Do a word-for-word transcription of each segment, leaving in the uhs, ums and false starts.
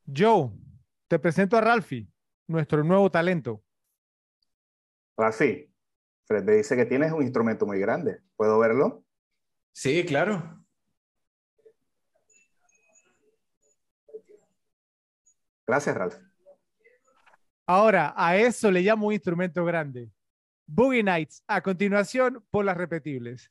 Joe, te presento a Ralphie, nuestro nuevo talento. Rafi, Fred me dice que tienes un instrumento muy grande. ¿Puedo verlo? Sí, claro. Gracias, Ralph. Ahora, a eso le llamo un instrumento grande. Boogie Nights, a continuación por las repetibles.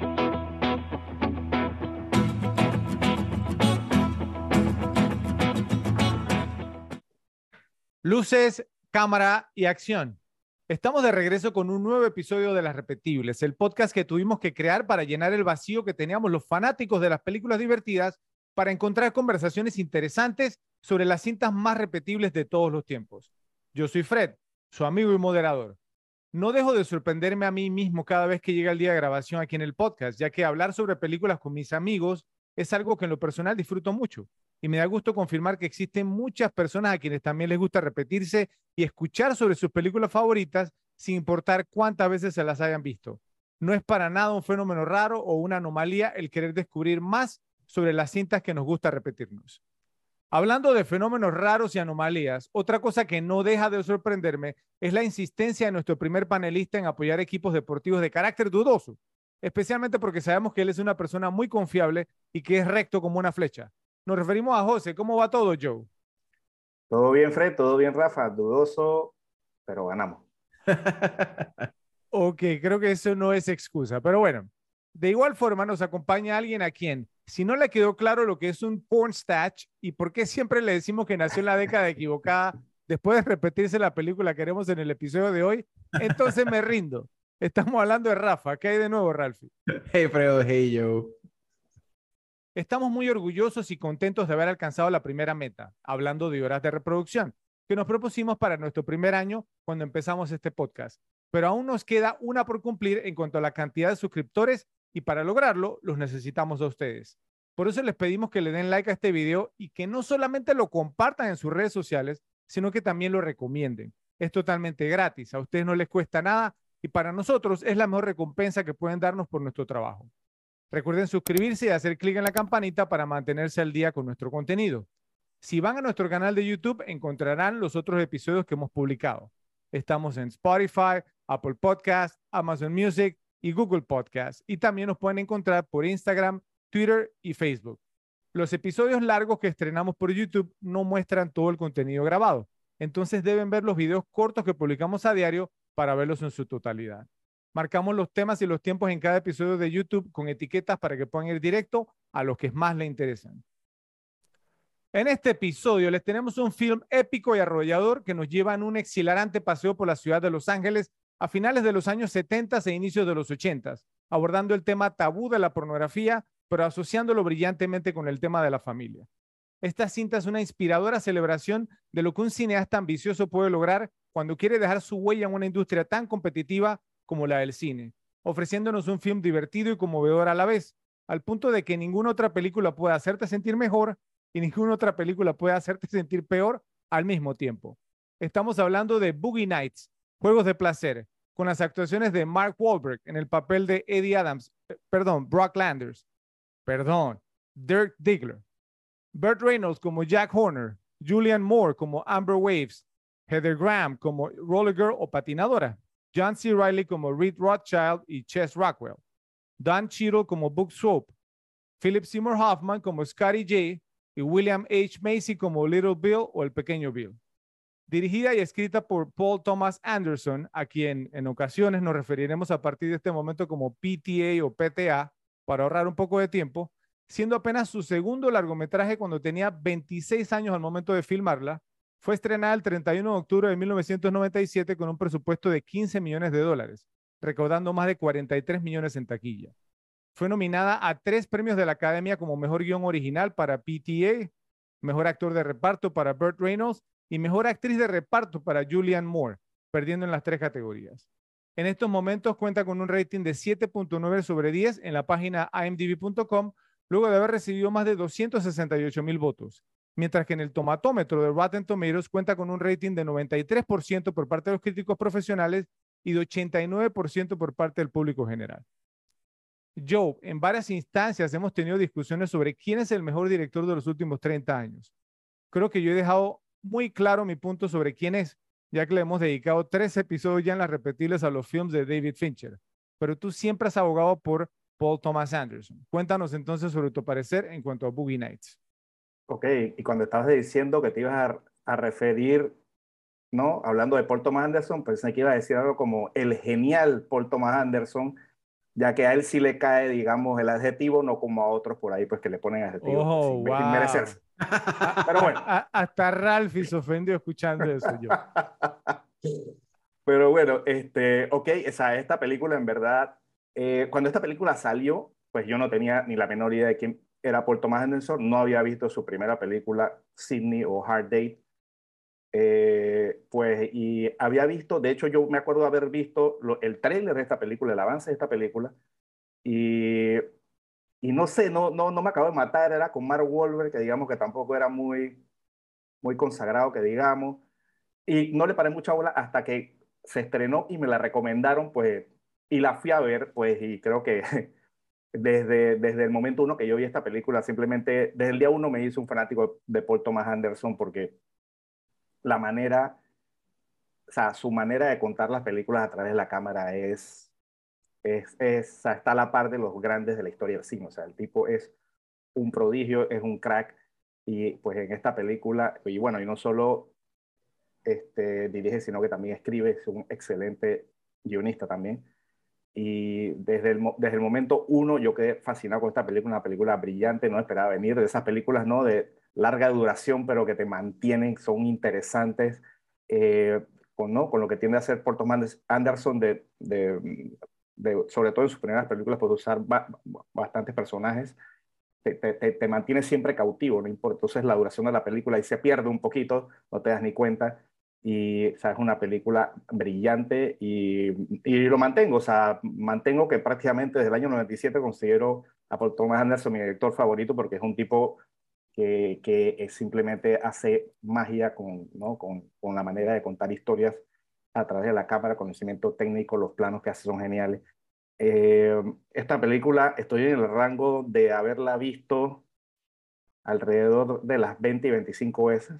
Luces, cámara y acción. Estamos de regreso con un nuevo episodio de Las Repetibles, el podcast que tuvimos que crear para llenar el vacío que teníamos los fanáticos de las películas divertidas para encontrar conversaciones interesantes sobre las cintas más repetibles de todos los tiempos. Yo soy Fred, su amigo y moderador. No dejo de sorprenderme a mí mismo cada vez que llega el día de grabación aquí en el podcast, ya que hablar sobre películas con mis amigos es algo que en lo personal disfruto mucho. Y me da gusto confirmar que existen muchas personas a quienes también les gusta repetirse y escuchar sobre sus películas favoritas sin importar cuántas veces se las hayan visto. No es para nada un fenómeno raro o una anomalía el querer descubrir más sobre las cintas que nos gusta repetirnos. Hablando de fenómenos raros y anomalías, otra cosa que no deja de sorprenderme es la insistencia de nuestro primer panelista en apoyar equipos deportivos de carácter dudoso, especialmente porque sabemos que él es una persona muy confiable y que es recto como una flecha. Nos referimos a José. ¿Cómo va todo, Joe? Todo bien, Fred, todo bien, Rafa. Dudoso, pero ganamos. Ok, creo que eso no es excusa, pero bueno, de igual forma nos acompaña alguien a quien, si no le quedó claro lo que es un porn stash y por qué siempre le decimos que nació en la década equivocada, después de repetirse la película que haremos en el episodio de hoy, entonces me rindo. Estamos hablando de Rafa. ¿Qué hay de nuevo, Ralphie? Hey, Fredo, hey, Joe. Estamos muy orgullosos y contentos de haber alcanzado la primera meta, hablando de horas de reproducción, que nos propusimos para nuestro primer año cuando empezamos este podcast. Pero aún nos queda una por cumplir en cuanto a la cantidad de suscriptores y para lograrlo los necesitamos a ustedes. Por eso les pedimos que le den like a este video y que no solamente lo compartan en sus redes sociales, sino que también lo recomienden. Es totalmente gratis, a ustedes no les cuesta nada y para nosotros es la mejor recompensa que pueden darnos por nuestro trabajo. Recuerden suscribirse y hacer clic en la campanita para mantenerse al día con nuestro contenido. Si van a nuestro canal de YouTube, encontrarán los otros episodios que hemos publicado. Estamos en Spotify, Apple Podcast, Amazon Music y Google Podcast. Y también nos pueden encontrar por Instagram, Twitter y Facebook. Los episodios largos que estrenamos por YouTube no muestran todo el contenido grabado. Entonces deben ver los videos cortos que publicamos a diario para verlos en su totalidad. Marcamos los temas y los tiempos en cada episodio de YouTube con etiquetas para que puedan ir directo a los que más les interesan. En este episodio les tenemos un film épico y arrollador que nos lleva en un exhilarante paseo por la ciudad de Los Ángeles a finales de los años setenta e inicios de los ochenta, abordando el tema tabú de la pornografía, pero asociándolo brillantemente con el tema de la familia. Esta cinta es una inspiradora celebración de lo que un cineasta ambicioso puede lograr cuando quiere dejar su huella en una industria tan competitiva como la del cine, ofreciéndonos un film divertido y conmovedor a la vez, al punto de que ninguna otra película pueda hacerte sentir mejor y ninguna otra película puede hacerte sentir peor al mismo tiempo. Estamos hablando de Boogie Nights, Juegos de Placer, con las actuaciones de Mark Wahlberg en el papel de Eddie Adams, eh, perdón, Brock Landers, perdón, Dirk Diggler, Burt Reynolds como Jack Horner, Julianne Moore como Amber Waves, Heather Graham como Roller Girl o patinadora, John C. Reilly como Reed Rothschild y Chess Rockwell, Don Cheadle como Book Swope, Philip Seymour Hoffman como Scotty J y William H. Macy como Little Bill o el Pequeño Bill. Dirigida y escrita por Paul Thomas Anderson, a quien en ocasiones nos referiremos a partir de este momento como P T A o P T A, para ahorrar un poco de tiempo, siendo apenas su segundo largometraje cuando tenía veintiséis años al momento de filmarla. Fue estrenada el treinta y uno de octubre de mil novecientos noventa y siete con un presupuesto de quince millones de dólares, recaudando más de cuarenta y tres millones en taquilla. Fue nominada a tres premios de la Academia como Mejor Guión Original para P T A, Mejor Actor de Reparto para Burt Reynolds y Mejor Actriz de Reparto para Julianne Moore, perdiendo en las tres categorías. En estos momentos cuenta con un rating de siete punto nueve sobre diez en la página i m d b punto com, luego de haber recibido más de doscientos sesenta y ocho mil votos, mientras que en el tomatómetro de Rotten Tomatoes cuenta con un rating de noventa y tres por ciento por parte de los críticos profesionales y de ochenta y nueve por ciento por parte del público general. Joe, en varias instancias hemos tenido discusiones sobre quién es el mejor director de los últimos treinta años. creo que yo he dejado muy claro mi punto sobre quién es, ya que le hemos dedicado tres episodios ya en las repetibles a los films de David Fincher. Pero tú siempre has abogado por Paul Thomas Anderson. Cuéntanos entonces sobre tu parecer en cuanto a Boogie Nights. Ok, y cuando estabas diciendo que te ibas a, a referir, ¿no? Hablando de Paul Thomas Anderson, pensé que iba a decir algo como el genial Paul Thomas Anderson, ya que a él sí le cae, digamos, el adjetivo, no como a otros por ahí, pues que le ponen adjetivos pues, Oh, sin, sin wow. merecerse. A, Pero bueno. a, a, hasta Ralphie se ofendió escuchando eso yo. Pero bueno, este, ok, o sea, esta película en verdad, eh, cuando esta película salió, pues yo no tenía ni la menor idea de quién era Paul Thomas Anderson, no había visto su primera película, Sydney o Hard Date, eh, pues, y había visto, de hecho yo me acuerdo de haber visto lo, el tráiler de esta película, el avance de esta película, y, y no sé, no, no, no me acabo de matar, era con Mark Wahlberg, que digamos que tampoco era muy, muy consagrado, que digamos, y no le paré mucha bola hasta que se estrenó y me la recomendaron, pues, y la fui a ver, pues, y creo que desde, desde el momento uno que yo vi esta película, simplemente desde el día uno me hizo un fanático de Paul Thomas Anderson porque la manera, o sea, su manera de contar las películas a través de la cámara es, es, es o sea, está a la par de los grandes de la historia del cine, o sea, el tipo es un prodigio, es un crack, y pues en esta película, y bueno, y no solo este, dirige, sino que también escribe, es un excelente guionista también. Y desde el, desde el momento uno yo quedé fascinado con esta película, una película brillante, no esperaba venir de esas películas, ¿no? De larga duración, pero que te mantienen, son interesantes, eh, con, ¿no? Con lo que tiende a hacer Paul Thomas Anderson, de, de, de, sobre todo en sus primeras películas, por usar ba bastantes personajes, te, te, te mantiene siempre cautivo, no importa. Entonces la duración de la película ahí se pierde un poquito, no te das ni cuenta. Y o sea, es una película brillante y, y lo mantengo, o sea, mantengo que prácticamente desde el año noventa y siete considero a Paul Thomas Anderson mi director favorito porque es un tipo que, que simplemente hace magia con, ¿no? con, con la manera de contar historias a través de la cámara, conocimiento técnico, los planos que hace son geniales. Eh, esta película estoy en el rango de haberla visto alrededor de las veinte y veinticinco veces.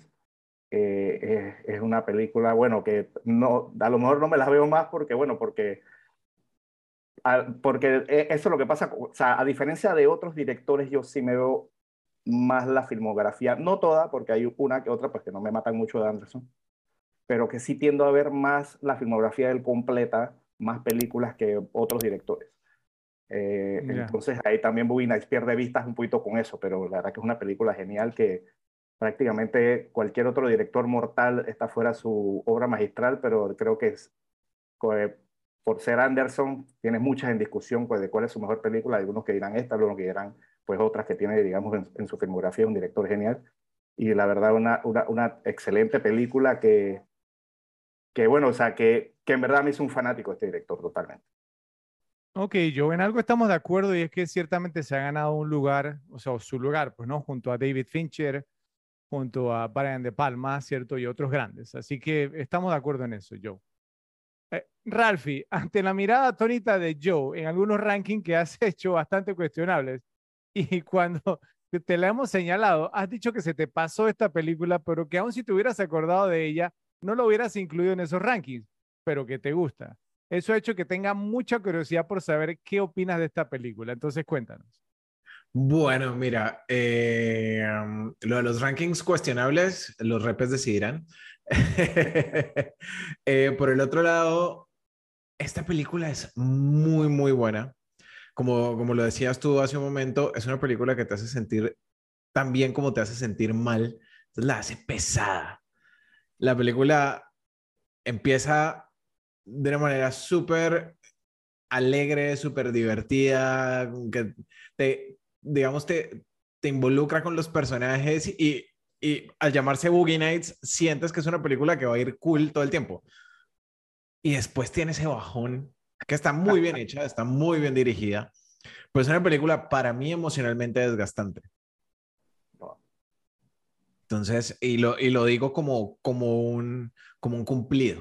Eh, es, es, una película, bueno, que no, a lo mejor no me las veo más porque, bueno, porque, a, porque eso es lo que pasa, o sea, a diferencia de otros directores, yo sí me veo más la filmografía, no toda, porque hay una que otra, pues que no me matan mucho de Anderson, pero que sí tiendo a ver más la filmografía del completa, más películas que otros directores. Eh, Yeah. entonces ahí también Boogie Nights pierde vistas un poquito con eso, pero la verdad que es una película genial que prácticamente cualquier otro director mortal está fuera de su obra magistral, pero creo que es, por ser Anderson, tiene muchas en discusión pues, de cuál es su mejor película. Hay algunos que dirán esta, algunos que dirán pues otras que tiene, digamos, en, en su filmografía, un director genial. Y la verdad, una, una, una excelente película que, que, bueno, o sea, que, que en verdad me hizo un fanático de este director totalmente. Ok, yo en algo estamos de acuerdo y es que ciertamente se ha ganado un lugar, o sea, su lugar, pues, ¿no? Junto a David Fincher, junto a Brian De Palma, ¿cierto? Y otros grandes. Así que estamos de acuerdo en eso, Joe. Eh, Ralphie, ante la mirada atónita de Joe en algunos rankings que has hecho bastante cuestionables y cuando te la hemos señalado, has dicho que se te pasó esta película, pero que aun si te hubieras acordado de ella, no lo hubieras incluido en esos rankings, pero que te gusta. Eso ha hecho que tenga mucha curiosidad por saber qué opinas de esta película. Entonces, cuéntanos. Bueno, mira, eh, um, lo de los rankings cuestionables, los repes decidirán. Eh, por el otro lado, esta película es muy, muy buena. Como, como lo decías tú hace un momento, es una película que te hace sentir tan bien como te hace sentir mal. Entonces la hace pesada. La película empieza de una manera súper alegre, súper divertida, que te, digamos, te, te involucra con los personajes y, y al llamarse Boogie Nights, sientes que es una película que va a ir cool todo el tiempo. Y después tiene ese bajón que está muy bien hecha, está muy bien dirigida, pues es una película para mí emocionalmente desgastante. Entonces, y lo, y lo digo como, como, un, como un cumplido.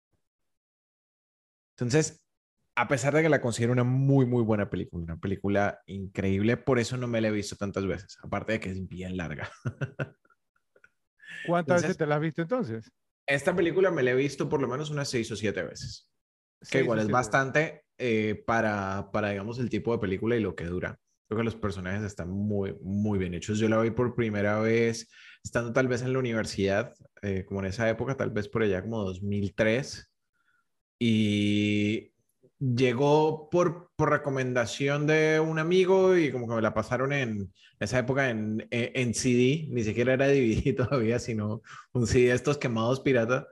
Entonces, a pesar de que la considero una muy, muy buena película, una película increíble, por eso no me la he visto tantas veces, aparte de que es bien larga. ¿Cuántas veces Entonces, te la has visto entonces? esta película me la he visto por lo menos unas seis o siete veces, que Seis igual o es siete veces. bastante eh, para, para, digamos, el tipo de película y lo que dura. Creo que los personajes están muy, muy bien hechos. Yo la vi por primera vez estando tal vez en la universidad, eh, como en esa época, tal vez por allá como dos mil tres. Y llegó por, por recomendación de un amigo y como que me la pasaron en esa época en, en, en C D, ni siquiera era D V D todavía, sino un C D de estos quemados pirata.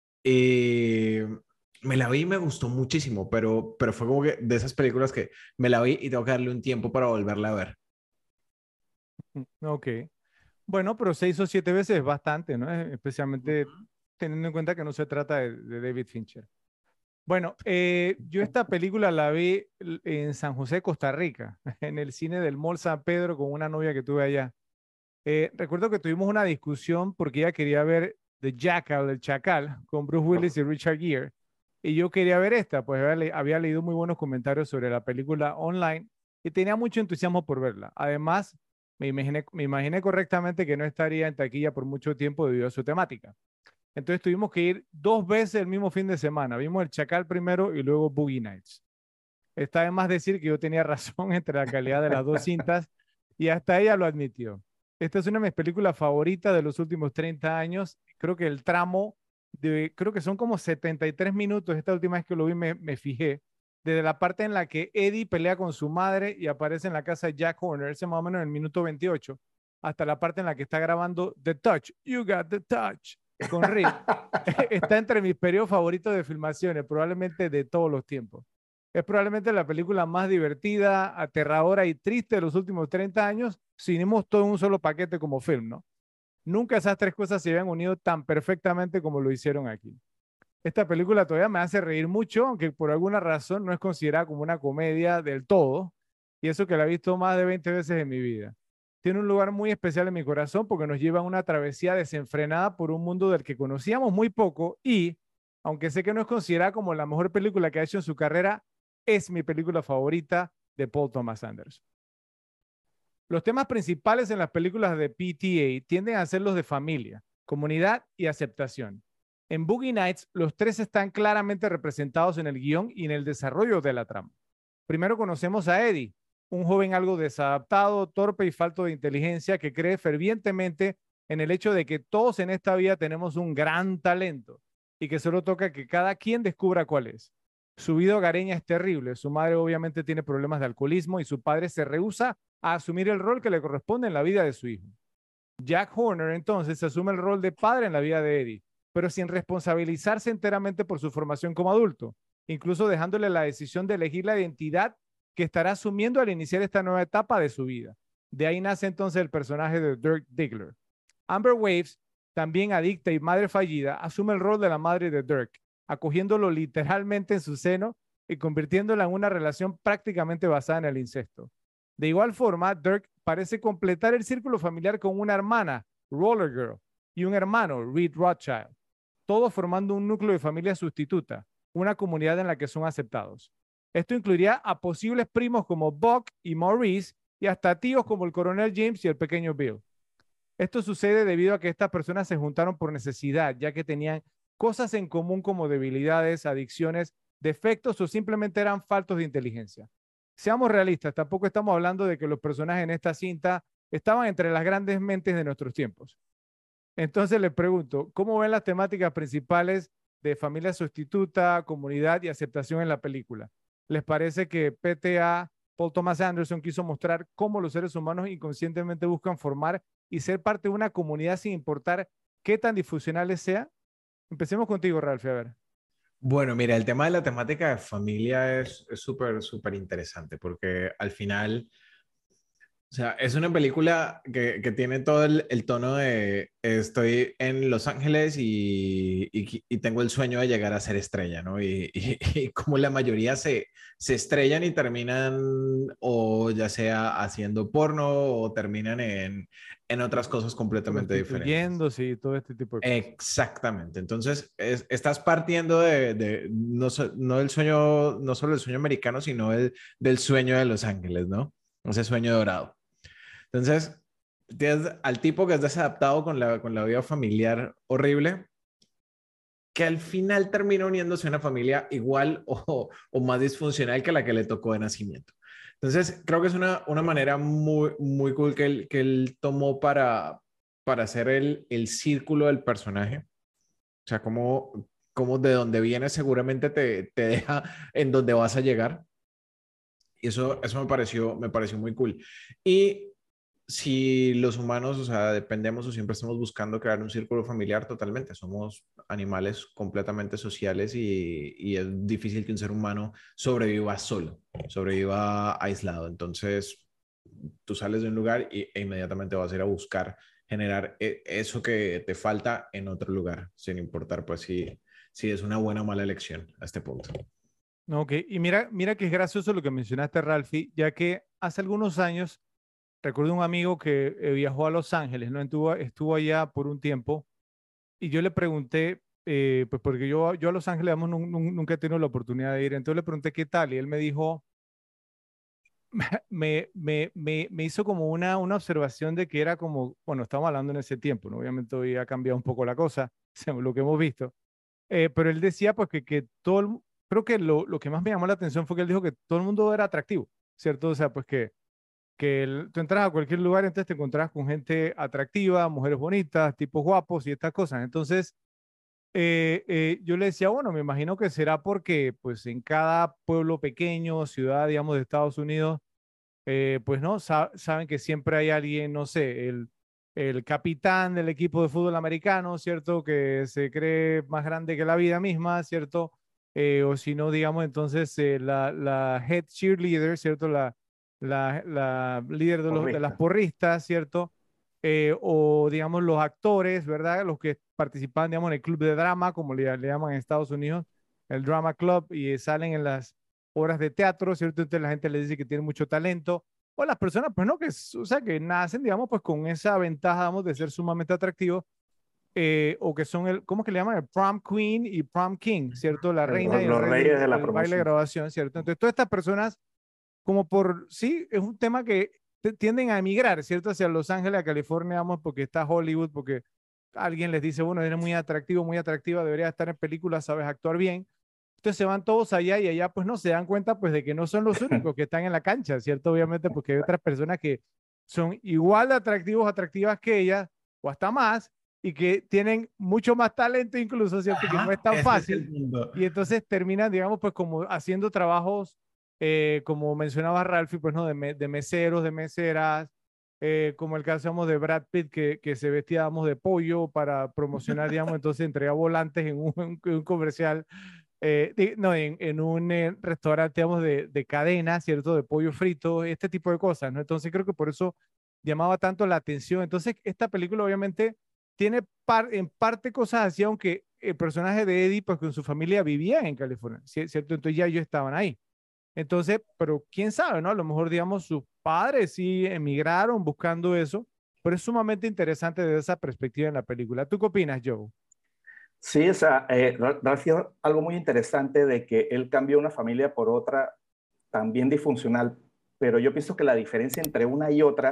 Y me la vi y me gustó muchísimo, pero, pero fue como que de esas películas que me la vi y tengo que darle un tiempo para volverla a ver. Mm, Ok. Bueno, pero seis o siete veces es bastante, ¿no? Eh, Especialmente Ujú. teniendo en cuenta que no se trata de, de David Fincher. Bueno, eh, yo esta película la vi l- en San José, Costa Rica, en el cine del Mall San Pedro con una novia que tuve allá. Eh, recuerdo que tuvimos una discusión porque ella quería ver The Jackal, el Chacal, con Bruce Willis y Richard Gere. Y yo quería ver esta, pues había, le- había leído muy buenos comentarios sobre la película online y tenía mucho entusiasmo por verla. Además, me imaginé, me imaginé correctamente que no estaría en taquilla por mucho tiempo debido a su temática. Entonces tuvimos que ir dos veces el mismo fin de semana. Vimos el Chacal primero y luego Boogie Nights. Está de más decir que yo tenía razón entre la calidad de las dos cintas y hasta ella lo admitió. Esta es una de mis películas favoritas de los últimos treinta años. Creo que el tramo de, creo que son como setenta y tres minutos. Esta última vez que lo vi me, me fijé. Desde la parte en la que Eddie pelea con su madre y aparece en la casa de Jack Horner, ese más o menos en el minuto veintiocho, hasta la parte en la que está grabando The Touch, You Got the Touch, con Reed. Está entre mis periodos favoritos de filmaciones, probablemente de todos los tiempos. Es probablemente la película más divertida, aterradora y triste de los últimos treinta años, si unimos todo en un solo paquete como film, ¿no? Nunca esas tres cosas se habían unido tan perfectamente como lo hicieron aquí. Esta película todavía me hace reír mucho, aunque por alguna razón no es considerada como una comedia del todo, y eso que la he visto más de veinte veces en mi vida. Tiene un lugar muy especial en mi corazón porque nos lleva a una travesía desenfrenada por un mundo del que conocíamos muy poco y, aunque sé que no es considerada como la mejor película que ha hecho en su carrera, es mi película favorita de Paul Thomas Anderson. Los temas principales en las películas de P T A tienden a ser los de familia, comunidad y aceptación. En Boogie Nights, los tres están claramente representados en el guión y en el desarrollo de la trama. Primero conocemos a Eddie, un joven algo desadaptado, torpe y falto de inteligencia que cree fervientemente en el hecho de que todos en esta vida tenemos un gran talento y que solo toca que cada quien descubra cuál es. Su vida hogareña es terrible, su madre obviamente tiene problemas de alcoholismo y su padre se rehúsa a asumir el rol que le corresponde en la vida de su hijo. Jack Horner entonces asume el rol de padre en la vida de Eddie, pero sin responsabilizarse enteramente por su formación como adulto, incluso dejándole la decisión de elegir la identidad que estará asumiendo al iniciar esta nueva etapa de su vida. De ahí nace entonces el personaje de Dirk Diggler. Amber Waves, también adicta y madre fallida, asume el rol de la madre de Dirk, acogiéndolo literalmente en su seno y convirtiéndola en una relación prácticamente basada en el incesto. De igual forma, Dirk parece completar el círculo familiar con una hermana, Roller Girl, y un hermano, Reed Rothschild, todos formando un núcleo de familia sustituta, una comunidad en la que son aceptados. Esto incluiría a posibles primos como Buck y Maurice y hasta tíos como el coronel James y el pequeño Bill. Esto sucede debido a que estas personas se juntaron por necesidad, ya que tenían cosas en común como debilidades, adicciones, defectos o simplemente eran faltos de inteligencia. Seamos realistas, tampoco estamos hablando de que los personajes en esta cinta estaban entre las grandes mentes de nuestros tiempos. Entonces les pregunto, ¿cómo ven las temáticas principales de familia sustituta, comunidad y aceptación en la película? ¿Les parece que P T A, Paul Thomas Anderson, quiso mostrar cómo los seres humanos inconscientemente buscan formar y ser parte de una comunidad sin importar qué tan disfuncionales sea? Empecemos contigo, Ralph, a ver. Bueno, mira, el tema de la temática de familia es es súper, súper interesante porque al final, o sea, es una película que, que tiene todo el, el tono de estoy en Los Ángeles y, y- y tengo el sueño de llegar a ser estrella, ¿no? Y, y- y como la mayoría se, se estrellan y terminan o ya sea haciendo porno o terminan en, en otras cosas completamente diferentes. Prostituyéndose y todo este tipo de cosas. Exactamente. Entonces, es- estás partiendo de, de no, so- no del sueño, no solo del sueño americano, sino del, del sueño de Los Ángeles, ¿no? Ese sueño dorado. Entonces, tienes al tipo que es desadaptado con la, con la vida familiar horrible, que al final termina uniéndose a una familia igual o, o más disfuncional que la que le tocó de nacimiento. Entonces, creo que es una, una manera muy, muy cool que él, que él tomó para, para hacer el, el círculo del personaje. O sea, como, como de donde vienes seguramente te, te deja en donde vas a llegar. Y eso, eso me pareció, me pareció muy cool. Y si los humanos, o sea, dependemos o siempre estamos buscando crear un círculo familiar, totalmente. Somos animales completamente sociales y, y es difícil que un ser humano sobreviva solo, sobreviva aislado. Entonces, tú sales de un lugar y, e inmediatamente vas a ir a buscar generar e- eso que te falta en otro lugar, sin importar pues si, si es una buena o mala elección a este punto. No, ok, y mira, mira que es gracioso lo que mencionaste, Ralphie, ya que hace algunos años recuerdo un amigo que eh, viajó a Los Ángeles, ¿no? Estuvo, estuvo allá por un tiempo y yo le pregunté, eh, pues porque yo, yo a Los Ángeles digamos, nun- nun- nunca he tenido la oportunidad de ir, entonces le pregunté qué tal y él me dijo, me, me, me, me hizo como una, una observación de que era como, bueno, estamos hablando en ese tiempo, ¿no? Obviamente hoy ha cambiado un poco la cosa, según lo que hemos visto, eh, pero él decía pues que, que todo, el, creo que lo, lo que más me llamó la atención fue que él dijo que todo el mundo era atractivo, ¿cierto? O sea, pues que que el- tú entras a cualquier lugar, entonces te encontrás con gente atractiva, mujeres bonitas, tipos guapos y estas cosas. Entonces, eh, eh, yo le decía, bueno, me imagino que será porque, pues, en cada pueblo pequeño, ciudad, digamos, de Estados Unidos, eh, pues, ¿no? Sa- saben que siempre hay alguien, no sé, el, el capitán del equipo de fútbol americano, ¿cierto? Que se cree más grande que la vida misma, ¿cierto? Eh, o si no, digamos, entonces, eh, la, la head cheerleader, ¿cierto? La, la, la líder de, los, de las Porrista. porristas, ¿cierto? Eh, o, digamos, los actores, ¿verdad? Los que participan, digamos, en el club de drama, como le, le llaman en Estados Unidos, el Drama Club, y salen en las obras de teatro, ¿cierto? Entonces la gente les dice que tiene mucho talento. O las personas, pues no, que, es- o sea, que nacen, digamos, pues con esa ventaja, digamos, de ser sumamente atractivos, eh, o que son el, ¿cómo es que le llaman? El prom queen y prom king, ¿cierto? La El- reina y el los rey reyes del, de la del baile de promoción. graduación, ¿cierto? Entonces todas estas personas, como por, sí, es un tema que te- tienden a emigrar, ¿cierto? Hacia Los Ángeles, a California, vamos, porque está Hollywood, porque alguien les dice, bueno, eres muy atractivo, muy atractiva, deberías estar en películas, sabes actuar bien. Entonces se van todos allá y allá pues no se dan cuenta pues de que no son los únicos que están en la cancha, ¿cierto? Obviamente porque hay otras personas que son igual de atractivos, atractivas que ellas o hasta más y que tienen mucho más talento incluso, ¿cierto? Que no es Ajá, tan ese es fácil el mundo. y entonces terminan, digamos, pues como haciendo trabajos, eh, como mencionaba Ralphie, pues no, de, me- de meseros, de meseras, eh, como el caso digamos, de Brad Pitt que, que se vestía, digamos, de pollo para promocionar, digamos, entonces entrega volantes en un, en un comercial eh, di- no, en, en un eh, restaurante, digamos, de, de cadena, ¿cierto? De pollo frito, este tipo de cosas, ¿no? Entonces creo que por eso llamaba tanto la atención. Entonces, esta película obviamente tiene par- en parte cosas así, aunque el personaje de Eddie, pues con su familia vivía en California, ¿sí- ¿cierto? Entonces ya ellos estaban ahí. Entonces, pero quién sabe, ¿no? A lo mejor, digamos, sus padres sí emigraron buscando eso, pero es sumamente interesante desde esa perspectiva en la película. ¿Tú qué opinas, Joe? Sí, o sea, eh, Ra- Ralphie, algo muy interesante de que él cambió una familia por otra también disfuncional, pero yo pienso que la diferencia entre una y otra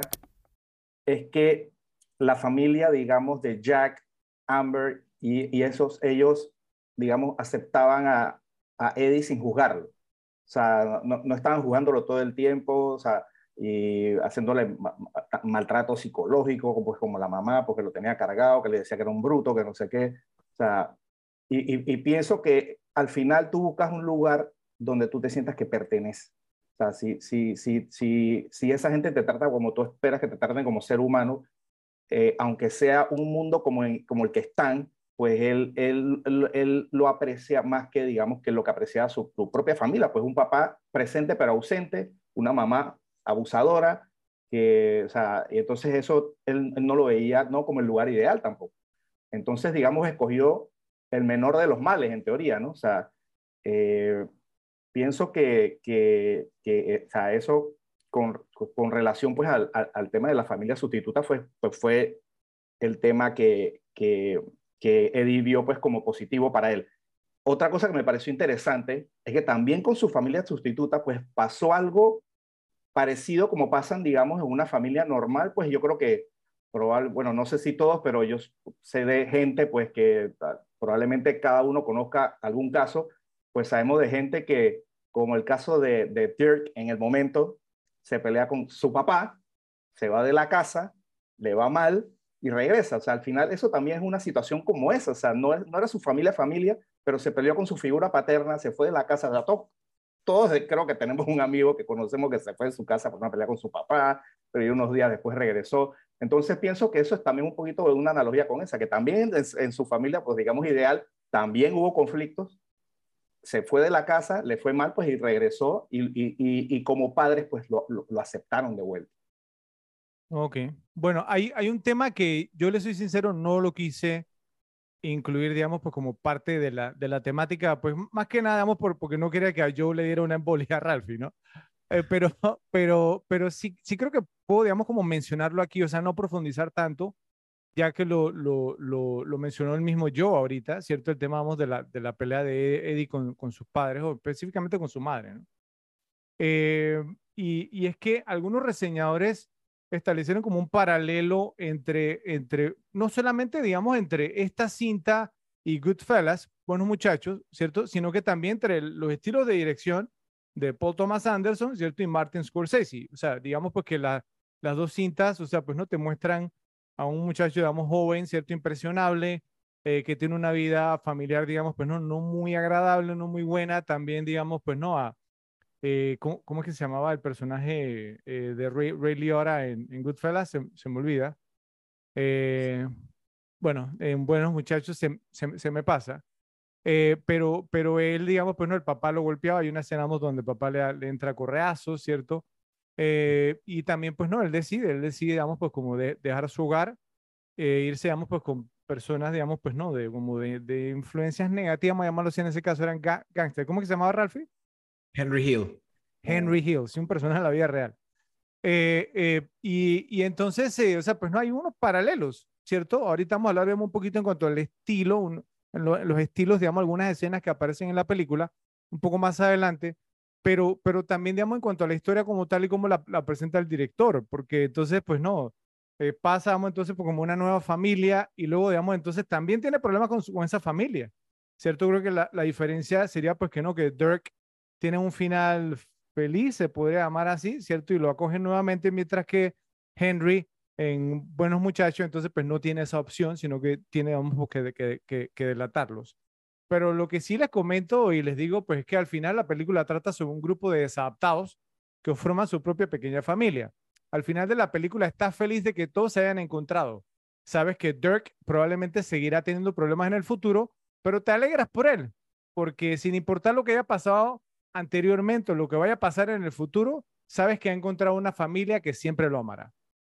es que la familia, digamos, de Jack, Amber y, y esos, ellos, digamos, aceptaban a, a Eddie sin juzgarlo. O sea, no, no estaban jugándolo todo el tiempo, o sea, y haciéndole ma- ma- maltrato psicológico, pues como la mamá, porque lo tenía cargado, que le decía que era un bruto, que no sé qué. O sea, y, y, y pienso que al final tú buscas un lugar donde tú te sientas que perteneces. O sea, si, si, si, si, si esa gente te trata como tú esperas que te traten como ser humano, eh, aunque sea un mundo como, en, como el que están, pues él, él, él, él, lo aprecia más que, digamos, que lo que aprecia su, su propia familia, pues un papá presente pero ausente, una mamá abusadora, que, o sea, y entonces eso él, él no lo veía no como el lugar ideal tampoco. Entonces, digamos, escogió el menor de los males, en teoría, ¿no? O sea, eh, pienso que, que, que eh, o sea, eso con, con relación pues al, al, al, tema de la familia sustituta fue, pues, fue el tema que, que, que Eddie vio pues como positivo para él. Otra cosa que me pareció interesante es que también con su familia sustituta pues pasó algo parecido como pasan digamos en una familia normal, pues yo creo que probable, bueno, no sé si todos, pero yo sé de gente pues que uh, probablemente cada uno conozca algún caso, pues sabemos de gente que, como el caso de, de Dirk en el momento, se pelea con su papá, se va de la casa, le va mal y regresa. O sea, al final eso también es una situación como esa. O sea, no, es, no era su familia, familia, pero se peleó con su figura paterna, se fue de la casa. O sea, todos, todos creo que tenemos un amigo que conocemos que se fue de su casa por una pelea con su papá, pero unos días después regresó. Entonces pienso que eso es también un poquito de una analogía con esa, que también en, en su familia, pues digamos ideal, también hubo conflictos, se fue de la casa, le fue mal, pues y regresó y, y, y, y como padres, pues lo, lo, lo aceptaron de vuelta. Ok. Bueno, hay, hay un tema que yo le soy sincero, no lo quise incluir, digamos, pues como parte de la, de la temática, pues más que nada, digamos, por, porque no quería que a Joe le diera una embolia a Ralphie, ¿no? Eh, pero, pero, pero sí, sí creo que puedo, digamos, como mencionarlo aquí, o sea, no profundizar tanto, ya que lo, lo, lo, lo mencionó el mismo Joe ahorita, ¿cierto? El tema, vamos, de la, de la pelea de Eddie con, con sus padres, o específicamente con su madre, ¿no? Eh, y, y es que algunos reseñadores establecieron como un paralelo entre, entre, no solamente, digamos, entre esta cinta y Goodfellas, Buenos Muchachos, ¿cierto? Sino que también entre los estilos de dirección de Paul Thomas Anderson, ¿cierto? Y Martin Scorsese. O sea, digamos pues que la, las dos cintas, o sea, pues no te muestran a un muchacho, digamos, joven, ¿cierto? Impresionable, eh, que tiene una vida familiar, digamos, pues no, no muy agradable, no muy buena, también, digamos, pues no, a eh, ¿cómo, cómo es que se llamaba el personaje eh, de Ray, Ray Liotta en, en Goodfellas? Se, se me olvida. Eh, bueno, en Buenos Muchachos se, se, se me pasa. Eh, pero, pero él, digamos, pues no, el papá lo golpeaba. Hay una escena vamos, donde el papá le, le entra a correazos, ¿cierto? Eh, y también, pues no, él decide, él decide, digamos, pues como de, dejar su hogar, eh, irse, digamos, pues con personas, digamos, pues no, de como de, de influencias negativas, vamos a llamarlo así, en ese caso eran ga gangsters. ¿Cómo que se llamaba Ralphie? Henry Hill. Henry Hill, sí, un personaje de la vida real. Eh, eh, y, y, entonces, eh, o sea, pues no hay unos paralelos, ¿cierto? Ahorita vamos a hablar un poquito en cuanto al estilo, un, en lo, en los estilos, digamos, algunas escenas que aparecen en la película, un poco más adelante, pero, pero también, digamos, en cuanto a la historia como tal y como la, la presenta el director, porque entonces, pues no, eh, pasa, vamos, entonces, pues, como una nueva familia y luego, digamos, entonces también tiene problemas con, su, con esa familia, ¿cierto? Creo que la, la diferencia sería, pues, que no, que Dirk tiene un final feliz, se podría llamar así, ¿cierto? Y lo acogen nuevamente, mientras que Henry, en Buenos Muchachos, entonces pues no tiene esa opción, sino que tiene, vamos, que, que, que, que delatarlos. Pero lo que sí les comento y les digo, pues es que al final la película trata sobre un grupo de desadaptados que forman su propia pequeña familia. Al final de la película estás feliz de que todos se hayan encontrado. Sabes que Dirk probablemente seguirá teniendo problemas en el futuro, pero te alegras por él, porque sin importar lo que haya pasado anteriormente o lo que vaya a pasar en el futuro, sabes que ha encontrado una familia que siempre lo amará.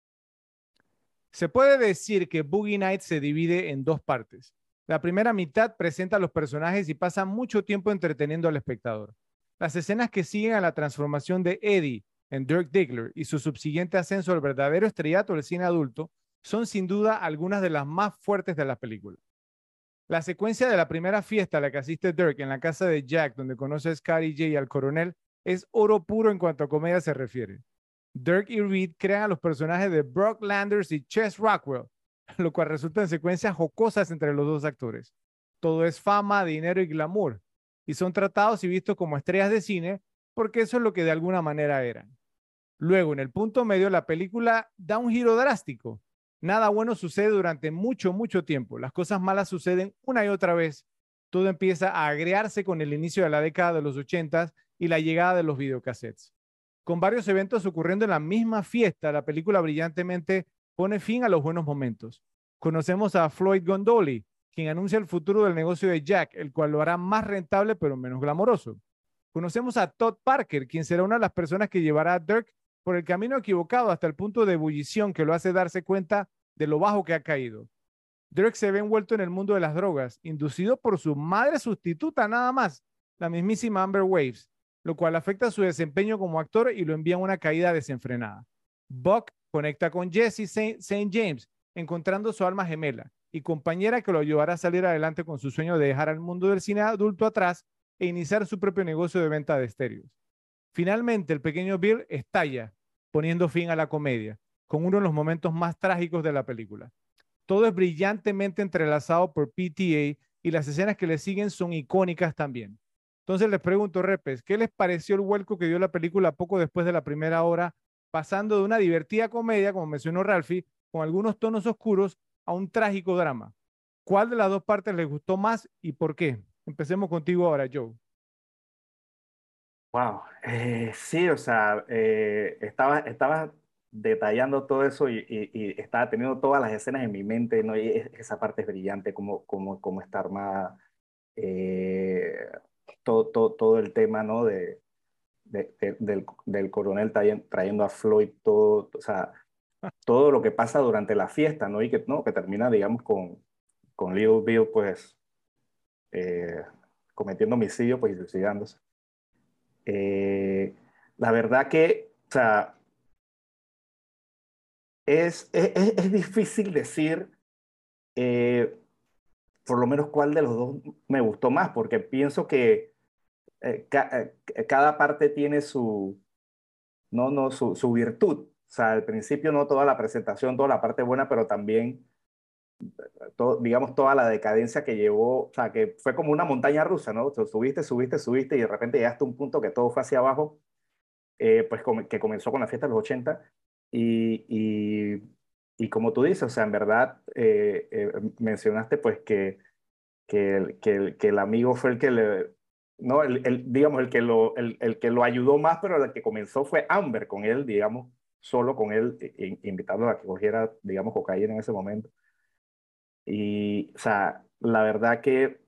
Se puede decir que Boogie Nights se divide en dos partes. La primera mitad presenta a los personajes y pasa mucho tiempo entreteniendo al espectador. Las escenas que siguen a la transformación de Eddie en Dirk Diggler y su subsiguiente ascenso al verdadero estrellato del cine adulto son sin duda algunas de las más fuertes de la película. La secuencia de la primera fiesta a la que asiste Dirk en la casa de Jack, donde conoce a Scotty J y al coronel, es oro puro en cuanto a comedia se refiere. Dirk y Reed crean a los personajes de Brock Landers y Chess Rockwell, lo cual resulta en secuencias jocosas entre los dos actores. Todo es fama, dinero y glamour, y son tratados y vistos como estrellas de cine porque eso es lo que de alguna manera eran. Luego, en el punto medio, la película da un giro drástico. Nada bueno sucede durante mucho, mucho tiempo. Las cosas malas suceden una y otra vez. Todo empieza a agriarse con el inicio de la década de los ochentas y la llegada de los videocassettes. Con varios eventos ocurriendo en la misma fiesta, la película brillantemente pone fin a los buenos momentos. Conocemos a Floyd Gondoli, quien anuncia el futuro del negocio de Jack, el cual lo hará más rentable pero menos glamoroso. Conocemos a Todd Parker, quien será una de las personas que llevará a Dirk por el camino equivocado hasta el punto de ebullición que lo hace darse cuenta de lo bajo que ha caído. Dirk se ve envuelto en el mundo de las drogas, inducido por su madre sustituta nada más, la mismísima Amber Waves, lo cual afecta su desempeño como actor y lo envía a una caída desenfrenada. Buck conecta con Jesse Saint James, encontrando su alma gemela y compañera que lo ayudará a salir adelante con su sueño de dejar al mundo del cine adulto atrás e iniciar su propio negocio de venta de estéreos. Finalmente, el pequeño Bill estalla, poniendo fin a la comedia. con uno de los momentos más trágicos de la película. Todo es brillantemente entrelazado por P T A y las escenas que le siguen son icónicas también. Entonces les pregunto, Repes, ¿qué les pareció el vuelco que dio la película poco después de la primera hora, pasando de una divertida comedia, como mencionó Ralphie, con algunos tonos oscuros, a un trágico drama? ¿Cuál de las dos partes les gustó más y por qué? Empecemos contigo ahora, Joe. Wow, eh, sí, o sea, eh, estaba, estaba detallando todo eso y, y- y estaba teniendo todas las escenas en mi mente, ¿no? Y es- esa parte es brillante, cómo, cómo, cómo está armada, eh, todo, todo, todo el tema, ¿no? De, de- de- del, del coronel trayen- trayendo a Floyd, todo, o sea, todo lo que pasa durante la fiesta, ¿no? Y que, ¿no? Que termina, digamos, con, con Little Bill, pues, eh, cometiendo homicidio, pues, y suicidándose. Eh, la verdad que, o sea, es, es, es- es difícil decir eh, por lo menos cuál de los dos me gustó más, porque pienso que eh, ca- eh, cada parte tiene su, no, no, su, su virtud. O sea, al principio no toda la presentación, toda la parte buena, pero también, todo, digamos, toda la decadencia que llevó, o sea, que fue como una montaña rusa, ¿no? O sea, subiste, subiste, subiste y de repente llegaste a un punto que todo fue hacia abajo, eh, pues com- que comenzó con la fiesta de los ochenta y, y, y como tú dices, o sea, en verdad eh, eh, mencionaste pues que, que, el, que, el, que el amigo fue el que le, no, el, el, digamos, el que, lo, el, el que lo ayudó más, pero el que comenzó fue Amber con él, digamos, solo con él, eh, invitándolo a que cogiera, digamos, cocaína en ese momento. Y, o sea, la verdad que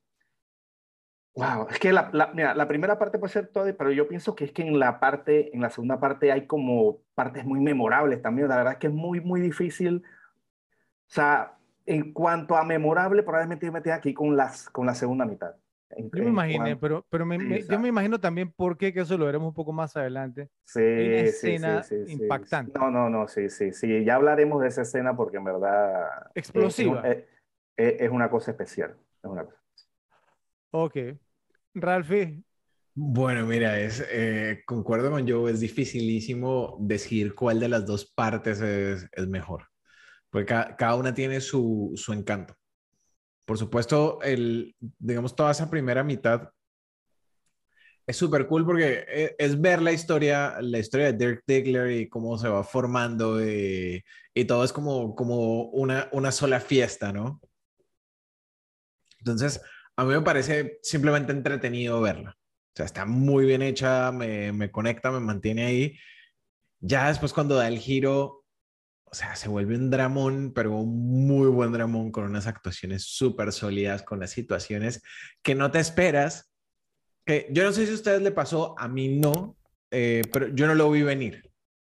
wow, es que la, la, mira, la primera parte puede ser todo, pero yo pienso que es que en la parte, en la segunda parte hay como partes muy memorables también. La verdad es que es muy, muy difícil. O sea, en cuanto a memorable, probablemente yo me quedé aquí con las, con la segunda mitad. En, Yo me en imaginé, cuanto, pero, pero me- sí, o me- yo sea, me imagino también por qué, que eso lo veremos un poco más adelante. Hay una sí, sí, sí, escena sí, sí. impactante, No, no, no, sí, sí, sí. Ya hablaremos de esa escena porque en verdad es, es, un- explosiva. es- es una cosa especial. Es una cosa. Ok. Ralphie, Bueno, mira, es, eh, concuerdo con Joe, es dificilísimo decir cuál de las dos partes es, es mejor, porque ca- cada una tiene su, su encanto. Por supuesto, el, digamos, toda esa primera mitad es súper cool porque e- es, ver la historia, la historia de Dirk Diggler y cómo se va formando y, y todo es como, como una, una sola fiesta, ¿no? Entonces, a mí me parece simplemente entretenido verla. O sea, está muy bien hecha, me, me conecta, me mantiene ahí. Ya después cuando da el giro, o sea, se vuelve un dramón, pero un muy buen dramón con unas actuaciones súper sólidas, con las situaciones que no te esperas. Que yo no sé si a ustedes le pasó, a mí no, eh, pero yo no lo vi venir.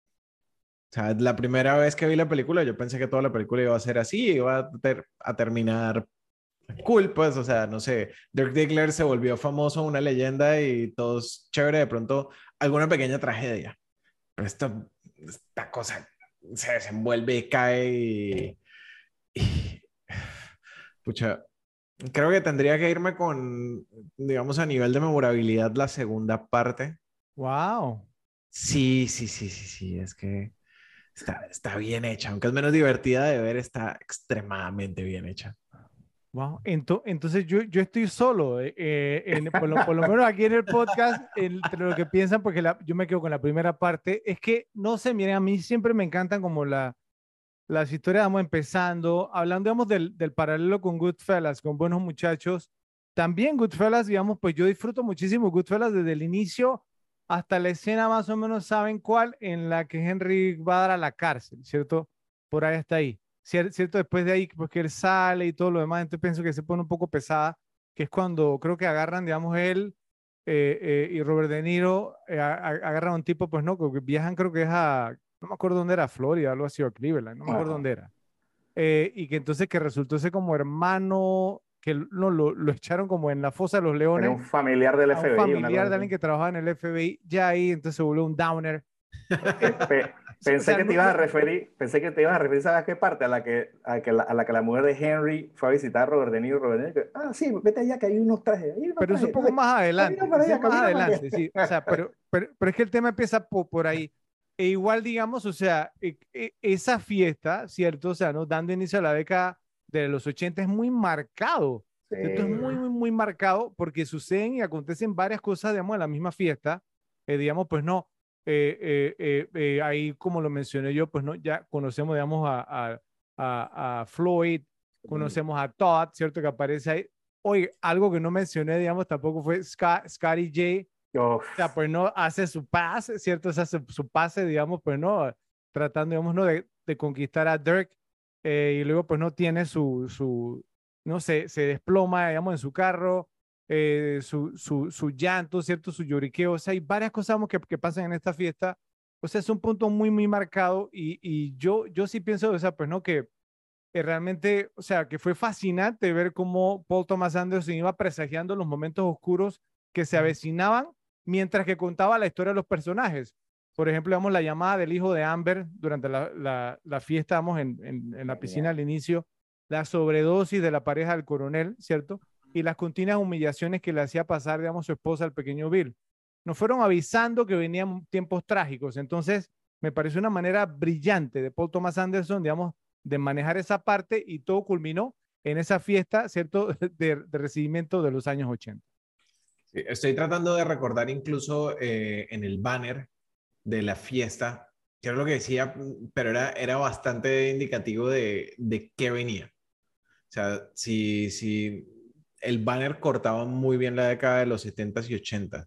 O sea, la primera vez que vi la película, yo pensé que toda la película iba a ser así, iba a, ter a terminar cool, pues, o sea, no sé, Dirk Diggler se volvió famoso, una leyenda y todos chévere, de pronto alguna pequeña tragedia. Pero esta, esta cosa se desenvuelve y cae y, y- pucha, creo que tendría que irme con, digamos, a nivel de memorabilidad la segunda parte. wow. Sí, sí, sí, sí, sí, es que está, está bien hecha, aunque es menos divertida de ver, está extremadamente bien hecha. Wow. Ento- entonces yo, yo estoy solo, eh, eh, en- por lo, por lo menos aquí en el podcast, entre lo que piensan, porque la- yo me quedo con la primera parte, es que no sé, miren, a mí siempre me encantan como la, las historias, vamos empezando, hablando, digamos, del, del paralelo con Goodfellas, con Buenos Muchachos. También Goodfellas, digamos, pues yo disfruto muchísimo Goodfellas desde el inicio hasta la escena más o menos, ¿saben cuál? En la que Henry va a dar a la cárcel, ¿cierto? Por ahí está ahí. Cier- ¿Cierto? Después de ahí, porque él sale y todo lo demás, entonces pienso que se pone un poco pesada, que es cuando creo que agarran, digamos, él eh, eh, y Robert De Niro, eh, a- a- agarran a un tipo, pues no, que viajan, creo que es a, no me acuerdo dónde era, Florida, algo así, o Cleveland, no me acuerdo Ajá. dónde era. Eh, y que entonces que resultó ser como hermano, que no, lo, lo echaron como en la fosa de los Era leones un familiar del a un F B I, una familiar cosa de así. alguien que trabajaba en el F B I, ya ahí entonces se volvió un downer. Eh, eh, Pe- o pensé sea, que te no, ibas a no, referir, pensé que te ibas a referir, ¿sabes a qué parte? A la que, a que la, a la que la mujer de Henry fue a visitar a Robert De Niro, Robert De Niro, que, ah, sí, vete allá que hay unos trajes, hay unos pero es un trajes, poco ve, más camina adelante, para ese es allá, más camina para adelante, acá. sí, o sea, pero, pero, pero es que el tema empieza po- por ahí. e igual, digamos, o sea, e, e, esa fiesta, ¿cierto? O sea, ¿no? Dando inicio a la década de los ochenta es muy marcado, Sí. ¿cierto? Es muy, muy, muy marcado porque suceden y acontecen varias cosas, digamos, en la misma fiesta, eh, digamos, pues no, eh, eh, eh, eh, ahí como lo mencioné yo, pues no, ya conocemos, digamos, a, a, a, a Floyd, conocemos a Todd, ¿cierto? Que aparece ahí. Oye, algo que no mencioné, digamos, tampoco fue Scott, Scotty J, Uf. o sea, pues no hace su pase, ¿cierto? O sea, hace su pase, digamos, pues no, tratando, digamos, no de, de conquistar a Dirk, eh, y luego pues no tiene su, su no sé, se desploma, digamos, en su carro, eh, su, su, su llanto, ¿cierto? Su lloriqueo, o sea, hay varias cosas, digamos, que, que pasan en esta fiesta, o sea, es un punto muy, muy marcado y, y yo, yo sí pienso, o sea, pues no, que eh, realmente, o sea, que fue fascinante ver cómo Paul Thomas Anderson iba presagiando los momentos oscuros que se avecinaban mientras que contaba la historia de los personajes. Por ejemplo, vemos la llamada del hijo de Amber durante la, la, la fiesta, vamos, en, en, en la piscina al inicio, la sobredosis de la pareja del coronel, ¿cierto? Y las continuas humillaciones que le hacía pasar, digamos, su esposa al pequeño Bill. Nos fueron avisando que venían tiempos trágicos. Entonces, me pareció una manera brillante de Paul Thomas Anderson, digamos, de manejar esa parte y todo culminó en esa fiesta, ¿cierto?, de, de recibimiento de los años ochenta. Sí, estoy tratando de recordar incluso eh, en el banner de la fiesta, que era lo que decía, pero era, era bastante indicativo de, de qué venía. O sea, si, si el banner cortaba muy bien la década de los setentas y ochentas.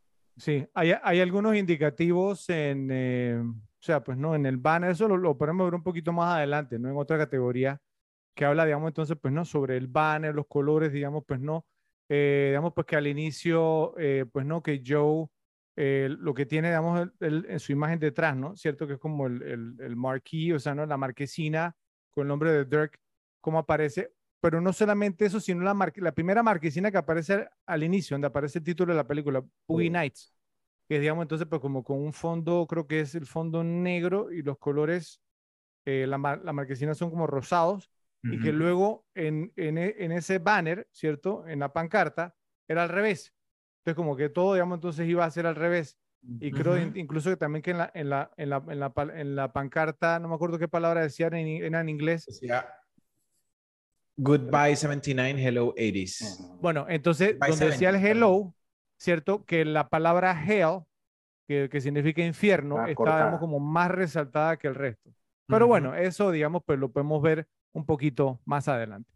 Sí, hay, hay algunos indicativos en, eh, o sea, pues no, en el banner, eso lo, lo podemos ver un poquito más adelante, ¿no? En otra categoría que habla, digamos, entonces, pues no, sobre el banner, los colores, digamos, pues no, eh, digamos, pues que al inicio, eh, pues no, que Joe, eh, lo que tiene, digamos, el, el, en su imagen detrás, ¿no? Cierto que es como el, el, el marquee, o sea, ¿no? La marquesina con el nombre de Dirk, cómo aparece, pero no solamente eso, sino la, mar la primera marquesina que aparece al inicio, donde aparece el título de la película, Boogie Nights, que es, digamos, entonces, pues como con un fondo, creo que es el fondo negro y los colores, eh, la, mar la marquesina son como rosados, y que luego en, en, en, ese banner, ¿cierto? En la pancarta, era al revés. Entonces, como que todo, digamos, entonces iba a ser al revés. Y creo uh-huh. incluso que también que en la, en, la, en, la, en, la, en la pancarta, no me acuerdo qué palabra decía en, en, en inglés. Decía, Goodbye setenta y nueve, Hello eighties. Bueno, entonces, Goodbye donde setenta, decía el hello, ¿cierto? Que la palabra hell, que, que significa infierno, ah, está, digamos, como más resaltada que el resto. Pero uh-huh. bueno, eso, digamos, pues lo podemos ver un poquito más adelante.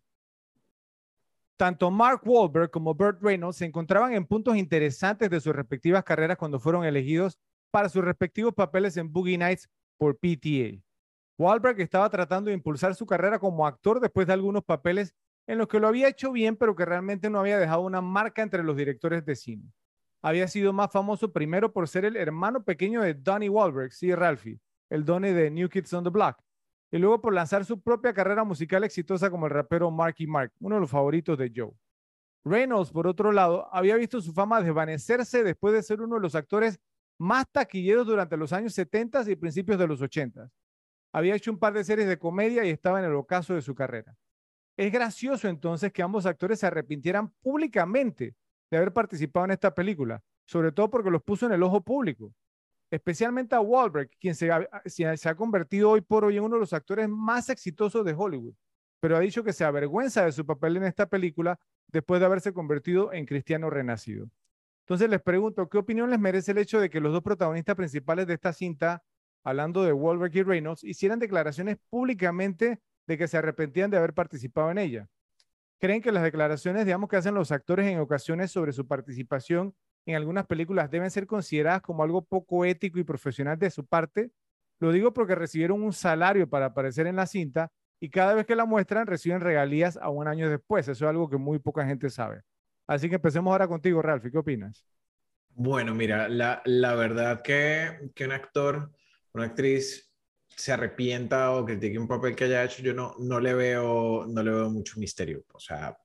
Tanto Mark Wahlberg como Burt Reynolds se encontraban en puntos interesantes de sus respectivas carreras cuando fueron elegidos para sus respectivos papeles en Boogie Nights por P T A. Wahlberg estaba tratando de impulsar su carrera como actor después de algunos papeles en los que lo había hecho bien, pero que realmente no había dejado una marca entre los directores de cine. Había sido más famoso primero por ser el hermano pequeño de Donnie Wahlberg, sí, Ralphie, el Donnie de New Kids on the Block, y luego por lanzar su propia carrera musical exitosa como el rapero Marky Mark, uno de los favoritos de Joe. Reynolds, por otro lado, había visto su fama desvanecerse después de ser uno de los actores más taquilleros durante los años setenta y principios de los ochenta. Había hecho un par de series de comedia y estaba en el ocaso de su carrera. Es gracioso entonces que ambos actores se arrepintieran públicamente de haber participado en esta película, sobre todo porque los puso en el ojo público. Especialmente a Wahlberg, quien se ha, se ha convertido hoy por hoy en uno de los actores más exitosos de Hollywood, pero ha dicho que se avergüenza de su papel en esta película después de haberse convertido en cristiano renacido. Entonces les pregunto, ¿qué opinión les merece el hecho de que los dos protagonistas principales de esta cinta, hablando de Wahlberg y Reynolds, hicieran declaraciones públicamente de que se arrepentían de haber participado en ella? ¿Creen que las declaraciones, digamos, que hacen los actores en ocasiones sobre su participación en algunas películas deben ser consideradas como algo poco ético y profesional de su parte? Lo digo porque recibieron un salario para aparecer en la cinta y cada vez que la muestran reciben regalías a un año después. Eso es algo que muy poca gente sabe. Así que empecemos ahora contigo, Ralphie. ¿Qué opinas? Bueno, mira, la, la verdad que, que un actor, una actriz se arrepienta o critique un papel que haya hecho, yo no, no, le, veo, no le veo mucho misterio. O sea,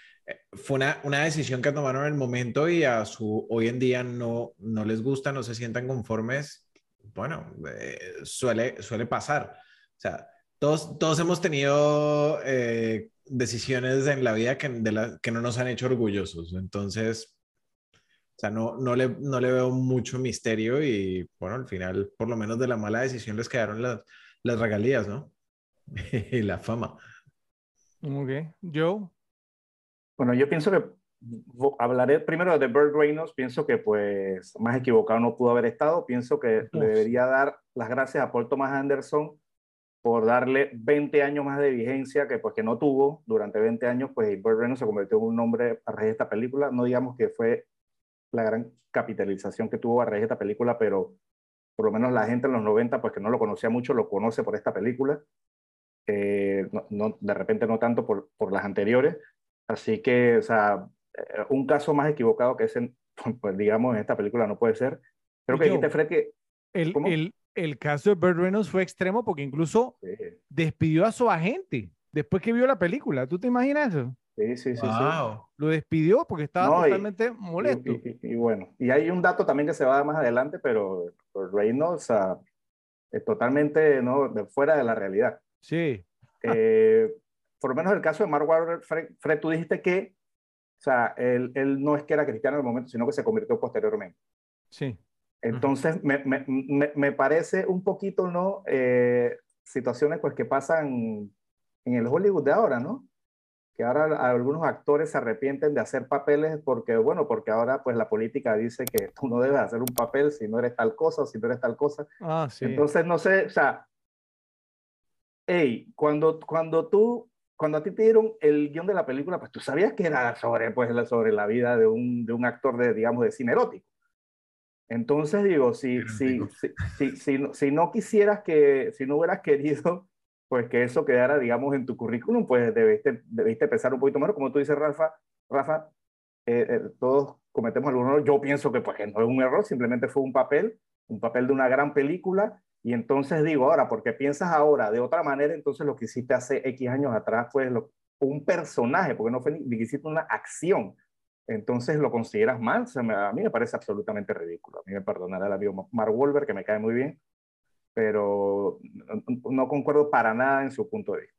fue una, una decisión que tomaron en el momento y a su hoy en día no, no les gusta, no se sientan conformes. Bueno, eh, suele, suele pasar. O sea, todos, todos hemos tenido eh, decisiones en la vida que, de la, que no nos han hecho orgullosos. Entonces, O sea, no, no le, no le veo mucho misterio y, bueno, al final, por lo menos de la mala decisión les quedaron las, las regalías, ¿no? Y la fama. Ok. Joe. Bueno, yo pienso que vo- hablaré primero de Burt Reynolds. Pienso que pues más equivocado no pudo haber estado. Pienso que le Uf, debería dar las gracias a Paul Thomas Anderson por darle veinte años más de vigencia que pues que no tuvo durante veinte años. Pues y Burt Reynolds se convirtió en un nombre a raíz de esta película. No digamos que fue la gran capitalización que tuvo a raíz de esta película, pero por lo menos la gente en los noventa, pues que no lo conocía mucho, lo conoce por esta película. Eh, no, no, de repente no tanto por, por las anteriores. Así que, o sea, eh, un caso más equivocado que ese, pues digamos, en esta película no puede ser. Creo y que dijiste, Joe, Fred, que... el, ¿Cómo? el, el caso de Burt Reynolds fue extremo porque incluso Sí, despidió a su agente después que vio la película. ¿Tú te imaginas eso? sí, sí, sí, sí. Wow. Lo despidió porque estaba No, y, totalmente y, molesto. y- y bueno, y hay un dato también que se va a dar más adelante, pero Reynolds, o sea, es totalmente, ¿no?, de fuera de la realidad. Sí, Eh, por lo menos el caso de Mark Wahlberg, Fred, Fred, tú dijiste que, o sea, él, él no es que era cristiano en el momento, sino que se convirtió posteriormente. sí. Ujú. Entonces, me, me, me, me parece un poquito, ¿no? Eh, situaciones pues que pasan en el Hollywood de ahora, ¿no? Que ahora algunos actores se arrepienten de hacer papeles porque, bueno, porque ahora pues la política dice que tú no debes hacer un papel si no eres tal cosa o si no eres tal cosa. Ah, sí. Entonces, no sé, o sea, hey, cuando, cuando tú, cuando a ti te dieron el guión de la película, pues tú sabías que era sobre, pues, la, sobre la vida de un, de un actor de, digamos, de cine erótico. Entonces digo, si, si, Erótico. si, si, si, no, si no quisieras que, si no hubieras querido, pues que eso quedara, digamos, en tu currículum, pues debiste, debiste pensar un poquito más, como tú dices, Rafa, Rafa, eh, eh, todos cometemos algún error. Yo pienso que, pues, que no es un error, simplemente fue un papel, un papel de una gran película. Y entonces digo, ahora, porque piensas ahora de otra manera, entonces lo que hiciste hace X años atrás, pues lo, un personaje, porque no fue ni, ni que hiciste una acción. Entonces lo consideras mal. O sea, me, a mí me parece absolutamente ridículo. A mí me perdonará el amigo Mark Wahlberg, que me cae muy bien, pero no, no concuerdo para nada en su punto de vista.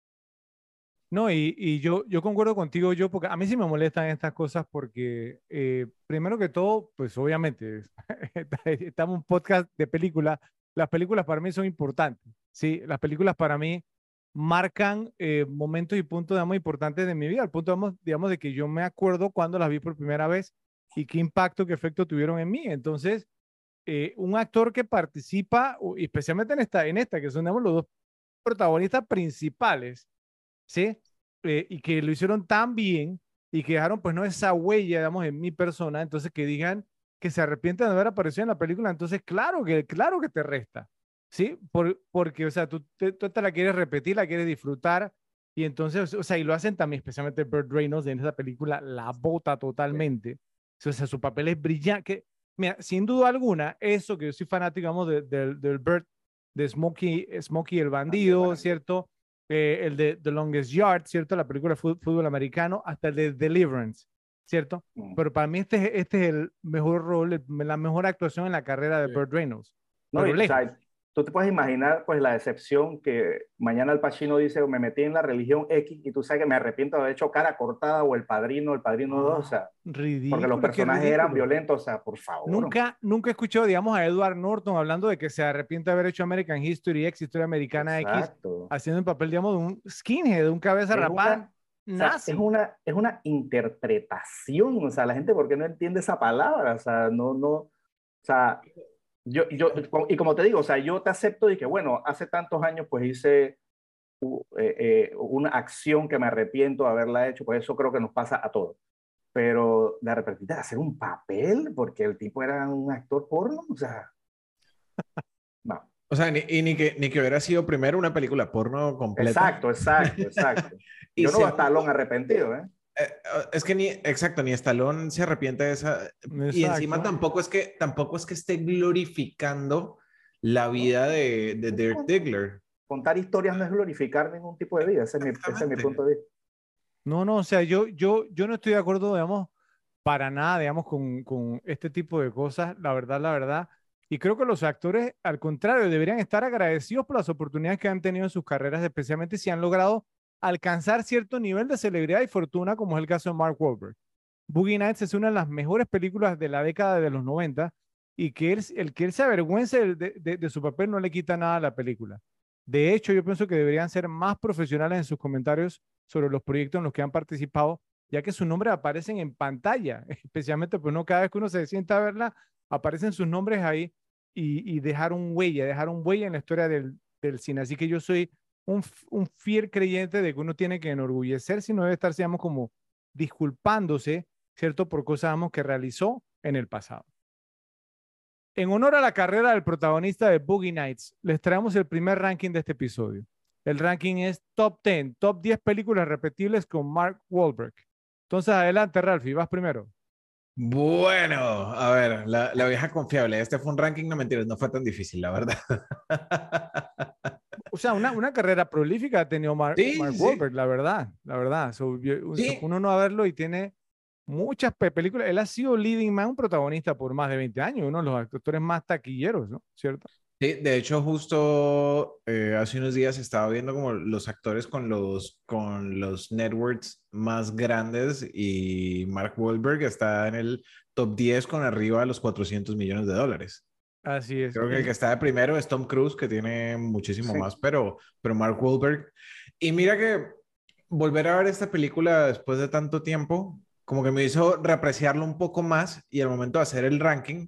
No, y, y yo, yo concuerdo contigo, yo, porque a mí sí me molestan estas cosas porque, eh, primero que todo, pues obviamente, estamos en un podcast de películas, las películas para mí son importantes, ¿sí? Las películas para mí marcan eh, momentos y puntos, digamos, importantes de mi vida, al punto, digamos, digamos, de que yo me acuerdo cuando las vi por primera vez y qué impacto, qué efecto tuvieron en mí. Entonces, eh, un actor que participa, o- y especialmente en esta, en esta, que son, digamos, los dos protagonistas principales, ¿sí? Eh, y que lo hicieron tan bien y que dejaron, pues, no esa huella, digamos, en mi persona, entonces que digan que se arrepienten de haber aparecido en la película, entonces claro que, claro que te resta, ¿sí? Por, porque, o sea, tú te, tú te la quieres repetir, la quieres disfrutar, y entonces, o sea, y lo hacen también, especialmente Burt Reynolds en esa película, la bota totalmente, o sea, su papel es brillante, que, mira, sin duda alguna, eso que yo soy fanático, digamos, del de, de, de Burt, de Smokey, Smokey el bandido, ¿cierto? Eh, el de The Longest Yard, ¿cierto? La película de fútbol americano, hasta el de Deliverance, ¿cierto? Mm. Pero para mí este, es- este es el mejor rol, el- la mejor actuación en la carrera de Sí. Burt Reynolds, No, pero y, o lejos. sea, tú te puedes imaginar pues la decepción que mañana el Pacino dice, me metí en la religión X y tú sabes que me arrepiento de haber hecho Cara Cortada o El Padrino, El Padrino dos, o Ah, sea, porque los ridículo, qué personajes eran ridículo. violentos, o sea, por favor. Nunca, nunca he escuchado, digamos, a Edward Norton hablando de que se arrepiente de haber hecho American History X, Historia Americana X, Exacto. haciendo el papel, digamos, de un skinhead, de un cabeza Es rapada una, o sea, es nazi. una, es una interpretación, o sea, la gente, ¿por qué no entiende esa palabra? O sea, no, no, o sea, yo, yo, y como te digo, o sea, yo te acepto de que, bueno, hace tantos años, pues hice uh, eh, eh, una acción que me arrepiento de haberla hecho, pues eso creo que nos pasa a todos. Pero de repente hacer un papel, porque el tipo era un actor porno, o sea, no. O sea, ni, y ni que, ni que hubiera sido primero una película porno completa. Exacto, exacto, exacto. Y Yo no veo a segundo, Stallone arrepentido, ¿eh? eh, eh, es que ni, exacto, ni Stallone se arrepiente de esa. Y encima Exacto. tampoco es que, tampoco es que esté glorificando la ¿No? vida de, de Dirk Diggler. Contar historias no es glorificar ningún tipo de vida, ese es mi, ese es mi Exactamente. punto de vista. No, no, o sea, yo, yo, yo no estoy de acuerdo, digamos, para nada, digamos, con, con este tipo de cosas, la verdad, la verdad. Y creo que los actores, al contrario, deberían estar agradecidos por las oportunidades que han tenido en sus carreras, especialmente si han logrado alcanzar cierto nivel de celebridad y fortuna, como es el caso de Mark Wahlberg. Boogie Nights es una de las mejores películas de la década de los noventa y que él, el que él se avergüence de, de, de su papel no le quita nada a la película. De hecho, yo pienso que deberían ser más profesionales en sus comentarios sobre los proyectos en los que han participado, ya que sus nombres aparecen en pantalla, especialmente pues no cada vez que uno se sienta a verla, aparecen sus nombres ahí y, y dejar un huella, dejar un huella en la historia del, del cine. Así que yo soy un, un fiel creyente de que uno tiene que enorgullecerse y no debe estar, digamos, como disculpándose, ¿cierto?, por cosas, digamos, que realizó en el pasado. En honor a la carrera del protagonista de Boogie Nights, les traemos el primer ranking de este episodio. El ranking es Top diez, Top diez películas repetibles con Mark Wahlberg. Entonces, adelante, Ralphie, vas primero. Bueno, a ver, la, la vieja confiable. Este fue un ranking, no mentiras, no fue tan difícil, la verdad. O sea, una, una carrera prolífica ha tenido Mark, Sí, Mark sí, sí. Wahlberg, la verdad, la verdad. So, yo, se Sí, pone uno a verlo y tiene muchas pe- películas. Él ha sido leading man, un protagonista por más de veinte años, uno de los actores más taquilleros, ¿no? ¿Cierto? sí, de hecho, justo eh, hace unos días estaba viendo como los actores con los, con los networks más grandes y Mark Wahlberg está en el top diez con arriba de los cuatrocientos millones de dólares. Así es. Creo que el que Y está de primero es Tom Cruise, que tiene muchísimo Sí. más, pero, pero Mark Wahlberg. Y mira que volver a ver esta película después de tanto tiempo, como que me hizo reapreciarlo un poco más y al momento de hacer el ranking,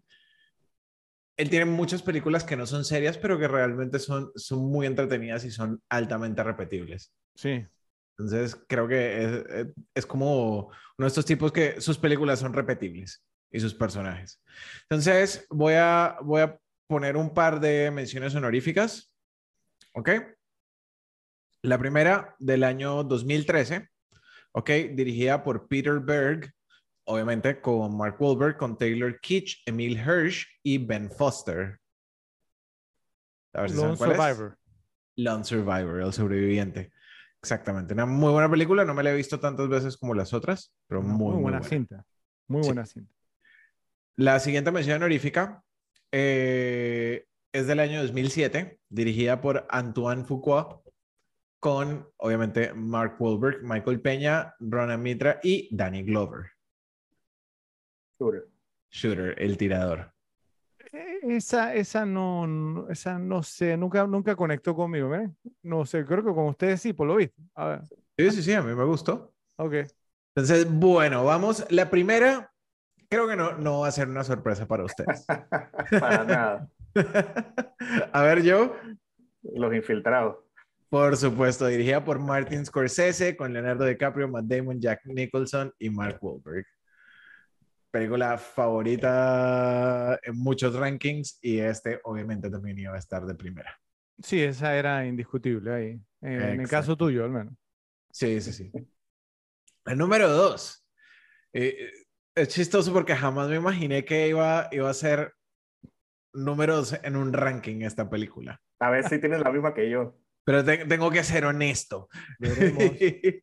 él tiene muchas películas que no son serias, pero que realmente son, son muy entretenidas y son altamente repetibles. sí. Entonces, creo que es, es- es como uno de estos tipos que sus películas son repetibles y sus personajes. Entonces, voy a, voy a poner un par de menciones honoríficas, ¿ok? La primera del año dos mil trece, ¿ok? Dirigida por Peter Berg, obviamente con Mark Wahlberg, con Taylor Kitsch, Emile Hirsch y Ben Foster. A ver si saben Lone cuál es. Survivor. Lone Survivor, el sobreviviente. Exactamente. Una muy buena película. No me la he visto tantas veces como las otras, pero Una muy, muy muy buena buena. cinta. Muy Sí. buena cinta. La siguiente mención honorífica eh, es del año dos mil siete, dirigida por Antoine Fuqua, con, obviamente, Mark Wahlberg, Michael Peña, Rona Mitra y Danny Glover. Shooter. Shooter, el tirador. Eh, Esa, esa no, no- esa no sé, nunca, nunca conectó conmigo, ¿eh? No sé, creo que con ustedes sí, por lo visto. A ver, Sí, sí, sí, a mí me gustó. ok. Entonces, bueno, vamos. La primera, creo que no, no va a ser una sorpresa para ustedes. Para nada. A ver, yo. Los infiltrados. Por supuesto, dirigida por Martin Scorsese, con Leonardo DiCaprio, Matt Damon, Jack Nicholson y Mark Wahlberg. Película favorita en muchos rankings y este obviamente también iba a estar de primera. Sí, esa era indiscutible ahí. Eh, en el caso Exacto. tuyo, al menos. Sí, sí, sí. El número dos. Eh, es chistoso porque jamás me imaginé que iba, iba a ser números en un ranking esta película. A ver si tienen la misma que yo. Pero te- tengo que ser honesto. Veremos.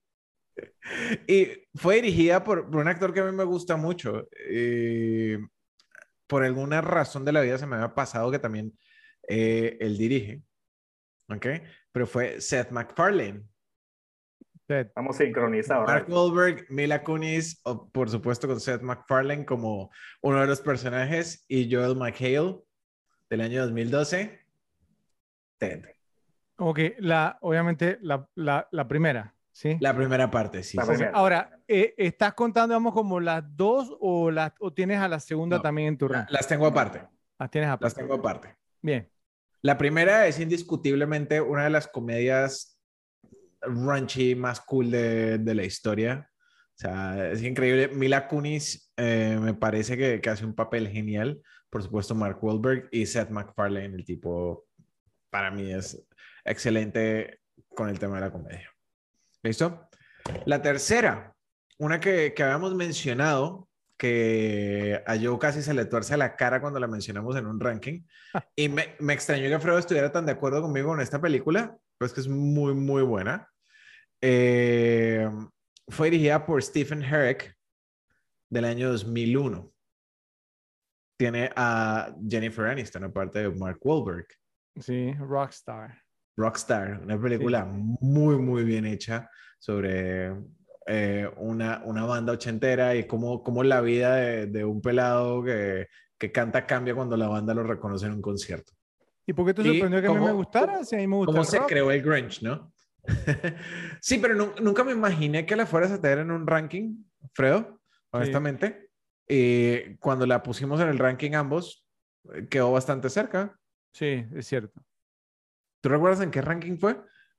Y fue dirigida por, por un actor que a mí me gusta mucho. Eh, por alguna razón de la vida se me había pasado que también eh, él dirige. ¿Ok? Pero fue Seth MacFarlane. Ted. Estamos sincronizados, Mark Ralph. Wahlberg, Mila Kunis, o por supuesto con Seth MacFarlane como uno de los personajes, y Joel McHale del año dos mil doce. Ted. Ok, la, obviamente la, la, la primera, ¿sí? La primera parte, sí, La sí, Ok, sí. primera. ahora, eh, ¿estás contando, digamos, como las dos o, las, o tienes a la segunda No, también en tu la- ranking? las tengo aparte. Las tienes Las aparte. tengo aparte. Bien. La primera es indiscutiblemente una de las comedias raunchy más cool de, de la historia. O sea, es increíble. Mila Kunis eh, me parece que, que hace un papel genial. Por supuesto, Mark Wahlberg y Seth MacFarlane, el tipo, para mí es excelente con el tema de la comedia. ¿Listo? La tercera, una que, que habíamos mencionado, que a Joe casi se le tuerce la cara cuando la mencionamos en un ranking. Y me, me extrañó que Fredo estuviera tan de acuerdo conmigo en esta película, pues que es muy, muy buena. Eh, fue dirigida por Stephen Herek del año dos mil uno. Tiene a Jennifer Aniston, aparte de Mark Wahlberg. Sí, Rockstar. Rockstar, una Sí, película muy, muy bien hecha sobre eh, una, una banda ochentera y cómo, cómo la vida de, de un pelado que, que canta cambia cuando la banda lo reconoce en un concierto. ¿Y por qué te Y sorprendió que a mí me cómo, gustara? Si a mí me gusta cómo el se rock. creó el grunge, ¿no? Sí, pero nu- nunca me imaginé que la fueras a tener en un ranking, Fredo, Sí, honestamente. Y cuando la pusimos en el ranking ambos, eh, quedó bastante cerca. sí, es cierto. ¿Tú recuerdas en qué ranking fue?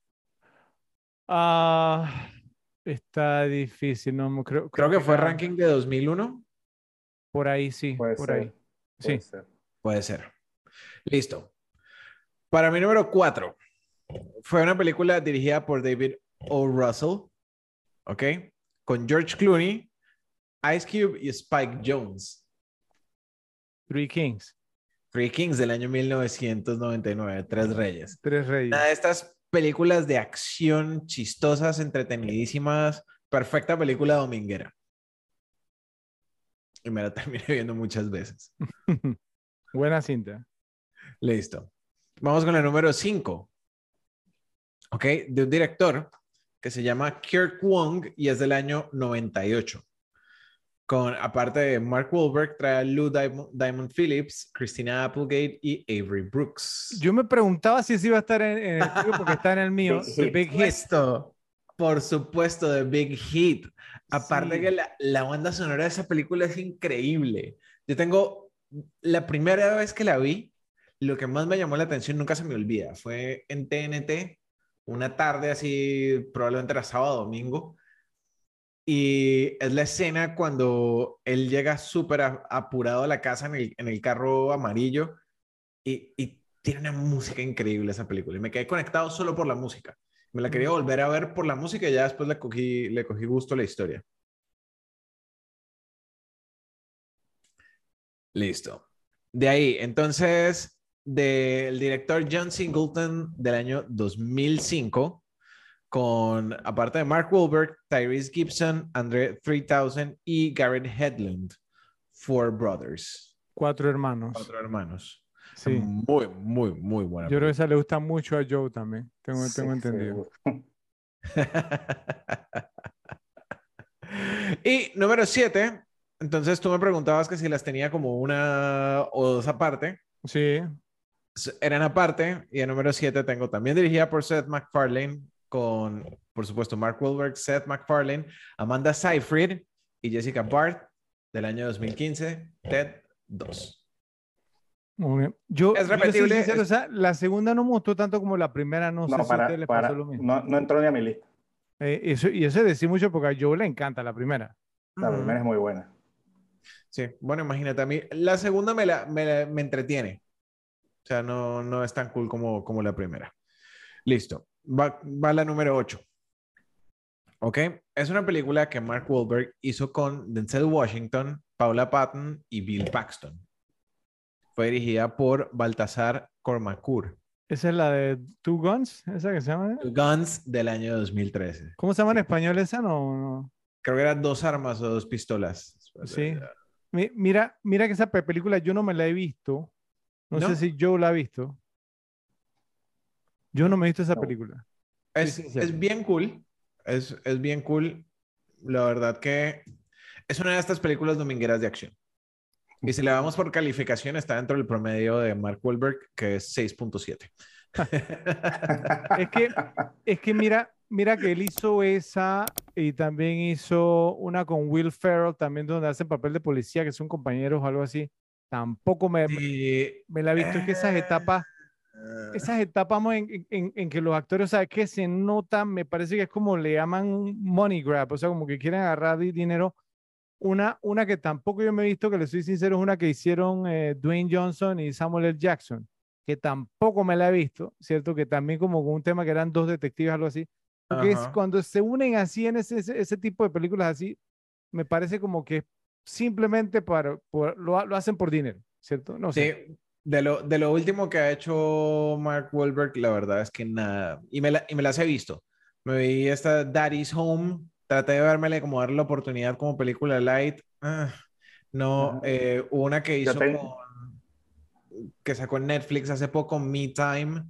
Ah, está difícil, no me- creo, Creo creo que que fue era ranking de dos mil uno. por ahí, sí, Puede por ahí. ser, puede Sí. ser. Puede ser. Listo. Para mi número cuatro, fue una película dirigida por David O. Russell, ¿ok? Con George Clooney, Ice Cube y Spike Jonze. Three Kings, Three Kings del año mil novecientos noventa y nueve, Tres Reyes. Tres Una de Reyes. estas películas de acción chistosas, entretenidísimas, perfecta película dominguera. Y me la terminé viendo muchas veces. Buena cinta. Listo. Vamos con el número cinco, ¿ok? De un director que se llama Kirk Wong y es del año noventa y ocho. Con, aparte de Mark Wahlberg, trae a Lou Diamond, Diamond Phillips, Christina Applegate y Avery Brooks. Yo me preguntaba si ese iba a estar en, en el tuyo porque está en el mío, Big The hit. Big Por Hit. supuesto, por supuesto, de Big Hit. Aparte que Sí. la, la banda sonora de esa película es increíble. Yo tengo, la primera vez que la vi, lo que más me llamó la atención, nunca se me olvida, fue en T N T, una tarde así, probablemente era sábado o domingo, y es la escena cuando él llega súper a- apurado a la casa en el, en el carro amarillo y, y tiene una música increíble esa película. Y me quedé conectado solo por la música. Me la quería Mm. volver a ver por la música y ya después le cogí, le cogí gusto a la historia. Listo. De ahí, entonces, del director John Singleton del año dos mil cinco, con, aparte de Mark Wahlberg, Tyrese Gibson, Andre three thousand y Garrett Hedlund, Four Brothers, Cuatro hermanos. cuatro hermanos. Sí. Muy, muy, muy buena Yo creo que película. esa le gusta mucho a Joe también. Tengo, Sí, tengo entendido. seguro. Y número siete, entonces tú me preguntabas que si las tenía como una o dos aparte. Sí. S- Eran aparte. Y el número siete tengo también dirigida por Seth MacFarlane, con, por supuesto, Mark Wahlberg, Seth MacFarlane, Amanda Seyfried y Jessica Barth del año dos mil quince, Ted dos. Muy bien. Yo, Es yo soy repetible. sincero, o Es... sea, la segunda no me gustó tanto como la primera. No sé No, si a ustedes para, les pasó lo para, mismo. no, no entró ni a mi lista. Eh, eso, y eso es decir mucho porque a Joe le encanta la primera. La primera Ujú. es muy buena. Sí, bueno, imagínate a mí. La segunda me, la, me, la- me entretiene. O sea, no, no es tan cool como, como la primera. Listo. Va, va la número ocho. ¿Ok? Es una película que Mark Wahlberg hizo con Denzel Washington, Paula Patton y Bill Paxton. Fue dirigida por Baltasar Kormákur. Esa es la de Two Guns, esa que se llama. Guns del año dos mil trece. ¿Cómo se llama en Sí. español esa? No, no. Creo que eran dos armas o dos pistolas. Sí. Mi- Mira, mira que esa pe- película yo no me la he visto. No sé ¿No? si Joe la ha visto. Yo no ¿No? me he visto esa No. película. Soy Es, sincero. es bien cool. Es, es bien cool. La verdad que es una de estas películas domingueras de acción. Y si le damos por calificación, está dentro del promedio de Mark Wahlberg, que es seis punto siete. Es que, es que mira, mira que él hizo esa y también hizo una con Will Ferrell, también donde hacen papel de policía, que son compañeros o algo así. Tampoco me, me, Sí, me la he visto. Es que esas eh, etapas, esas etapas mo, en, en- en- en que los actores, o sea, que se notan, me parece que es como le llaman un money grab, o sea, como que quieren agarrar di- dinero. Una, una que tampoco yo me he visto, que le soy sincero, es una que hicieron eh, Dwayne Johnson y Samuel L. Jackson, que tampoco me la he visto, ¿cierto? Que también como con un tema que eran dos detectives, algo así. Porque es ajá. cuando se unen así en ese, ese, ese tipo de películas así, me parece como que simplemente para, por- lo, ha- lo hacen por dinero, ¿cierto? No sé. Sí, de lo, de lo último que ha hecho Mark Wahlberg, la verdad es que nada. Y me, la- y me las he visto. Me vi esta Daddy's Home. Traté de vérmele como darle la oportunidad como película light. Ah, no, Ajá. eh, hubo una que Yo hizo con, tengo, que sacó en Netflix hace poco, Me Time.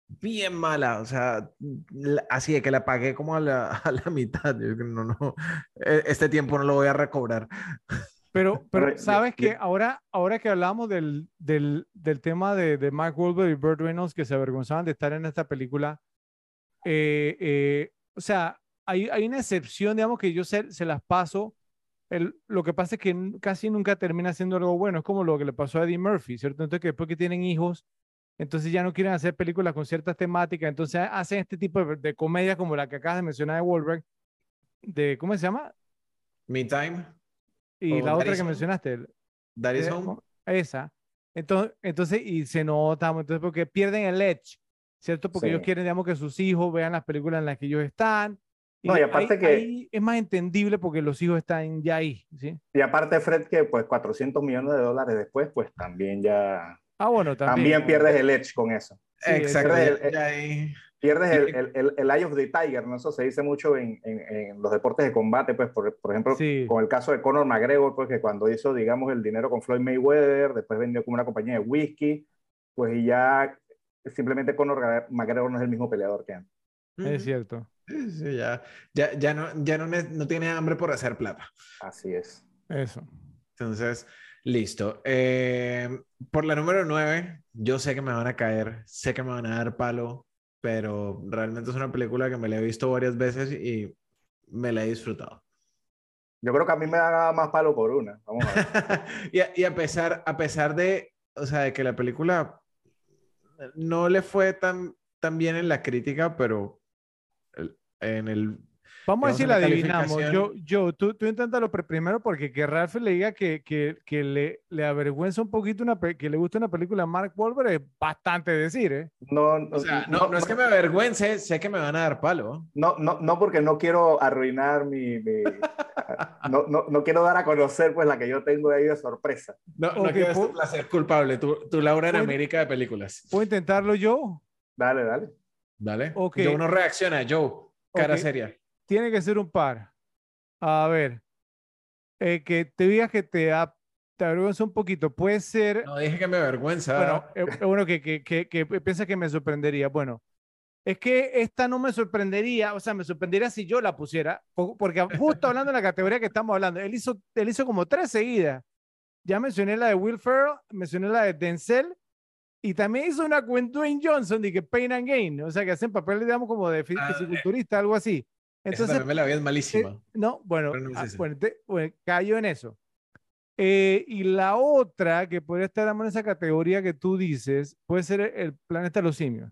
bien mala, o sea, la- así de que la pagué como a la, a la mitad. Yo dije, no, no, e- este tiempo no lo voy a recobrar. Pero, Bueno, pero yo- sabes yo- que ahora, ahora que hablamos del, del, del tema de, de Mark Wahlberg y Burt Reynolds que se avergonzaban de estar en esta película, eh, eh, o sea, hay, hay una excepción, digamos, que yo se, se las paso. El, lo que pasa es que n- casi nunca termina siendo algo bueno. Es como lo que le pasó a Eddie Murphy, ¿cierto? Entonces, que después que tienen hijos, entonces ya no quieren hacer películas con ciertas temáticas, entonces hacen este tipo de, de comedias como la que acabas de mencionar de Wahlberg, de, ¿cómo se llama? Me Time Y o la otra Daddy's que Home. mencionaste, el- Daddy's eh, Home. ¿cómo? Esa. Entonces, entonces, y se nota, entonces, porque pierden el edge, ¿cierto? Porque ellos sí. quieren, digamos, que sus hijos vean las películas en las que ellos están. No, Y y ahí, aparte que, ahí es más entendible porque los hijos están ya ahí, ¿sí? y aparte Fred, que pues cuatrocientos millones de dólares después, pues también ya, Ah, bueno, también. también pierdes el edge con eso. Sí, es Exacto, Pierdes ya, el, el- ya ahí. pierdes el, Y- el, el, el eye of the tiger, ¿no? Eso se dice mucho en, en, en los deportes de combate, pues por, por ejemplo, sí, con el caso de Conor McGregor, pues que cuando hizo, digamos, el dinero con Floyd Mayweather, después vendió como una compañía de whisky, pues y ya simplemente Conor McGregor no es el mismo peleador que antes. es Ujú. cierto. Sí, sí, ya, ya, ya no, ya no, ne- no tiene hambre por hacer plata. Así es. Eso. Entonces, listo. Eh, por la número nueve, yo sé que me van a caer, sé que me van a dar palo, pero realmente es una película que me la he visto varias veces y me la he disfrutado. Yo creo que a mí me da más palo por una. Vamos a ver. y, a, y a pesar, a pesar de, o sea, de que la película no le fue tan, tan bien en la crítica, pero el- en el, Vamos a digamos, decir, en la la adivinamos. Yo, calificación. yo, tú, tú inténtalo pre- primero porque que Ralph le diga que, que, que le, le avergüenza un poquito una pe- que le gusta una película de Mark Wahlberg es bastante decir, ¿eh? No, O no, sea, no, no, no es que me no, avergüence, sé que me van a dar palo. no, no, no porque no quiero arruinar mi, mi- no, no, no quiero dar a conocer pues la que yo tengo ahí de sorpresa. No, no Ok, quiero este ¿puedo, placer culpable, tu, tu Laura en puedo, América de películas. puedo intentarlo yo? Dale, dale. Dale. Ok, Joe no reacciona, Joe, ok, cara seria. tiene que ser un par. A ver, eh, que te digas que te, da- te avergüenza un poquito. Puede ser, No dije que me bueno, avergüenza. eh, eh, bueno, que, que, que, que piensa que me sorprendería. Bueno. Es que esta no me sorprendería, o sea, me sorprendería si yo la pusiera, po- porque justo hablando de la categoría que estamos hablando, él hizo, él hizo como tres seguidas. Ya mencioné la de Will Ferrell, mencioné la de Denzel, y también hizo una con Dwayne Johnson, de que Pain and Gain, o sea, que hacen papel, digamos, como de fi- Ah, fisiculturista, algo así. esa Entonces, también me la vi, es eh, malísima. no, bueno, Pero no es ah, esa. bueno, te- bueno, cayó en eso. Eh, y la otra que podría estar en esa categoría que tú dices, puede ser el planeta de los simios.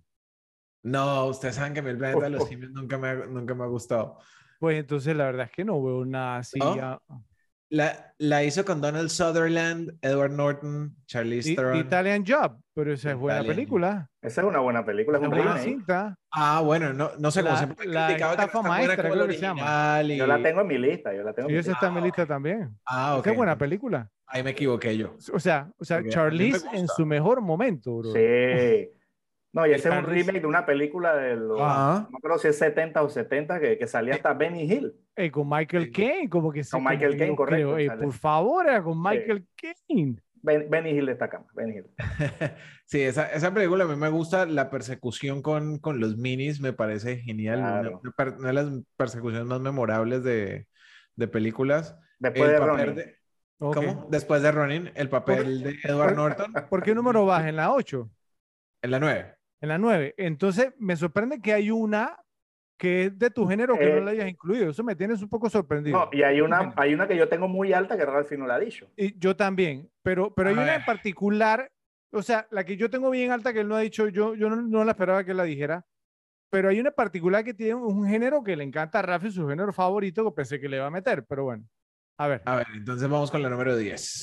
No, ustedes saben que a mí el planeta de los simios nunca me ha, nunca me ha gustado. Pues entonces la verdad es que no veo nada así. ¿No? ah, La, la hizo con Donald Sutherland, Edward Norton, Charlize The, The Theron. Italian Job, pero esa es buena Italian. película. Esa es una buena película, es Esa un es buena remake. cinta. Ah, bueno, no, no sé, como La, siempre he la criticado que no es estafa tan buena maestra, como el creo que se llama. original Yo la y... tengo en mi lista, yo la tengo en Sí, mi esa lista. está en mi Ah, ok. lista también. Ah, ok, Esa es buena entonces película. ahí me equivoqué yo. O sea, o sea, Porque a mí me Charlize en gusta. su mejor momento, bro. Sí. No, y Y ese es un Charlize, remake de una película de los, ah, Ajá. no creo si es setenta o setenta, que, que salía Sí, hasta Benny Hill, eh, con Michael sí. Caine, como que con sí, como Michael que Caine, yo creo, correcto. eh, Sale. por favor, era con Sí. Michael Caine. Ben- Benny Hill destaca más, Benny Hill. Sí, esa, esa película a mí me gusta. La persecución con, con los minis me parece genial. Una, Claro. una per- una de las persecuciones más memorables de, de películas. Después El de papel Ronnie. de... Ok. ¿Cómo? Después de Ronin, el ¿Por, papel de Edward por- Norton por qué número vas? ¿En la ocho? en la nueve. En la nueve. Entonces, me sorprende que hay una que es de tu género que no la Eh, hayas incluido. Eso me tienes un poco sorprendido. no, y hay Tu una, género. hay una que yo tengo muy alta que Ralphie no la ha dicho. Y yo también, pero, pero A hay una ver. en particular, o sea, la que yo tengo bien alta que él no ha dicho, yo, yo no, no la esperaba que él la dijera, pero hay una en particular que tiene un género que le encanta a Rafi, su género favorito, que pensé que le iba a meter, pero bueno, a ver. A ver, entonces vamos con la número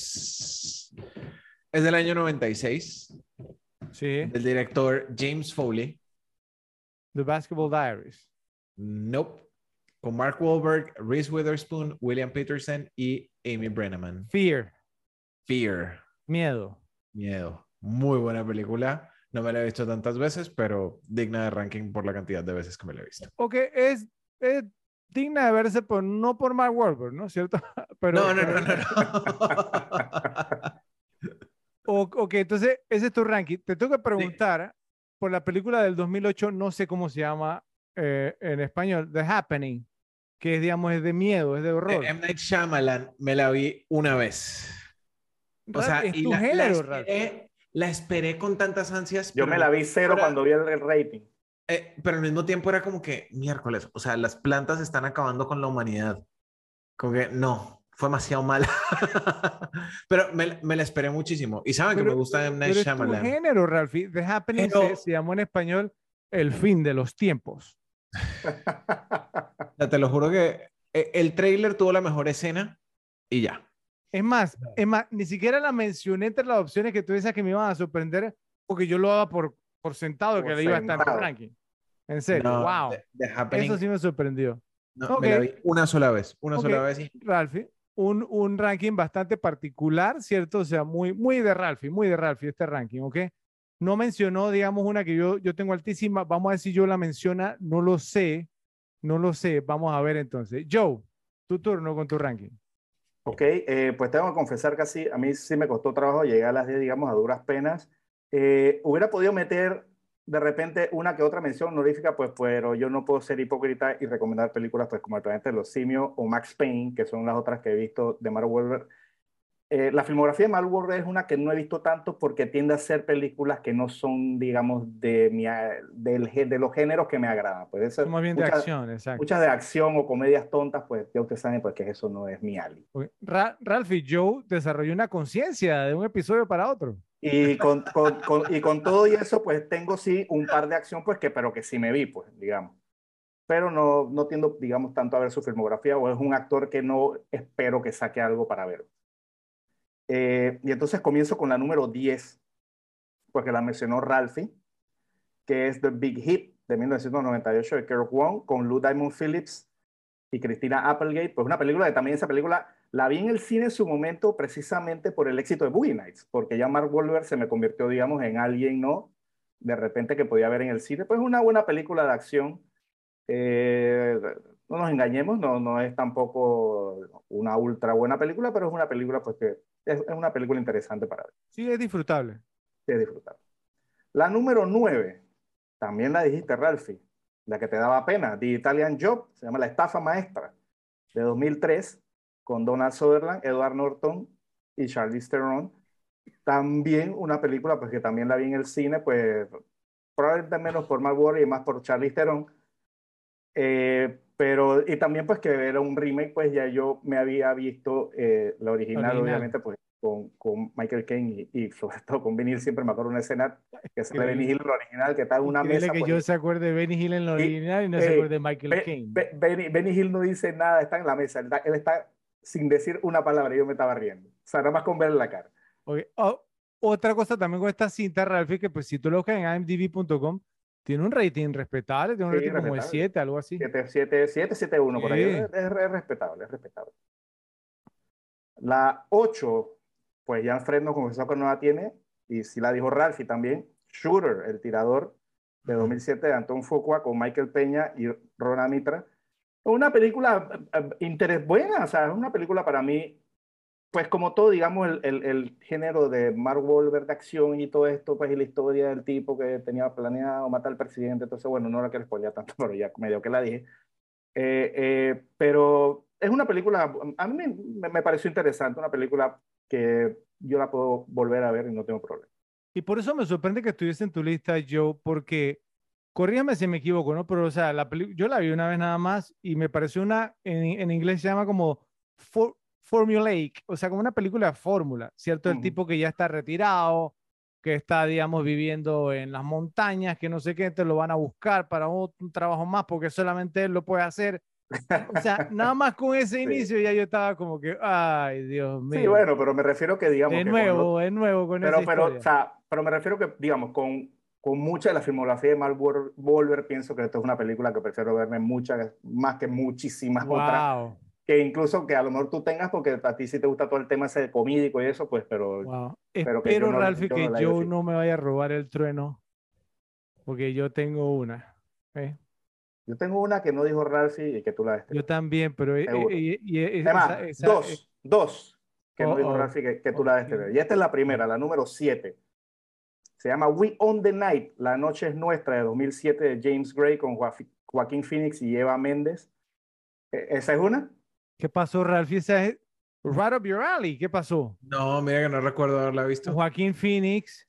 diez. Es del año noventa y seis, Sí, del director James Foley. The Basketball Diaries. Nope. Con Mark Wahlberg, Reese Witherspoon, William Peterson y Amy Brenneman. Fear, Fear. miedo. Miedo. Muy buena película. No me la he visto tantas veces, pero digna de ranking por la cantidad de veces que me la he visto. Ok, es, es digna de verse, por, no por Mark Wahlberg, ¿no es cierto? Pero, No, no, pero- no, no, no. o- ok, entonces ese es tu ranking. Te tengo que preguntar, por la película del dos mil ocho, no sé cómo se llama eh, en español, The Happening, que es, digamos, es de miedo, es de Eh, horror. M. Night Shyamalan me la vi una vez. O Ralph, sea, es y tu la, la género, Ralph. esperé, la esperé con tantas ansias, Yo pero me al la mismo vi tiempo cero era, cuando vi el, el rating. eh, pero al mismo tiempo era como que miércoles, o sea, las plantas están acabando con la humanidad. Como que no, fue demasiado mal. Pero me, me la esperé muchísimo. Y saben que me Pero, gusta M. Night pero es tu Shyamalan. género, Ralph. Y The Happening se, Pero se llamó en español El fin de los tiempos. ya te lo juro que eh, el tráiler tuvo la mejor escena y ya. Es más, es más, ni siquiera la mencioné entre las opciones que tú decías que me iban a sorprender, porque yo lo daba por, por sentado que Por le iba a estar en tu sentado. ranking. En serio, No, wow. The, The Eso sí Happening, me sorprendió. no, Ok, me la vi una sola vez, una ok, sola vez y Ralphie. Un, un ranking bastante particular, ¿cierto? O sea, muy, muy de Ralphie, muy de Ralphie este ranking, ¿ok? No mencionó, digamos, una que yo, yo tengo altísima. Vamos a ver si yo la menciona. No lo sé, no lo sé. Vamos a ver entonces. Joe, tu turno con tu ranking. Ok, eh, pues tengo que confesar que así, a mí sí me costó trabajo llegar a las diez, digamos, a duras penas. Eh, hubiera podido meter de repente una que otra mención honorífica, pues, pero yo no puedo ser hipócrita y recomendar películas pues como El Planeta de los Simios o Max Payne, que son las otras que he visto de Mark Wahlberg. Eh, la filmografía de Mark Wahlberg es una que no he visto tanto porque tiende a ser películas que no son, digamos, de, mi, del, de los géneros que me agradan. Puede ser Son más bien de muchas, acción, exacto. muchas de acción o comedias tontas, pues ya ustedes saben pues, que eso no es mi ali. Ok. Ra Ralph y Joe desarrolló una conciencia de un episodio para otro. Y con, con, con, y con todo y eso, pues tengo sí un par de acción, pues que, pero que sí me vi, pues, digamos. Pero no, no tiendo, digamos, tanto a ver su filmografía o es un actor que no espero que saque algo para ver. Eh, y entonces comienzo con la número diez, porque la mencionó Ralphie, que es The Big Hit de mil novecientos noventa y ocho de Kirk Wong, con Lou Diamond Phillips y Christina Applegate. Pues una película que también esa película la vi en el cine en su momento precisamente por el éxito de Boogie Nights, porque ya Mark Wahlberg se me convirtió, digamos, en alguien, ¿no? De repente que podía ver en el cine. Pues una buena película de acción. Eh, no nos engañemos, no, no es tampoco una ultra buena película, pero es una película pues que es, es una película interesante para ver, Sí, es disfrutable. de disfrutar. La número nueve, también la dijiste, Ralphie, la que te daba pena, The Italian Job, se llama La Estafa Maestra, de dos mil tres, con Donald Sutherland, Edward Norton y Charlize Theron. También una película pues que también la vi en el cine, pues probablemente menos por Mark Wahlberg y más por Charlize Theron. Eh, pero, y también pues que era un remake, pues ya yo me había visto eh, la original, Original. obviamente, pues con, con Michael Caine y, y sobre todo con Benny Hill. Siempre me acuerdo una escena que sale Benny Increíble. Hill, la original, que está en una Increíble mesa, que pues, yo se acuerde de Benny Hill en la y, y, original y no se acuerde eh, de Michael Be- Caine. Be- Benny, Benny Hill no dice nada, está en la mesa, él, está- él está sin decir una palabra, y yo me estaba riendo. O sea, nada más con verle la cara. Okay. Oh, otra cosa también con esta cinta, Ralphie, que pues si tú lo buscas en I M D B punto com, tiene un rating respetable, tiene un Sí, rating como de respetable. siete, algo así. siete siete siete siete uno por ahí, es, Sí. es- es respetable, es respetable. La ocho, pues ya Fred nos confesó que no la tiene, y sí la dijo Ralphie también. Shooter, el tirador de Ujú. dos mil siete de Antón Fuqua con Michael Peña y Rona Mitra. Una película eh, eh, interés buena, o sea, es una película para mí, pues como todo, digamos, el, el, el género de Mark Wahlberg de acción y todo esto, pues y la historia del tipo que tenía planeado matar al presidente, entonces, bueno, no la quiero spoilear tanto, pero ya medio que la dije. Eh, eh, pero es una película, a mí me, me pareció interesante, una película que yo la puedo volver a ver y no tengo problema. Y por eso me sorprende que estuviese en tu lista, Joe, porque, corrígame si me equivoco, ¿no? Pero, o sea, la peli- yo la vi una vez nada más y me pareció una, en, en inglés se llama como for, formulaic, o sea, como una película de fórmula, ¿cierto? El Ujú. tipo que ya está retirado, que está, digamos, viviendo en las montañas, que no sé qué, te lo van a buscar para un, un trabajo más porque solamente él lo puede hacer. O sea, nada más con ese Sí. inicio ya yo estaba como que, ay, Dios Sí, mío. bueno, pero me refiero que digamos De que con lo, nuevo, de nuevo con esa pero, pero, o historia. sea, pero me refiero que, digamos, con, con mucha de la filmografía de Mark Wahlberg, pienso que esto es una película que prefiero verme muchas, más que muchísimas otras, Wow. que incluso que a lo mejor tú tengas, porque a ti sí te gusta todo el tema ese de comídico y eso, pues, pero, Wow. pero que yo Espero, no, Ralphie, yo no que la he ido Joe así. no me vaya a robar el trueno, porque yo tengo una. ¿Eh? Yo tengo una que no dijo Ralphie y que tú la des, Yo también, pero eh, eh, seguro. eh, y Es esa, más, esa, eh, dos, dos que oh, no dijo oh, Ralphie que, que tú la ok, des. Y esta es la primera, ok. la número siete. Se llama We Own the Night, La Noche es Nuestra, de dos mil siete, de James Gray, con Joaquín Phoenix y Eva Méndez. ¿Esa es una? ¿Qué pasó, Ralphie? Esa es right up your alley. ¿Qué pasó? No, mira que no recuerdo haberla visto. Joaquín Phoenix,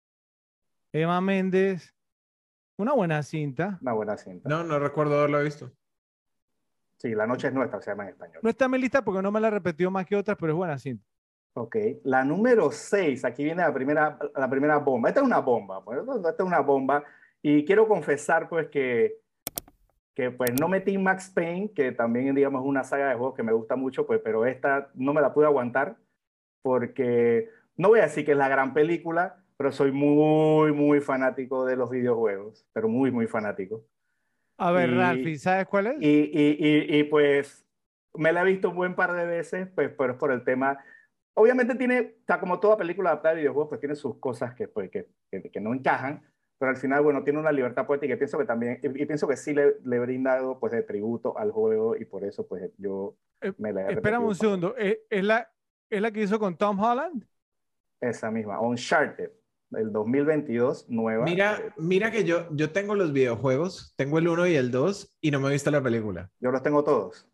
Eva Méndez. Una buena cinta. Una buena cinta. No, no recuerdo haberla visto. Sí, La Noche es Nuestra, se llama en español. No está en mi lista porque no me la repetió más que otras, pero es buena cinta. Ok. La número seis, aquí viene la primera, la primera bomba. Esta es una bomba, pues. Esta es una bomba. Y quiero confesar, pues, que, que pues, no metí Max Payne, que también, digamos, es una saga de juegos que me gusta mucho, pues, pero esta no me la pude aguantar porque, no voy a decir que es la gran película, pero soy muy, muy fanático de los videojuegos, pero muy, muy fanático. A ver, Y, Ralphie, ¿sabes cuál es? Y, y, y, y, pues me la he visto un buen par de veces, pues, pero es por el tema. Obviamente tiene, o sea, como toda película adaptada de videojuegos, pues tiene sus cosas que, pues, que, que, que no encajan, pero al final, bueno, tiene una libertad poética y pienso que también, y, y pienso que sí le, le brinda algo, pues, de tributo al juego y por eso, pues, yo Eh, me la he espérame repetido. un segundo. ¿Es, es, la, ¿Es la que hizo con Tom Holland? Esa misma, Uncharted, del dos mil veintidós, nueva. Mira, eh, mira que yo, yo tengo los videojuegos, tengo el uno y el dos y no me he visto la película. Yo los tengo todos.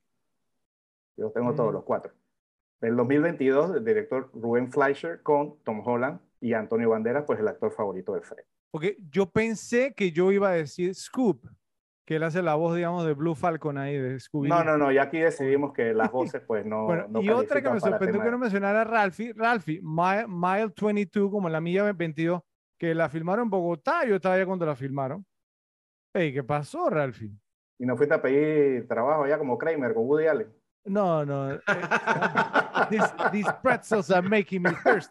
Yo los tengo Mm. todos, los cuatro. Del dos mil veintidós, el director Ruben Fleischer con Tom Holland y Antonio Banderas, pues el actor favorito de Fred. Porque yo pensé que yo iba a decir Scoop, que él hace la voz, digamos, de Blue Falcon ahí, de Scooby. No, no, no, y aquí decidimos que las voces, pues no. Bueno, no y otra que me califican para sorprendió tema que de- no mencionara Ralphie, Ralphie, Mile, Mile veintidós, como la milla veintidós, que la filmaron en Bogotá, yo estaba allá cuando la filmaron. Ey, ¿qué pasó, Ralphie? Y no fuiste a pedir trabajo allá como Kramer con Woody Allen. No, no. eh, this- these pretzels are making me thirsty.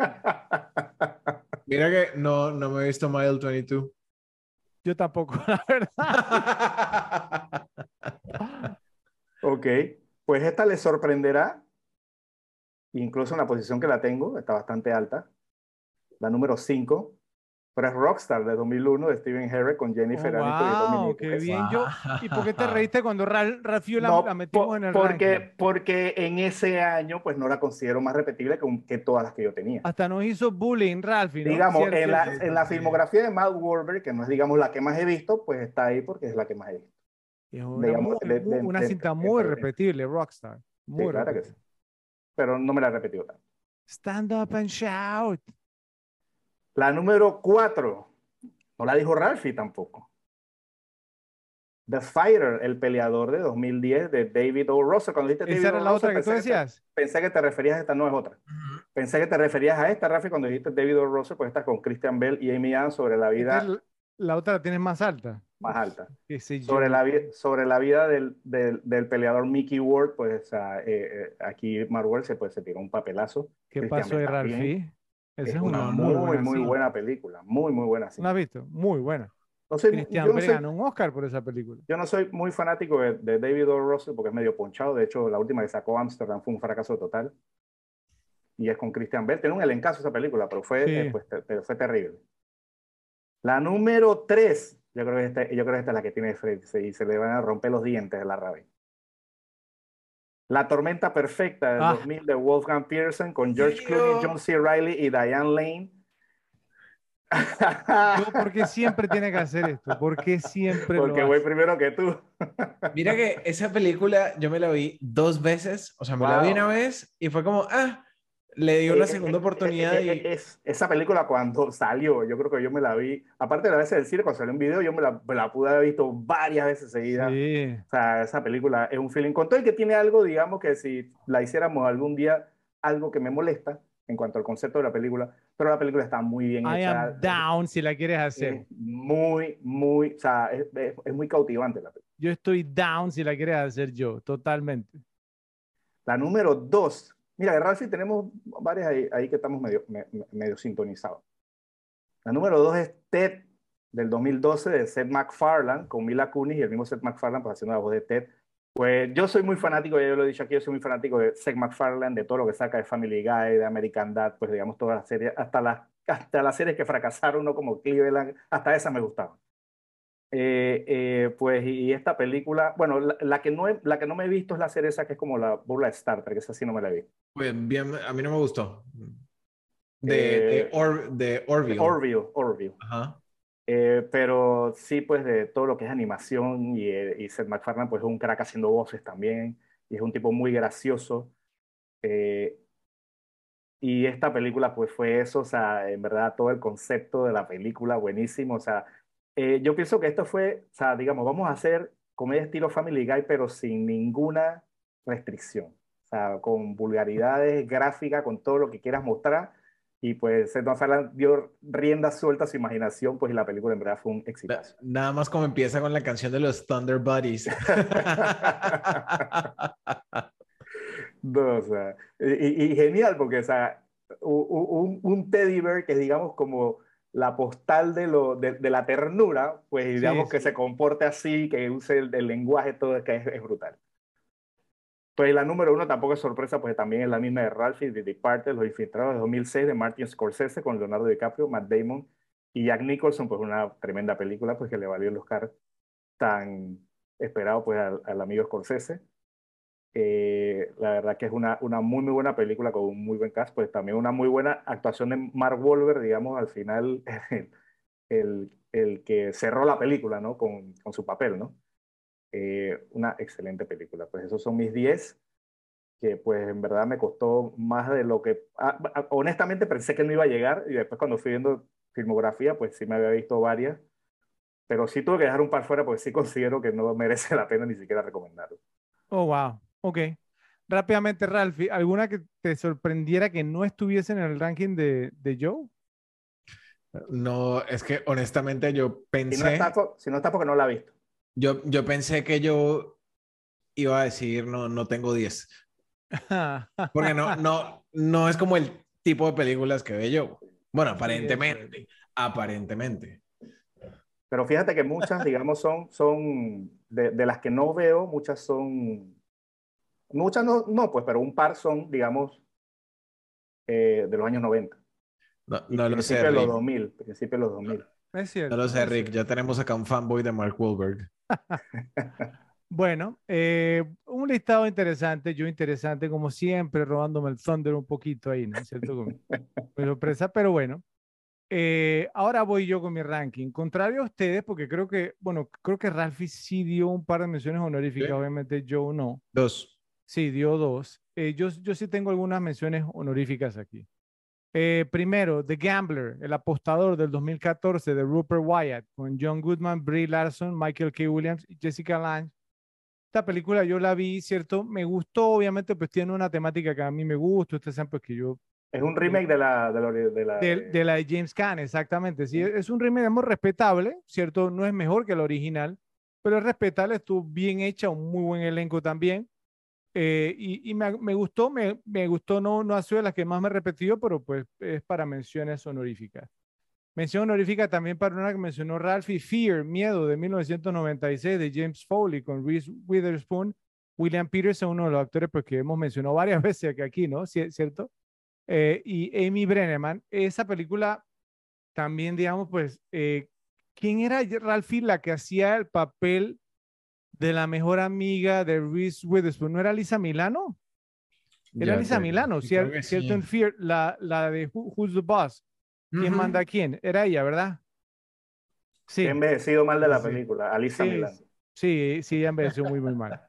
Mira que no, no me he visto Mile veintidós. Yo tampoco, la verdad. Ok, pues esta les sorprenderá, incluso en la posición que la tengo, está bastante alta. La número cinco, pero es Rockstar de dos mil uno de Steven Herrick con Jennifer Oh, Aniston y wow, Dominic qué West. bien. Yo, ¿y por qué te reíste cuando Ralph, Ralph y yo la, No, la metimos po- en el porque, ranking? porque en ese año pues no la considero más repetible que, un- que todas las que yo tenía. Hasta nos hizo bullying, Ralphie, ¿no? Digamos, Cierto, en la, cierto. en la Sí. filmografía de Matt Wahlberg, que no es, digamos, la que más he visto, pues está ahí porque es la que más he visto. Es una, Digamos, muy, de- muy- de- una de- cinta de- muy de- repetible, Rockstar. Muy Sí, claro que repetible. sí. Pero no me la he repetido tanto. Stand up and shout. La número cuatro, no la dijo Ralphie tampoco. The Fighter, el peleador de dos mil diez de David O. Russell. Cuando dijiste David ¿Esa era O. la Russell, otra que tú pensé decías? te, pensé que te referías a esta, no es otra. Ujú. Pensé que te referías a esta, Ralphie, cuando dijiste David O. Russell, pues esta con Christian Bell y Amy Adams sobre la Es que vida l- la otra la tienes más alta. más alta. Qué sé Sobre yo. la, vi- sobre la vida del, del, del peleador Mickey Ward, pues o sea, eh, eh, aquí Marvel se, pues, se tiró un papelazo. ¿Qué Christian pasó ahí, Bale también. Ralphie? Esa Es es una una muy, muy muy, buena muy cinta. buena película. Muy, muy buena ¿No cinta. has visto? Muy buena. No soy, Christian yo, no Bale soy, ganó un Oscar por esa película. yo no soy muy fanático de, de David O. Russell porque es medio ponchado. De hecho, la última que sacó Amsterdam fue un fracaso total. Y es con Christian Bale. Tiene un elencazo esa película, pero fue, Sí. eh, pues, te- te- fue terrible. La número tres, yo creo que esta, yo creo que esta es la que tiene Fred y se le van a romper los dientes de la rabia. La tormenta perfecta del Ah. dos mil de Wolfgang Pearson con George serio? Clooney, John C. Reilly y Diane Lane. Yo, ¿por qué siempre tiene que hacer esto? ¿Por qué siempre Porque lo voy hace? primero que tú. Mira que esa película yo me la vi dos veces, o sea, me la vi Wow. una vez y fue como, ah, le di una Eh, segunda eh, oportunidad eh, eh, y es, esa película cuando salió, yo creo que yo me la vi, aparte de la vez del cine, cuando salió en video, yo me la, me la pude haber visto varias veces seguidas. Sí. O sea, esa película es un feeling. Con todo el que tiene algo, digamos que si la hiciéramos algún día, algo que me molesta en cuanto al concepto de la película, pero la película está muy bien I hecha. am down si la quieres hacer. Es muy, muy, o sea, es, es, es muy cautivante la película. Yo estoy down si la quieres hacer yo, totalmente. La número dos. Mira, Ralphie, tenemos varias ahí, ahí que estamos medio, me- me- medio sintonizados. La número dos es Ted, del dos mil doce, de Seth MacFarlane, con Mila Kunis y el mismo Seth MacFarlane pues, haciendo la voz de Ted. Pues yo soy muy fanático, ya yo lo he dicho aquí, yo soy muy fanático de Seth MacFarlane, de todo lo que saca de Family Guy, de American Dad, pues digamos todas las series, hasta las, hasta las series que fracasaron, ¿no? Como Cleveland, hasta esas me gustaban. Eh, eh, pues y esta película, bueno, la, la que no he, la que no me he visto es la serie esa que es como la burla de Star Trek, esa sí no me la he visto. pues bien, a mí no me gustó. De, de, Eh, Or- de Orville. Orville, Orville. Ajá. Eh, pero sí, pues de todo lo que es animación y, eh, y Seth MacFarlane, pues es un crack haciendo voces también y es un tipo muy gracioso. Eh, y esta película pues fue eso, o sea, en verdad todo el concepto de la película buenísimo, o sea, eh, yo pienso que esto fue, o sea, digamos, vamos a hacer comedia estilo Family Guy, pero sin ninguna restricción, o sea, con vulgaridades, gráfica, con todo lo que quieras mostrar. Y pues Seth MacFarlane dio rienda suelta a su imaginación, pues y la película en verdad fue un Na- exitazo. Nada más como empieza con la canción de los Thunder Buddies. No, o sea, y, y genial porque, o sea, u- u- un, un teddy bear que es, digamos, como la postal de, lo, de, de la ternura, pues Sí, digamos que se sí. comporte así, que use el, el lenguaje, todo, que es, es brutal. Pues la número uno tampoco es sorpresa, pues también es la misma de Ralphie, The Departed, Los Infiltrados de dos mil seis de Martin Scorsese con Leonardo DiCaprio, Matt Damon y Jack Nicholson, pues una tremenda película, pues que le valió el Oscar tan esperado pues al, al amigo Scorsese. Eh, la verdad que es una, una muy, muy buena película con un muy buen cast, pues también una muy buena actuación de Mark Wahlberg, digamos, al final el, el, el que cerró la película, ¿no? Con, con su papel, ¿no? Eh, una excelente película. Pues esos son mis diez que pues en verdad me costó más de lo que... ah, ah, honestamente pensé que no iba a llegar y después cuando fui viendo filmografía, pues sí me había visto varias, pero sí tuve que dejar un par fuera porque sí considero que no merece la pena ni siquiera recomendarlo. Oh, wow. Ok. Rápidamente, Ralphie, ¿alguna que te sorprendiera que no estuviese en el ranking de, de Joe? No, es que honestamente yo Si no está, pensé, fo- si no está porque no la ha visto. yo, yo pensé que yo iba a decir no, no tengo diez. Porque no, no, no es como el tipo de películas que ve yo. Bueno, Sí, es cierto. aparentemente, aparentemente. Pero fíjate que muchas, digamos, son, son de, de las que no veo, muchas son, muchas no, no, pues, pero un par son, digamos, eh, de los años noventa No, y no lo sé, principios de los Rick. dos mil principios de los dos mil. Es No lo cierto, sé, es Rick. cierto. Ya tenemos acá un fanboy de Mark Wahlberg. Bueno, eh, un listado interesante, yo interesante, como siempre, robándome el thunder un poquito ahí, ¿no es cierto? Con, con sorpresa, pero bueno. Eh, ahora voy yo con mi ranking. Contrario a ustedes, porque creo que, bueno, creo que Ralphie sí dio un par de menciones ¿Sí? honoríficas, obviamente Joe no. Dos. Sí, dio dos. Eh, yo, yo sí tengo algunas menciones honoríficas aquí. Eh, primero, The Gambler, El Apostador del dos mil catorce de Rupert Wyatt, con John Goodman, Brie Larson, Michael K. Williams y Jessica Lange. Esta película yo la vi, ¿cierto? Me gustó, obviamente, pues tiene una temática que a mí me gusta. Ustedes saben, pues que yo Es un me, remake de la de la, de la de, de- de la de James Caan, exactamente. Sí, ¿sí? es un remake muy respetable, ¿cierto? No es mejor que el original, pero es respetable, estuvo bien hecha, un muy buen elenco también. Eh, y y me, me gustó, me, me gustó, no, no ha sido de las que más me he repetido, pero pues es para menciones honoríficas. Mención honorífica también para una que mencionó Ralphie, Fear, Miedo, de mil novecientos noventa y seis, de James Foley, con Reese Witherspoon, William Peterson, uno de los actores pues, que hemos mencionado varias veces aquí, ¿no? Ci- ¿Cierto? Eh, y Amy Brenneman. Esa película también, digamos, pues, eh, ¿quién era Ralphie la que hacía el papel de la mejor amiga de Reese Witherspoon? ¿No era Lisa Milano? Era Ya Lisa te digo. Milano, Sí, creo cier- que ¿cierto? sí. En Fear, la, la de Who- Who's the Boss. ¿Quién manda Ujú. a quién? Era ella, ¿verdad? Que ha Sí, envejecido mal de sí, la sí. película, Alisa Sí, Milán. sí, sí, ella envejeció muy, muy mal.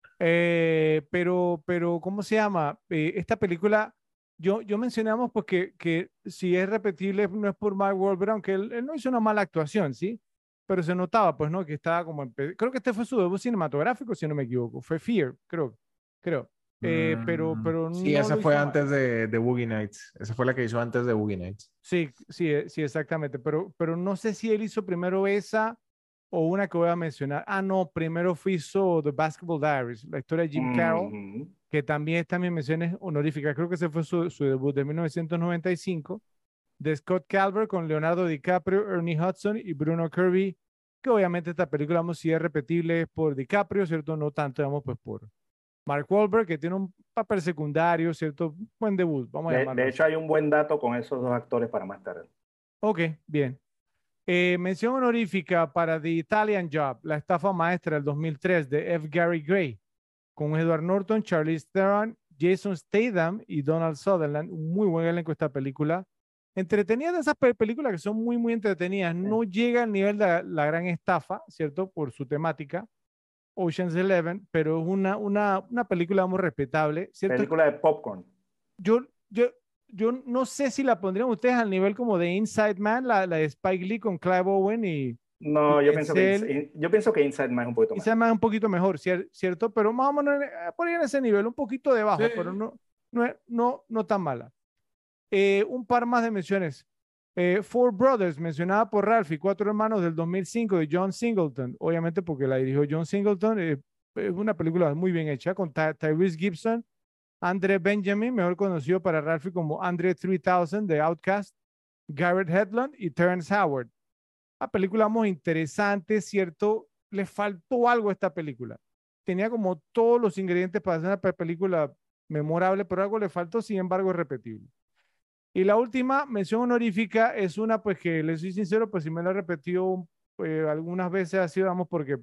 Eh, pero, pero, ¿cómo se llama? Eh, esta película, yo, yo mencionamos pues que, que si es repetible no es por Mark Wahlberg, aunque él, él no hizo una mala actuación, ¿sí? Pero se notaba, pues, ¿no? Que estaba como... empe- Creo que este fue su debut cinematográfico, si no me equivoco. Fue Fear, creo, creo. Eh, pero, Mm, pero sí, no esa lo fue hizo mal. antes de, de Boogie Nights. Esa fue la que hizo antes de Boogie Nights. Sí, sí, eh, sí, exactamente. Pero, pero no sé si él hizo primero esa o una que voy a mencionar. Ah, no, primero fue hizo The Basketball Diaries, la historia de Jim Carroll, Ujú. que también está en mis menciones honoríficas. Creo que ese fue su, su debut de mil novecientos noventa y cinco, de Scott Calvert con Leonardo DiCaprio, Ernie Hudson y Bruno Kirby, que obviamente esta película, vamos, si es repetible por DiCaprio, ¿cierto? No tanto, digamos, pues por Mark Wahlberg, que tiene un papel secundario, ¿cierto? Buen debut, vamos a De, llamarlo de así. hecho, hay un buen dato con esos dos actores para más tarde. Ok, bien. Eh, mención honorífica para The Italian Job, la estafa maestra del dos mil tres de F. Gary Gray, con Edward Norton, Charlize Theron, Jason Statham y Donald Sutherland. Un muy buen elenco esta película. entretenidas de esas pe- películas que son muy, muy entretenidas. No llega al nivel de la, la gran estafa, ¿cierto? Por su temática, Ocean's Eleven, pero es una, una, una película, vamos, respetable, ¿cierto? Es que Película de popcorn. yo, yo, yo no sé si la pondrían ustedes al nivel como de Inside Man, la, la de Spike Lee con Clive Owen y, y No, yo pienso, que, Denzel. Ins- yo pienso que Inside Man es un poquito Inside mejor. Man es un poquito mejor, cier- ¿cierto? Pero más o menos eh, por ahí en ese nivel, un poquito debajo, pero Sí. no, no, es- no, no tan mala. Eh, un par más de menciones. Eh, Four Brothers, mencionada por Ralphie, Cuatro Hermanos del dos mil cinco de John Singleton, obviamente porque la dirigió John Singleton, eh, es una película muy bien hecha con Ty Tyrese Gibson, Andre Benjamin, mejor conocido para Ralphie como Andre tres mil de Outkast, Garrett Hedlund y Terrence Howard. La película muy interesante, ¿cierto? Le faltó algo a esta película. Tenía como todos los ingredientes para hacer una pe- película memorable, pero algo le faltó, sin embargo, es repetible. Y la última mención honorífica es una, pues que les soy sincero, pues si me la he repetido eh, algunas veces así, vamos, porque,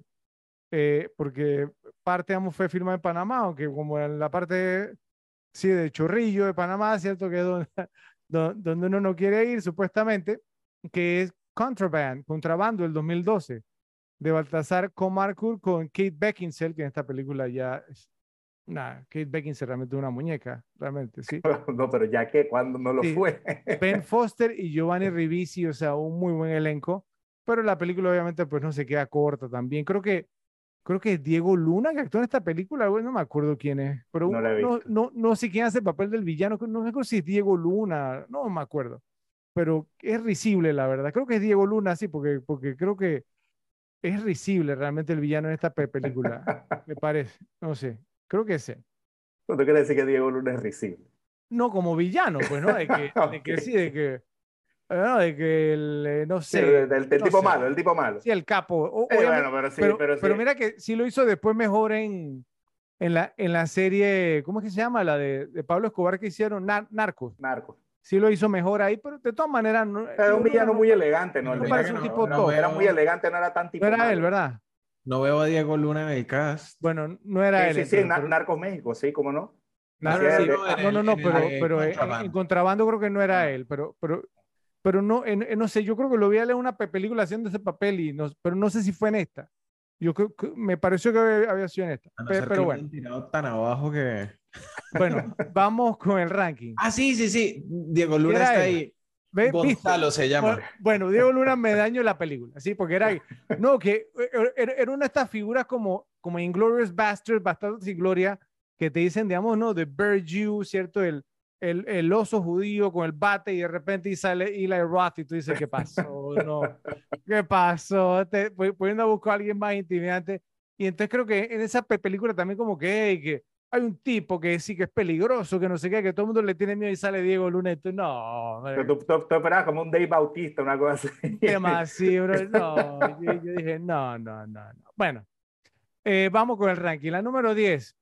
eh, porque parte, vamos, fue filmada en Panamá, aunque como en la parte, sí, de Chorrillo, de Panamá, ¿cierto? Que es donde, do- donde uno no quiere ir, supuestamente, que es Contraband, Contrabando, del dos mil doce, de Baltasar Comarcour con Kate Beckinsale, que en esta película ya es, nada, Kate Beckinsale realmente es una muñeca, realmente, sí. No, pero ya que cuando no lo Sí, fue. Ben Foster y Giovanni Ribisi, o sea, un muy buen elenco, pero la película obviamente pues no se queda corta también. Creo que, creo que es Diego Luna que actuó en esta película, bueno, no me acuerdo quién es, pero No un- lo he no, visto. no, no sé quién hace el papel del villano, no me acuerdo si es Diego Luna, no me acuerdo, pero es risible la verdad, creo que es Diego Luna, sí, porque, porque creo que es risible realmente el villano en esta pe- película, me parece, no sé, creo que sí. ¿No te quiere decir que Diego Luna es risible? No como villano, pues, ¿no? De que, de Ok. que sí, de que ¿no? De que el, eh, no Sí, del, sé, del- del no tipo sé, malo, el tipo malo. sí, el capo, o- Eh, obviamente, bueno, pero sí, pero, pero sí. pero mira que sí lo hizo después mejor en, en la, en la serie, ¿cómo es que se llama? La de, de Pablo Escobar que hicieron, Nar- Narcos. Narcos. Sí lo hizo mejor ahí, pero de todas maneras, no, Era un Diego Luna villano no, muy pa- elegante, ¿no? El Pero no de mira parece que un Narcos. no, tipo no top, Era muy veo, elegante, no era tan no tipo era él, malo. ¿verdad? no veo a Diego Luna en el cast. Bueno, no era Sí, él sí, sí, en entonces, Na- pero, Narcos México, sí, cómo no. No, nar- no, Hacía no, el sí, de. no, en Ah, no, el, no, en no, el pero, de pero en, en Contraband. contrabando creo que no era ah, él, pero, pero, pero no, en, en- no sé, yo creo que lo vi a él en una pe- película haciendo ese papel, y no, pero no sé si fue en esta. Yo creo que me pareció que había, había sido en esta, A no Pe- ser que pero lo bueno, hayan tirado tan abajo que... bueno, vamos con el ranking. Ah, sí, sí, sí. Diego Y Luna era está él. ahí. ¿Ve? ¿Viste? Gonzalo se Bu- llama. Bueno, Diego Luna me dañó la película, ¿sí? Porque era, no, que era, era una de estas figuras como, como Inglourious Basterds, Bastardos sin Gloria, que te dicen, digamos, no, de Bear Jew, ¿cierto? El, el, el oso judío con el bate y de repente y sale Eli Roth y tú dices, ¿qué pasó? No, ¿qué pasó? Te, poniendo a buscar a alguien más intimidante. Y entonces creo que en esa pe- película también como que, hey, que hay un tipo que sí que es peligroso, que no sé qué, que todo el mundo le tiene miedo y sale Diego Luna y tú, no, pero tú, tú, tú esperabas como un Dave Bautista, una cosa así. un tema así, bro. No, yo, yo dije, no, no, no, no. Bueno, eh, vamos con el ranking. La número diez,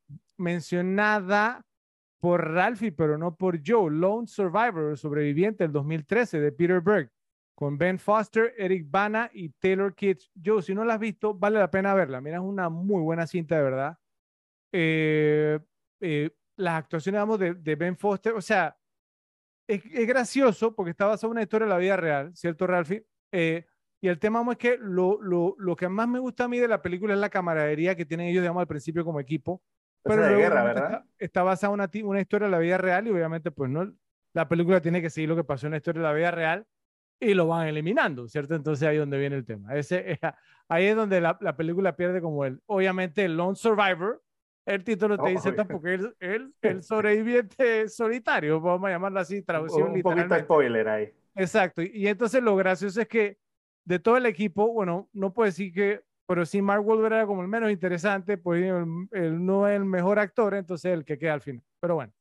mencionada por Ralphie, pero no por Joe, Lone Survivor, sobreviviente del dos mil trece de Peter Berg, con Ben Foster, Eric Bana y Taylor Kitsch. Joe, si no la has visto, vale la pena verla. Mira, es una muy buena cinta, de verdad. Eh, eh, las actuaciones, vamos, de, de Ben Foster, o sea, es, es gracioso porque está basado en una historia de la vida real, ¿cierto, Ralphie? Eh, y el tema es que lo, lo, lo que más me gusta a mí de la película es la camaradería que tienen ellos, digamos, al principio como equipo, Esa pero de luego guerra, obviamente ¿verdad? está, está basada en una, ti- una historia de la vida real y obviamente pues no, la película tiene que seguir lo que pasó en la historia de la vida real y lo van eliminando, ¿cierto? Entonces ahí es donde viene el tema. Ese, ahí es donde la, la película pierde como el, obviamente el Lone Survivor, el título te dice Oh, tampoco el, el, el sobreviviente solitario, vamos a llamarlo así, un, traducido un poquito de literalmente. spoiler ahí. Exacto. Y, y entonces lo gracioso es que de todo el equipo, bueno, no puedo decir que, pero sí Mark Wahlberg era como el menos interesante, pues él, él no es el mejor actor, entonces el que queda al final. Pero bueno.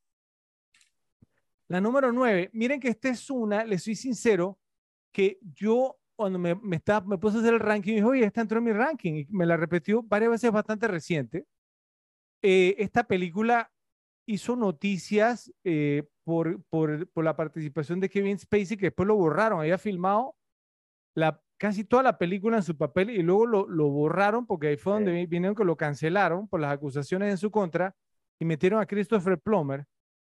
La número nueve, miren que esta es una, les soy sincero, que yo cuando me, me, estaba, me puse a hacer el ranking, dije, oye, esta entró en mi ranking, y me la repetió varias veces, bastante reciente. Eh, esta película hizo noticias eh, por, por, por la participación de Kevin Spacey, que después lo borraron, había filmado la, casi toda la película en su papel y luego lo, lo borraron porque ahí fue donde Sí. vinieron que lo cancelaron por las acusaciones en su contra y metieron a Christopher Plummer.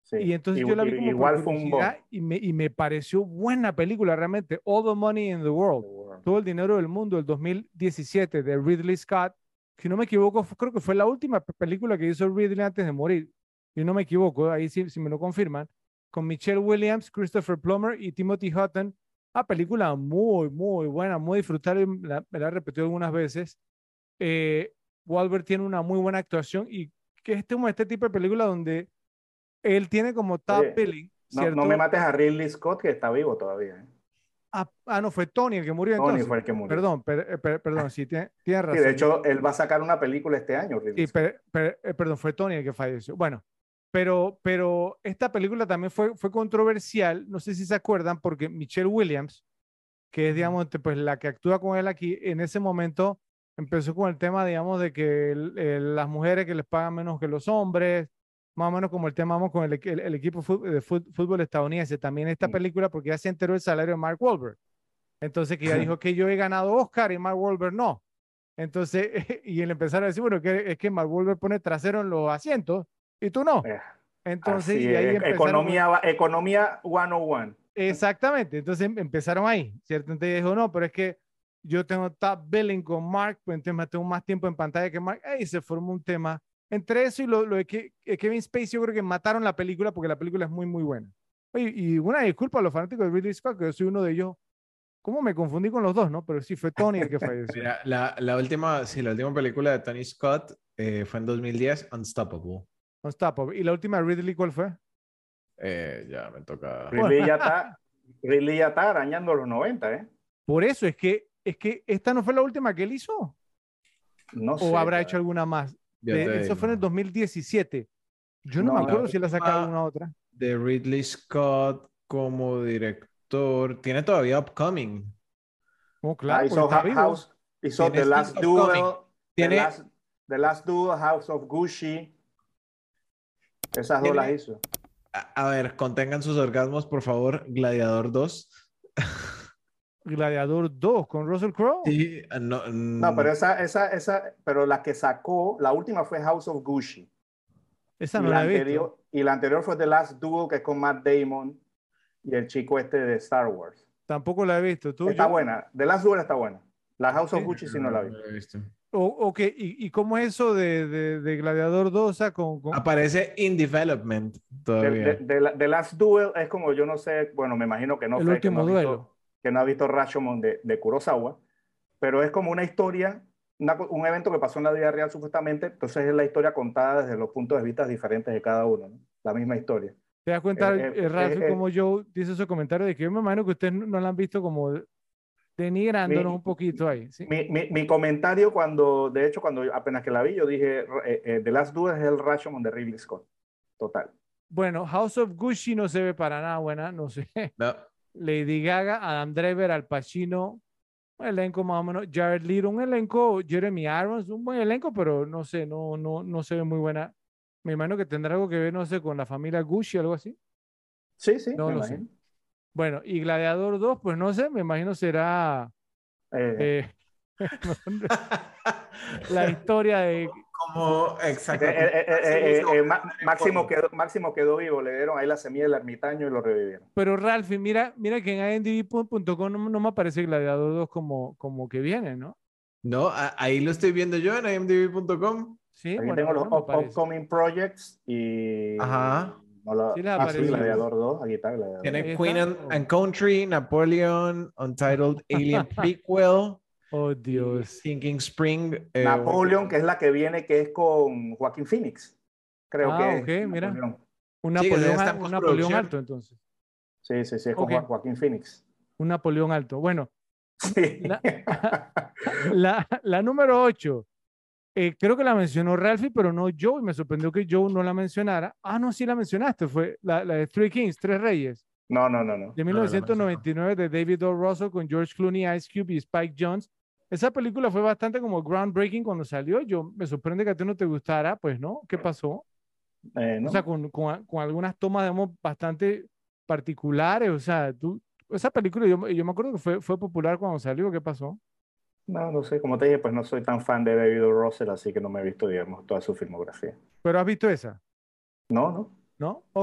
Sí. Y entonces I- yo la vi i- como igual por fue un curiosidad boom. y me, y me pareció buena película realmente. All the Money in the World, todo el dinero del mundo, el dos mil diecisiete de Ridley Scott. Si no me equivoco, fue- creo que fue la última pe- película que hizo Ridley antes de morir. Si no me equivoco, ahí sí, si me lo confirman. Con Michelle Williams, Christopher Plummer y Timothy Hutton. Una película muy, muy buena, muy disfrutable. Me la, me la he repetido algunas veces. Eh, Wahlberg tiene una muy buena actuación y que este, como este tipo de película donde él tiene como top Oye, billing, no, no me ¿cierto? mates a Ridley Scott, que está vivo todavía. ¿eh? Ah, ah, no, fue Tony el que murió Tony entonces. fue el que murió. Perdón, per- eh, per- perdón, sí, tiene, tiene Sí, de razón. hecho, él va a sacar una película este año, Ridley Sí, Scott. per- per- eh, perdón, fue Tony el que falleció. Bueno, pero, pero esta película también fue, fue controversial, no sé si se acuerdan, porque Michelle Williams, que es, digamos, te- pues la que actúa con él aquí, en ese momento empezó con el tema, digamos, de que el- el- las mujeres que les pagan menos que los hombres, más o menos como el tema, vamos, con el, equ- el- el equipo fu- de fut- fútbol estadounidense, también esta Mm. película, porque ya se enteró el salario de Mark Wahlberg. Entonces, que ya dijo que yo he ganado Oscar y Mark Wahlberg no. Entonces, y él empezaron a decir, bueno, que es que Mark Wahlberg pone trasero en los asientos y tú no. Eh, Entonces, Así y ahí es, empezaron con, economía, economía ciento uno. exactamente, entonces em- empezaron ahí, ¿cierto? Entonces dijo, no, pero es que yo tengo top billing con Mark, pues entonces tengo más tiempo en pantalla que Mark, y se formó un tema. Entre eso y lo, lo de que, que Kevin Spacey, yo creo que mataron la película porque la película es muy, muy buena. Oye, y una disculpa a los fanáticos de Ridley Scott, que yo soy uno de ellos. ¿Cómo me confundí con los dos, no? Pero sí, fue Tony el que falleció. Mira, la, la última, sí, la última película de Tony Scott eh, fue en dos mil diez, Unstoppable. Unstoppable. ¿Y la última de Ridley cuál fue? Eh, ya me toca. Bueno, Ridley ya está, Ridley ya está arañando los noventa, ¿eh? por eso es que, es que esta no fue la última que él hizo. No ¿O sé. habrá cara. hecho alguna más? Yo De, te eso fue en el digo. dos mil diecisiete. Yo no, me No, La acuerdo si él ha sacado última alguna otra. de Ridley Scott como director. Tiene todavía Upcoming. Oh, ah, claro, porque hizo está Ha- vivo. House, hizo Tiene The Scenes Last Upcoming. Duel, The Tiene, Last, The Last Duel, House of Gucci. Esas dos las tiene, hizo. a, a ver, contengan sus orgasmos, por favor. Gladiador dos. Gladiador dos con Russell Crowe. Sí, no, No, pero mm, esa, esa, esa, pero la que sacó, la última fue House of Gucci. Esa Y no la la he visto. anterior, y la anterior fue The Last Duel, que es con Matt Damon y el chico este de Star Wars. Tampoco la he visto. ¿Tú, Está yo? buena. The Last Duel está buena. La House of Sí. Gucci sí no la vi. no lo he visto. O, ok, ¿Y, y cómo es eso de, de, de Gladiador dos? O sea, con, con- Aparece in development The, todavía. The- The- The Last Duel es como, yo no sé, bueno, me imagino que no, el Fred, que no último ha duelo. visto, que no ha visto Rashomon de, de Kurosawa, pero es como una historia, una co- un evento que pasó en la vida real supuestamente, entonces es la historia contada desde los puntos de vista diferentes de cada uno, ¿no? La misma historia. ¿Te das cuenta, Eh, eh, eh, Ralph, eh, eh, como Joe dice esos comentarios de que yo me imagino que ustedes no, no la han visto como denigrándonos mi, un poquito ahí, ¿sí? mi, mi, mi comentario cuando, de hecho, cuando apenas que la vi, yo dije, eh, eh, The Last Duel es el Rashomon de Ridley Scott. Total. Bueno, House of Gucci no se ve para nada buena, no sé. No. Lady Gaga, Adam Driver, Al Pacino, un elenco más o menos, Jared Leto, un elenco, Jeremy Irons, un buen elenco, pero no sé, no, no, no se ve muy buena. Me imagino que tendrá algo que ver, no sé, con la familia Gucci o algo así. Sí, sí, No me lo sé. imagino. Bueno, y Gladiador dos, pues no sé, me imagino será Eh, eh, la historia de... Como, Eh, exacto. eh, como- eh, eh, eh, eh, Ma- Máximo quedó, Máximo quedó vivo, le dieron ahí la semilla del ermitaño y lo revivieron. Pero Ralphie, mira, mira que en i m d b punto com no, no me aparece Gladiador dos como, como que viene, ¿no? No, a- ahí lo estoy viendo yo en i m d b punto com. Sí, Aquí bueno, tengo a mí los no me up- aparece. upcoming projects y Ajá. no lo- Sí les ah, sí, apareció. Gladiador dos, aquí está Gladiador. Tiene Ahí Queen está. and, and Country, Napoleon, Untitled Alien Prequel, Oh, y Dios. Sinking Spring. eh, Napoleon, que es la que viene, que es con Joaquín Phoenix. Creo Ah, que ok, es mira. Napoleón. Un Sí, que Napoleón, está en al- un Napoleón postproducción. alto, entonces. Sí, sí, sí, es con Ok. Jo- Joaquín Phoenix. Un Napoleón alto. Bueno, Sí. la, la, la número ocho. Eh, creo que la mencionó Ralphie, pero no Joe, y me sorprendió que Joe no la mencionara. Ah, no, sí la mencionaste, fue la, la de Three Kings, Tres Reyes, No, no, no, no. de No, no la mil novecientos noventa y nueve de David O. Russell con George Clooney, Ice Cube y Spike Jonze. Esa película fue bastante como groundbreaking cuando salió. Yo me sorprende que a ti no te gustara, pues, ¿no? ¿Qué pasó? Eh, ¿no? O sea, con, con, con algunas tomas, digamos, bastante particulares. O sea, tú, esa película, yo, yo me acuerdo que fue, fue popular cuando salió. ¿Qué pasó? No, no sé, como te dije, pues no soy tan fan de David O. Russell, así que no me he visto, digamos, toda su filmografía. ¿Pero has visto esa? No, no. ¿No? Ok.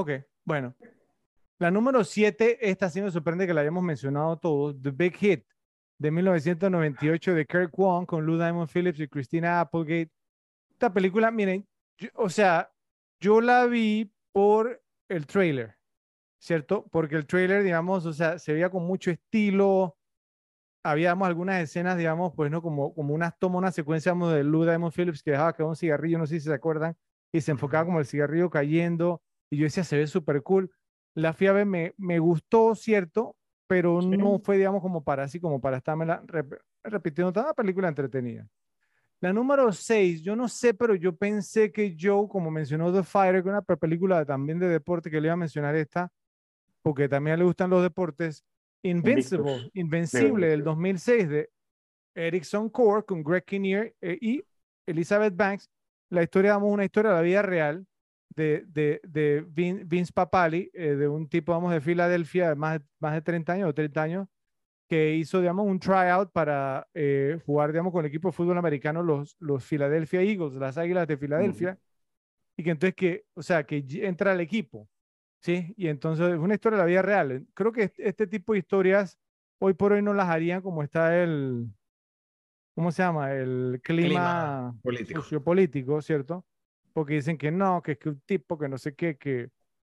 Bueno, la número siete, esta sí me sorprende que la hayamos mencionado todos, The Big Hit, de mil novecientos noventa y ocho, de Kirk Wong, con Lou Diamond Phillips y Christina Applegate. Esta película, miren, yo- o sea, yo la vi por el trailer, ¿cierto? Porque el trailer, digamos, o sea, se veía con mucho estilo. Habíamos algunas escenas, digamos, pues, ¿no? Como, como unas tomas, una secuencia, digamos, de Lou Diamond Phillips que dejaba caer un cigarrillo, no sé si se acuerdan, y se enfocaba Ujú. como el cigarrillo cayendo, y yo decía, se ve súper cool. La fui a ver, me, me gustó, ¿cierto? Pero no Sí, fue, digamos, como para así, como para estarme rep- repitiendo toda la película entretenida. La número seis, yo no sé, pero yo pensé que Joe, como mencionó The Fighter, que es una pe- película también de deporte, que le iba a mencionar esta, porque también le gustan los deportes, Invincible, Invictus. Digo, Invencible del Invictus. dos mil seis de Erickson Core con Greg Kinnear eh, y Elizabeth Banks. La historia, damos una historia de la vida real de, de, de Vin- Vince Papali, eh, de un tipo, vamos, de Filadelfia, de más, de- más de treinta años o treinta años, que hizo, digamos, un tryout para eh, jugar, digamos, con el equipo de fútbol americano, los, los Philadelphia Eagles, las Águilas de Ujú. Filadelfia, y que entonces que, o sea, que y- entra al equipo, ¿sí? Y entonces es una historia de la vida real. Creo que este, este tipo de historias hoy por hoy no las harían como está el, ¿cómo se llama? El Clima clima político. sociopolítico, ¿cierto? Porque dicen que no, que es que un tipo que no sé qué, que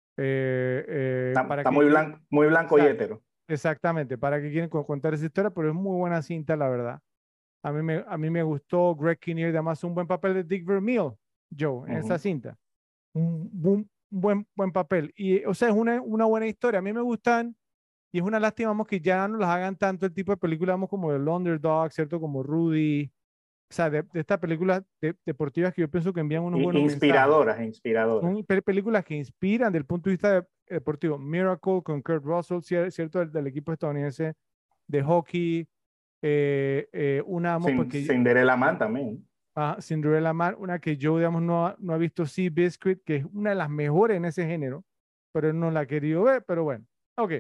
eh, eh, Está, para está qué muy quiere, blanco, muy blanco y exacto, hetero. exactamente, para qué quieren co- contar esa historia, pero es muy buena cinta, la verdad. A mí me, a mí me gustó Greg Kinnear, además un buen papel de Dick Vermeil, Joe, en esa Ujú. cinta. Un, buen, un buen, buen papel. Y, o sea, es una, una buena historia. A mí me gustan, y es una lástima, vamos, que ya no las hagan tanto el tipo de películas, vamos, como el Underdog, ¿cierto? Como Rudy, o sea, de, de estas películas de- deportivas que yo pienso que envían unos I- buenos mensajes. Inspiradoras, inspiradoras. Son pe- películas que inspiran del punto de vista de- deportivo. Miracle con Kurt Russell, cier- ¿cierto? Del, del equipo estadounidense de hockey. Eh, eh, una, vamos, Sin, porque Cinderella Man también. ah, Cinderella Man, una que yo, digamos, no, ha- no ha visto Sea Biscuit, que es una de las mejores en ese género, pero no la he querido ver, pero bueno. Ok.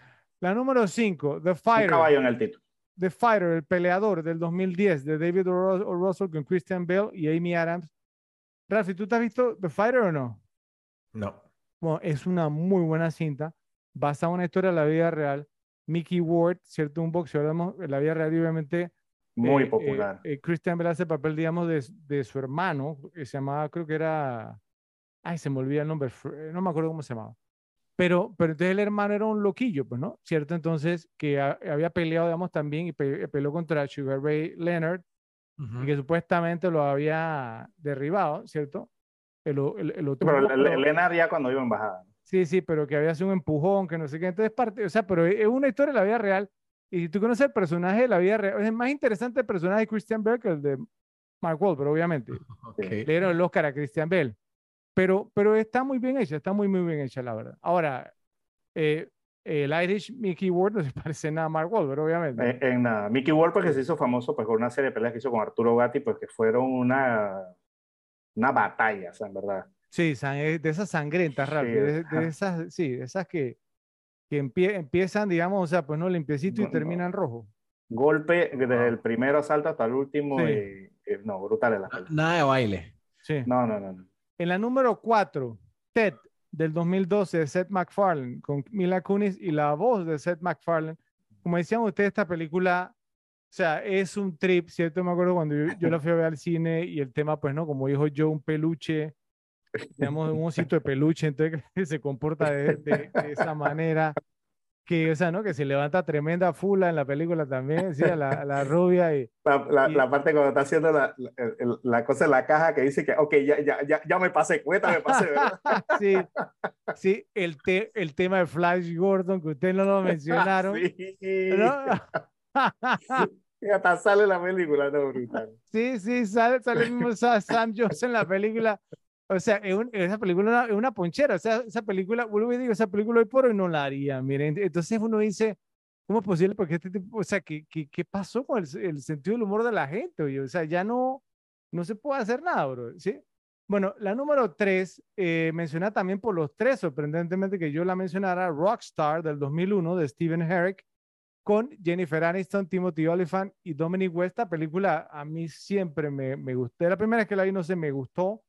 La número cinco, The Un Fighter. caballo en el título. The Fighter, el peleador del dos mil diez, de David O. Ru- O. Russell con Christian Bale y Amy Adams. Ralphie, ¿tú te has visto The Fighter o no? No. Bueno, es una muy buena cinta, basada en una historia de la vida real. Mickey Ward, ¿cierto? Un boxeador, digamos, en la vida real, y obviamente Muy eh, eh, popular. eh, Christian Bale hace el papel, digamos, de, de su hermano, que se llamaba, creo que era, ay, se me olvida el nombre, Fr- no me acuerdo cómo se llamaba. Pero, pero entonces el hermano era un loquillo, pues, ¿no? ¿Cierto? Entonces, que ha- había peleado, digamos, también y pe- peleó contra Sugar Ray Leonard y Ujú. que supuestamente lo había derribado, ¿cierto? Que lo, el- lo Sí, pero tumbó, Le- pero Lena ya cuando iba en bajada. sí, sí, pero que había sido un empujón, que no sé qué. Entonces, parte, o sea, pero es es una historia de la vida real. Y si tú conoces el personaje de la vida real, es más interesante el personaje de Christian Bale que el de Mark Wahlberg, obviamente. Sí. Ok. Le dieron el Oscar a Christian Bale. Pero, pero está muy bien hecha, está muy, muy bien hecha, la verdad. Ahora, eh, el Irish Mickey Ward no se parece nada a Mark Wahlberg, obviamente. En, en uh, Mickey Ward, pues, que Sí, se hizo famoso pues, por una serie de peleas que hizo con Arturo Gatti, pues que fueron una, una batalla, o sea, en verdad. sí, san- eh, de esas sangrientas, Sí, Ralph, de, de esas, sí, de esas que, que empie- empiezan, digamos, o sea, pues no, limpiecito y go- terminan go- rojo. golpe desde el Wow. primer asalto hasta el último, Sí, y, y no, brutales las Na- peleas. Nada de baile. sí. No, no, no, no. En la número cuatro, Ted, del dos mil doce, de Seth MacFarlane, con Mila Kunis y la voz de Seth MacFarlane. Como decían ustedes, esta película, o sea, es un trip, ¿cierto? Me acuerdo cuando yo, yo la fui a ver al cine y el tema, pues, ¿no? Como dijo yo, un peluche, digamos, un osito de peluche, entonces que se comporta de, de, de esa manera, que, o sea, ¿no? Que se levanta tremenda fula en la película también, sí, a la, a la rubia y, La, la, y la parte cuando está haciendo la, la, el- la cosa en la caja que dice que, ok, ya, ya, ya, ya me pasé, cuenta, me pasé, ¿verdad? sí, sí, el, te, el tema de Flash Gordon, que ustedes no lo mencionaron, Sí. ¿no? Y hasta sale la película, no, brutal. Sí, sí, sale, sale el mismo Sa- Sam Jones en la película. O sea, es un- esa película es una, es una ponchera. O sea, esa película, vuelvo y digo, esa película hoy por hoy no la haría. Miren, entonces uno dice, ¿cómo es posible? Porque este tipo, o sea, ¿qué, qué, qué pasó con el, el sentido del humor de la gente? Oye? O sea, ya no, no se puede hacer nada, bro. ¿Sí? Bueno, la número tres, eh, menciona también por los tres, sorprendentemente que yo la mencionara, Rockstar del dos mil uno de Steven Herrick con Jennifer Aniston, Timothy Olyphant y Dominic West. Esta película a mí siempre me, me gustó. La primera vez que la vi, no sé, me gustó.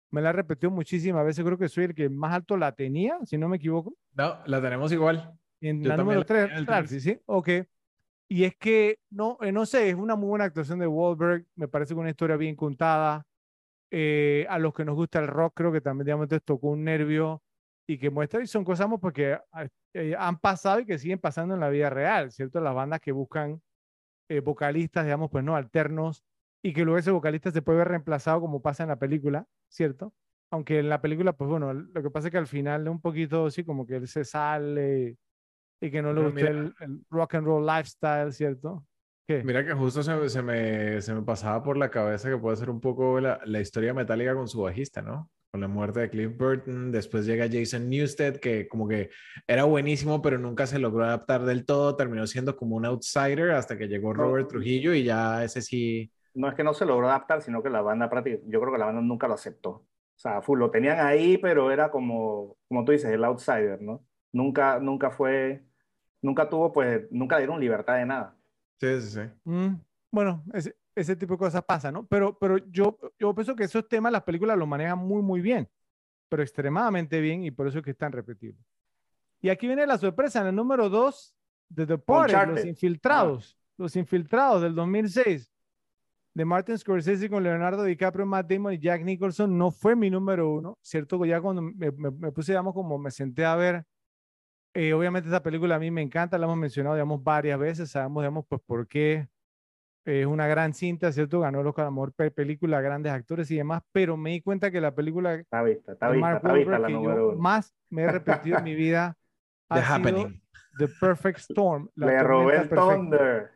Me la he repetido muchísimas veces, creo que soy el que más alto la tenía, si no me equivoco. No, la tenemos igual. Y en Yo la también número la tres, tenía en el top. Ralphie, ¿sí? Ok. Y es que, no, eh, no sé, es una muy buena actuación de Wahlberg, me parece que una historia bien contada. Eh, a los que nos gusta el rock, creo que también, digamos, te tocó un nervio y que muestra, y son cosas porque eh, han pasado y que siguen pasando en la vida real, ¿cierto? Las bandas que buscan eh, vocalistas, digamos, pues no, alternos, y que luego ese vocalista se puede ver reemplazado como pasa en la película, ¿cierto? Aunque en la película, pues bueno, lo que pasa es que al final un poquito, sí, como que él se sale y que no le Pero gustó mira, el, el rock and roll lifestyle, ¿cierto? ¿Qué? mira que justo se, se me, se me pasaba por la cabeza que puede ser un poco la, la historia metálica con su bajista, ¿no? Con la muerte de Cliff Burton, después llega Jason Newsted, que como que era buenísimo, pero nunca se logró adaptar del todo, terminó siendo como un outsider hasta que llegó Robert No, Trujillo y ya ese sí. no es que no se logró adaptar, sino que la banda prácticamente, yo creo que la banda nunca lo aceptó. O sea, full, lo tenían ahí, pero era como, como tú dices, el outsider, ¿no? Nunca, nunca fue, nunca tuvo, pues, nunca dieron libertad de nada. Sí, sí, sí. Mm, bueno, ese, ese tipo de cosas pasa, ¿no? Pero, pero yo, yo pienso que esos temas las películas los manejan muy, muy bien, pero extremadamente bien y por eso es que están repetibles. Y aquí viene la sorpresa, en el número dos de The Departed, Los Uncharted. Ah, Infiltrados, Los Infiltrados del dos mil seis, de Martin Scorsese con Leonardo DiCaprio, Matt Damon y Jack Nicholson, no fue mi número uno, ¿cierto? Ya cuando me, me, me puse, digamos, como me senté a ver, eh, obviamente esta película a mí me encanta, la hemos mencionado, digamos, varias veces, sabemos, digamos, pues por qué es una gran cinta, ¿cierto? Ganó el Oscar a Mejor Pe- Película, grandes actores y demás, pero me di cuenta que la película está vista, está de vista, Mark está vista Wahlberg la que yo número uno. más me he repetido en mi vida The ha sido Happening. The Perfect Storm, la Le robé tormenta el perfecta. Thunder.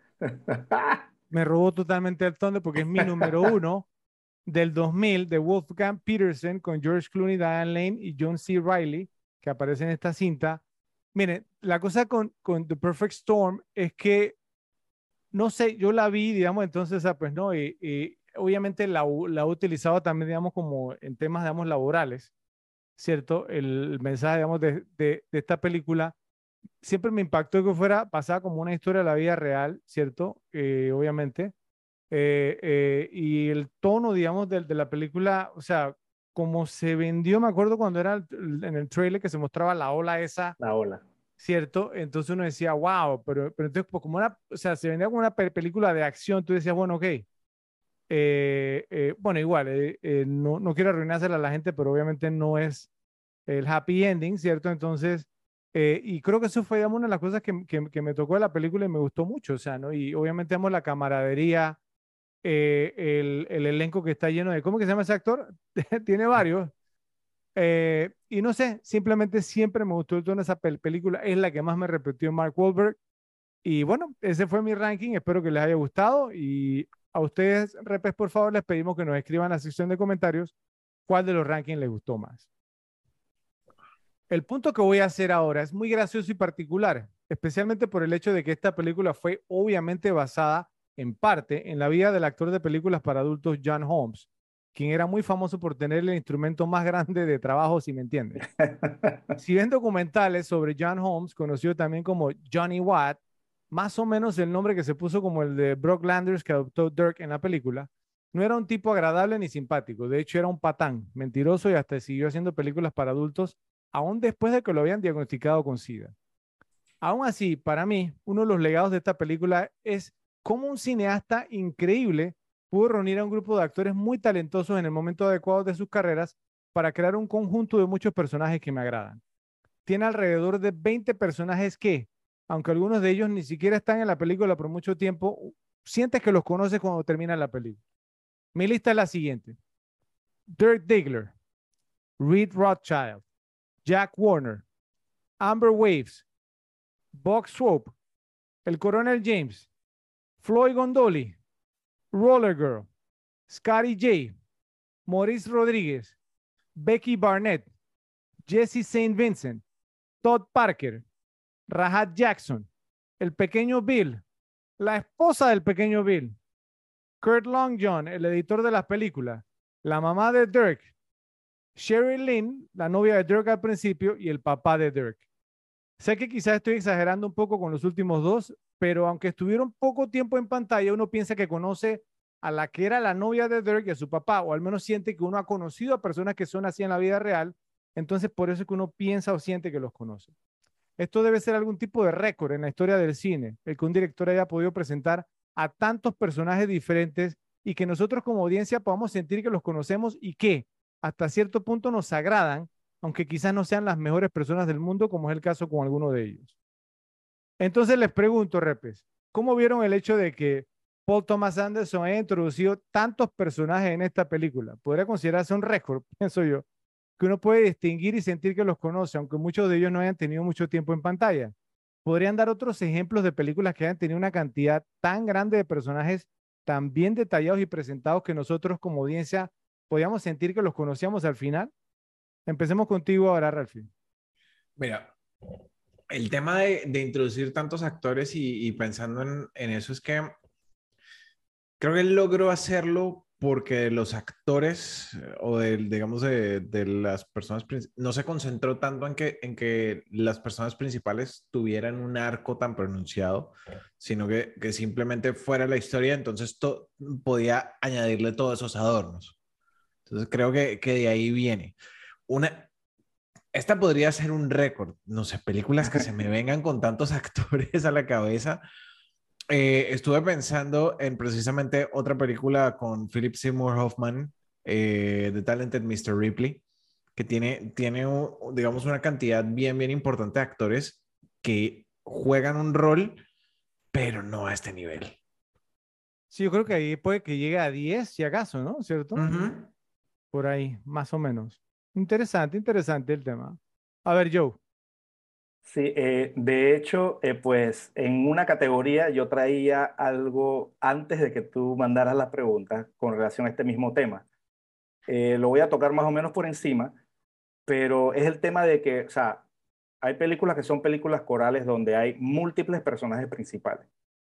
Me robó totalmente el tono porque es mi número uno del dos mil de Wolfgang Petersen con George Clooney, Diane Lane y John C. Reilly, que aparece en esta cinta. Miren, la cosa con, con The Perfect Storm es que no sé, yo la vi, digamos, entonces, ah, pues no, y, y obviamente la, u- la he utilizado también, digamos, como en temas, digamos, laborales, ¿cierto? El, el mensaje, digamos, de, de, de esta película siempre me impactó que fuera pasada como una historia de la vida real, ¿cierto? Eh, obviamente. Eh, eh, y el tono, digamos, de, de la película, o sea, como se vendió, me acuerdo cuando era el- en el trailer que se mostraba la ola esa, La ola. ¿cierto? Entonces uno decía, wow, pero, pero entonces, pues como una, o sea, se vendía como una pe- película de acción, tú decías, bueno, ok. Eh, eh, bueno, igual, eh, eh, no, no quiero arruinársela a la gente, pero obviamente no es el happy ending, ¿cierto? Entonces, eh, y creo que eso fue, digamos, una de las cosas que, que, que me tocó de la película y me gustó mucho, o sea, ¿no? Y obviamente, digamos, la camaradería, eh, el, el elenco que está lleno de, ¿cómo que se llama ese actor? Tiene varios. Eh, y no sé, simplemente siempre me gustó el tono de esa pel- película, es la que más me repitió Mark Wahlberg. Y bueno, ese fue mi ranking, espero que les haya gustado. Y a ustedes, repes, por favor, les pedimos que nos escriban en la sección de comentarios cuál de los rankings les gustó más. El punto que voy a hacer ahora es muy gracioso y particular, especialmente por el hecho de que esta película fue obviamente basada en parte en la vida del actor de películas para adultos John Holmes, quien era muy famoso por tener el instrumento más grande de trabajo, si me entiendes. Si ven documentales sobre John Holmes, conocido también como Johnny Watt, más o menos el nombre que se puso como el de Brock Landers que adoptó Dirk en la película, no era un tipo agradable ni simpático, de hecho era un patán, mentiroso y hasta siguió haciendo películas para adultos aún después de que lo habían diagnosticado con SIDA. Aún así, para mí, uno de los legados de esta película es cómo un cineasta increíble pudo reunir a un grupo de actores muy talentosos en el momento adecuado de sus carreras para crear un conjunto de muchos personajes que me agradan. Tiene alrededor de veinte personajes que, aunque algunos de ellos ni siquiera están en la película por mucho tiempo, sientes que los conoces cuando termina la película. Mi lista es la siguiente. Dirk Diggler, Reed Rothschild, Jack Warner, Amber Waves, Buck Swope, el Coronel James, Floyd Gondoli, Roller Girl, Scotty J, Maurice Rodríguez, Becky Barnett, Jesse Saint Vincent, Todd Parker, Rahat Jackson, el pequeño Bill, la esposa del pequeño Bill, Kurt Long John, el editor de las películas, la mamá de Dirk, Sherry Lynn, la novia de Dirk al principio, y el papá de Dirk. Sé que quizás estoy exagerando un poco con los últimos dos, pero aunque estuvieron poco tiempo en pantalla, uno piensa que conoce a la que era la novia de Dirk y a su papá, o al menos siente que uno ha conocido a personas que son así en la vida real, entonces por eso es que uno piensa o siente que los conoce. Esto debe ser algún tipo de récord en la historia del cine, el que un director haya podido presentar a tantos personajes diferentes y que nosotros como audiencia podamos sentir que los conocemos y que hasta cierto punto nos agradan, aunque quizás no sean las mejores personas del mundo, como es el caso con alguno de ellos. Entonces les pregunto, Repes, ¿cómo vieron el hecho de que Paul Thomas Anderson haya introducido tantos personajes en esta película? Podría considerarse un récord, pienso yo, que uno puede distinguir y sentir que los conoce, aunque muchos de ellos no hayan tenido mucho tiempo en pantalla. ¿Podrían dar otros ejemplos de películas que hayan tenido una cantidad tan grande de personajes tan bien detallados y presentados que nosotros como audiencia podíamos sentir que los conocíamos al final? Empecemos contigo ahora, Ralphie. Mira, el tema de, de introducir tantos actores y, y pensando en, en eso es que creo que él logró hacerlo porque los actores eh, o del, digamos de, de las personas princi- no se concentró tanto en que, en que las personas principales tuvieran un arco tan pronunciado, sino que, que simplemente fuera la historia, entonces to- podía añadirle todos esos adornos. Entonces creo que, que de ahí viene. Una, esta podría ser un récord, no sé, películas que se me vengan con tantos actores a la cabeza. Eh, estuve pensando en precisamente otra película con Philip Seymour Hoffman, eh, The Talented mister Ripley, que tiene, tiene un- digamos, una cantidad bien, bien importante de actores que juegan un rol, pero no a este nivel. Sí, yo creo que ahí puede que llegue a diez, si acaso, ¿no? ¿Cierto? Ujú. Por ahí, más o menos. Interesante, interesante el tema. A ver, Joe. Sí, eh, de hecho, eh, pues en una categoría yo traía algo antes de que tú mandaras las preguntas con relación a este mismo tema. Eh, lo voy a tocar más o menos por encima, pero es el tema de que, o sea, hay películas que son películas corales donde hay múltiples personajes principales.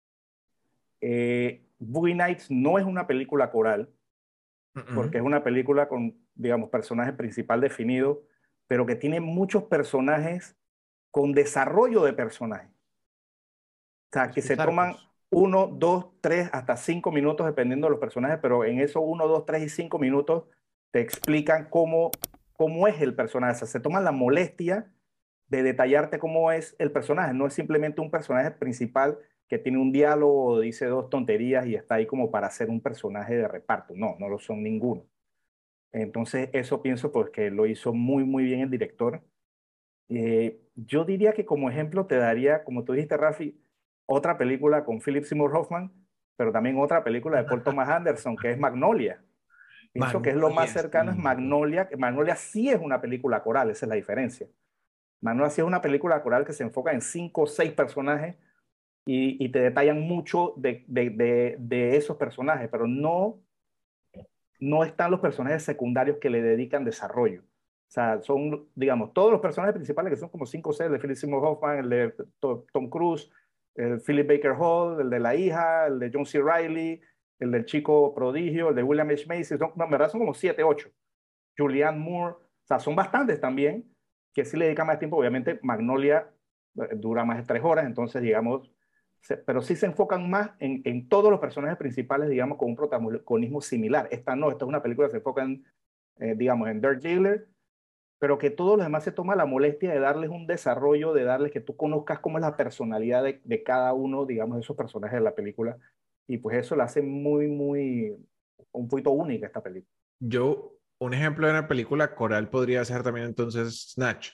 Eh, Boogie Nights no es una película coral, porque es Ujú. una película con, digamos, personaje principal definido, pero que tiene muchos personajes con desarrollo de personajes. O sea, que Sus se toman arcos. uno, dos, tres, hasta cinco minutos, dependiendo de los personajes, pero en esos uno, dos, tres y cinco minutos te explican cómo, cómo es el personaje. O sea, se toman la molestia de detallarte cómo es el personaje. No es simplemente un personaje principal que tiene un diálogo o dice dos tonterías y está ahí como para ser un personaje de reparto. No, no lo son ninguno. Entonces, eso pienso pues que lo hizo muy, muy bien el director. Eh, yo diría que como ejemplo te daría, como tú dijiste, Rafi, otra película con Philip Seymour Hoffman, pero también otra película de Paul Thomas Anderson, que es Magnolia. Pienso que es lo más Magnolia, cercano, es sí. Magnolia. que Magnolia sí es una película coral, esa es la diferencia. Magnolia sí es una película coral que se enfoca en cinco o seis personajes y, y te detallan mucho de, de, de, de esos personajes, pero no no están los personajes secundarios que le dedican desarrollo. O sea, son, digamos, todos los personajes principales, que son como cinco o seis, el de Philip Seymour Hoffman, el de Tom Cruise, el Philip Baker Hall, el de la hija, el de John C. Reilly, el del chico prodigio, el de William H. Macy, son, no, en verdad son como siete, ocho. Julianne Moore, o sea, son bastantes también, que sí le dedican más tiempo. Obviamente, Magnolia eh, dura más de tres horas, entonces, digamos, se, pero sí se enfocan más en, en, todos los personajes principales, digamos, con un protagonismo similar. Esta no, esta es una película que se enfoca en, eh, digamos, en Dirk Gently, pero que todos los demás se toma la molestia de darles un desarrollo, de darles que tú conozcas cómo es la personalidad de, de cada uno, digamos, de esos personajes de la película. Y pues eso la hace muy, muy, un poquito única esta película. Yo, un ejemplo de una película coral podría ser también entonces Snatch.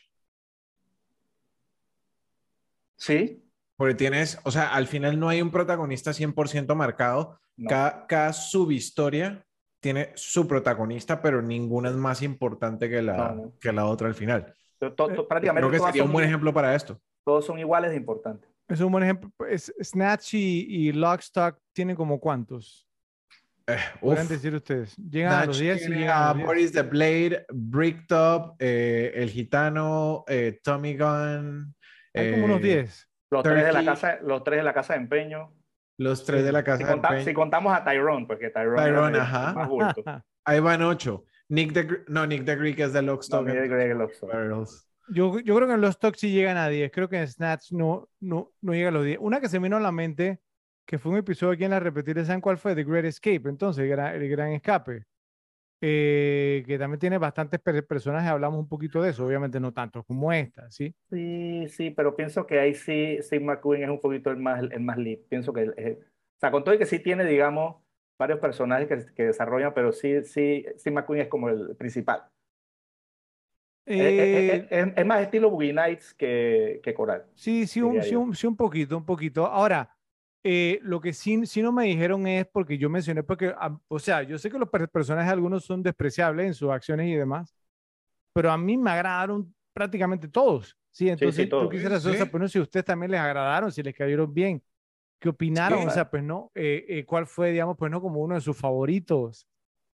Sí, Porque tienes, o sea, al final no hay un protagonista cien por ciento marcado. no. Cada, cada subhistoria tiene su protagonista, pero ninguna es más importante que No, la, no. que la otra al final. To- to- Eh, to- Yo creo prácticamente que todas sería son, un buen igu- ejemplo para esto. todos son iguales de importantes. es un buen ejemplo. Es, Snatch y, y Lock, Stock tienen como cuántos. Eh, Podrían uf. decir ustedes. ¿Llegan a los Snatch diez? Sí, tiene llegan a a los diez. Boris the Blade, Bricktop, eh, El Gitano, eh, Tommy Gunn, Hay como unos eh, diez. Los tres de la Turkey, casa, los tres de la casa de empeño. los tres de Sí. la Si, Casa de conta- si Empeño. contamos a Tyrone, porque Tyrone era Tyrone, medio el más ajá. bulto. Ahí van ocho. Nick the, Gr- no, Nick the Greek es de No, Lockstock ni and de Two Greg Smoking Lobson. Barrels. Yo, yo creo que en los Stocks sí llegan a diez. Creo que en Snatch no, no, no llega a los diez. Una que se me vino a la mente que fue un episodio aquí en la repetida, ¿saben cuál fue? The Great Escape, entonces, el gran, el gran escape, eh, que también tiene bastantes per- personajes, hablamos un poquito de eso, obviamente no tanto como esta, ¿sí? Sí, sí, pero pienso que ahí sí, Steve McQueen es un poquito el más, el más lead. Pienso que, eh, o sea, con todo y que sí tiene, digamos, varios personajes que, que desarrollan, pero sí, sí, Steve McQueen es como el principal. Eh, eh, eh, eh, Eh, es, es más estilo Boogie Nights que, que Coral, sí, sí, un, diría sí, yo. un, sí, un poquito, un poquito. Ahora, eh, lo que sí, sí no me dijeron es porque yo mencioné, porque, ah, o sea, yo sé que los per- personajes algunos son despreciables en sus acciones y demás, pero a mí me agradaron prácticamente todos. Sí, Sí, sí, entonces yo todos. Sí, quisiera saber, o sea, sí, pues no sé si a ustedes también les agradaron, si les cayeron bien, qué opinaron, o sí. sea, pues no, eh, eh, cuál fue, digamos, pues no, como uno de sus favoritos.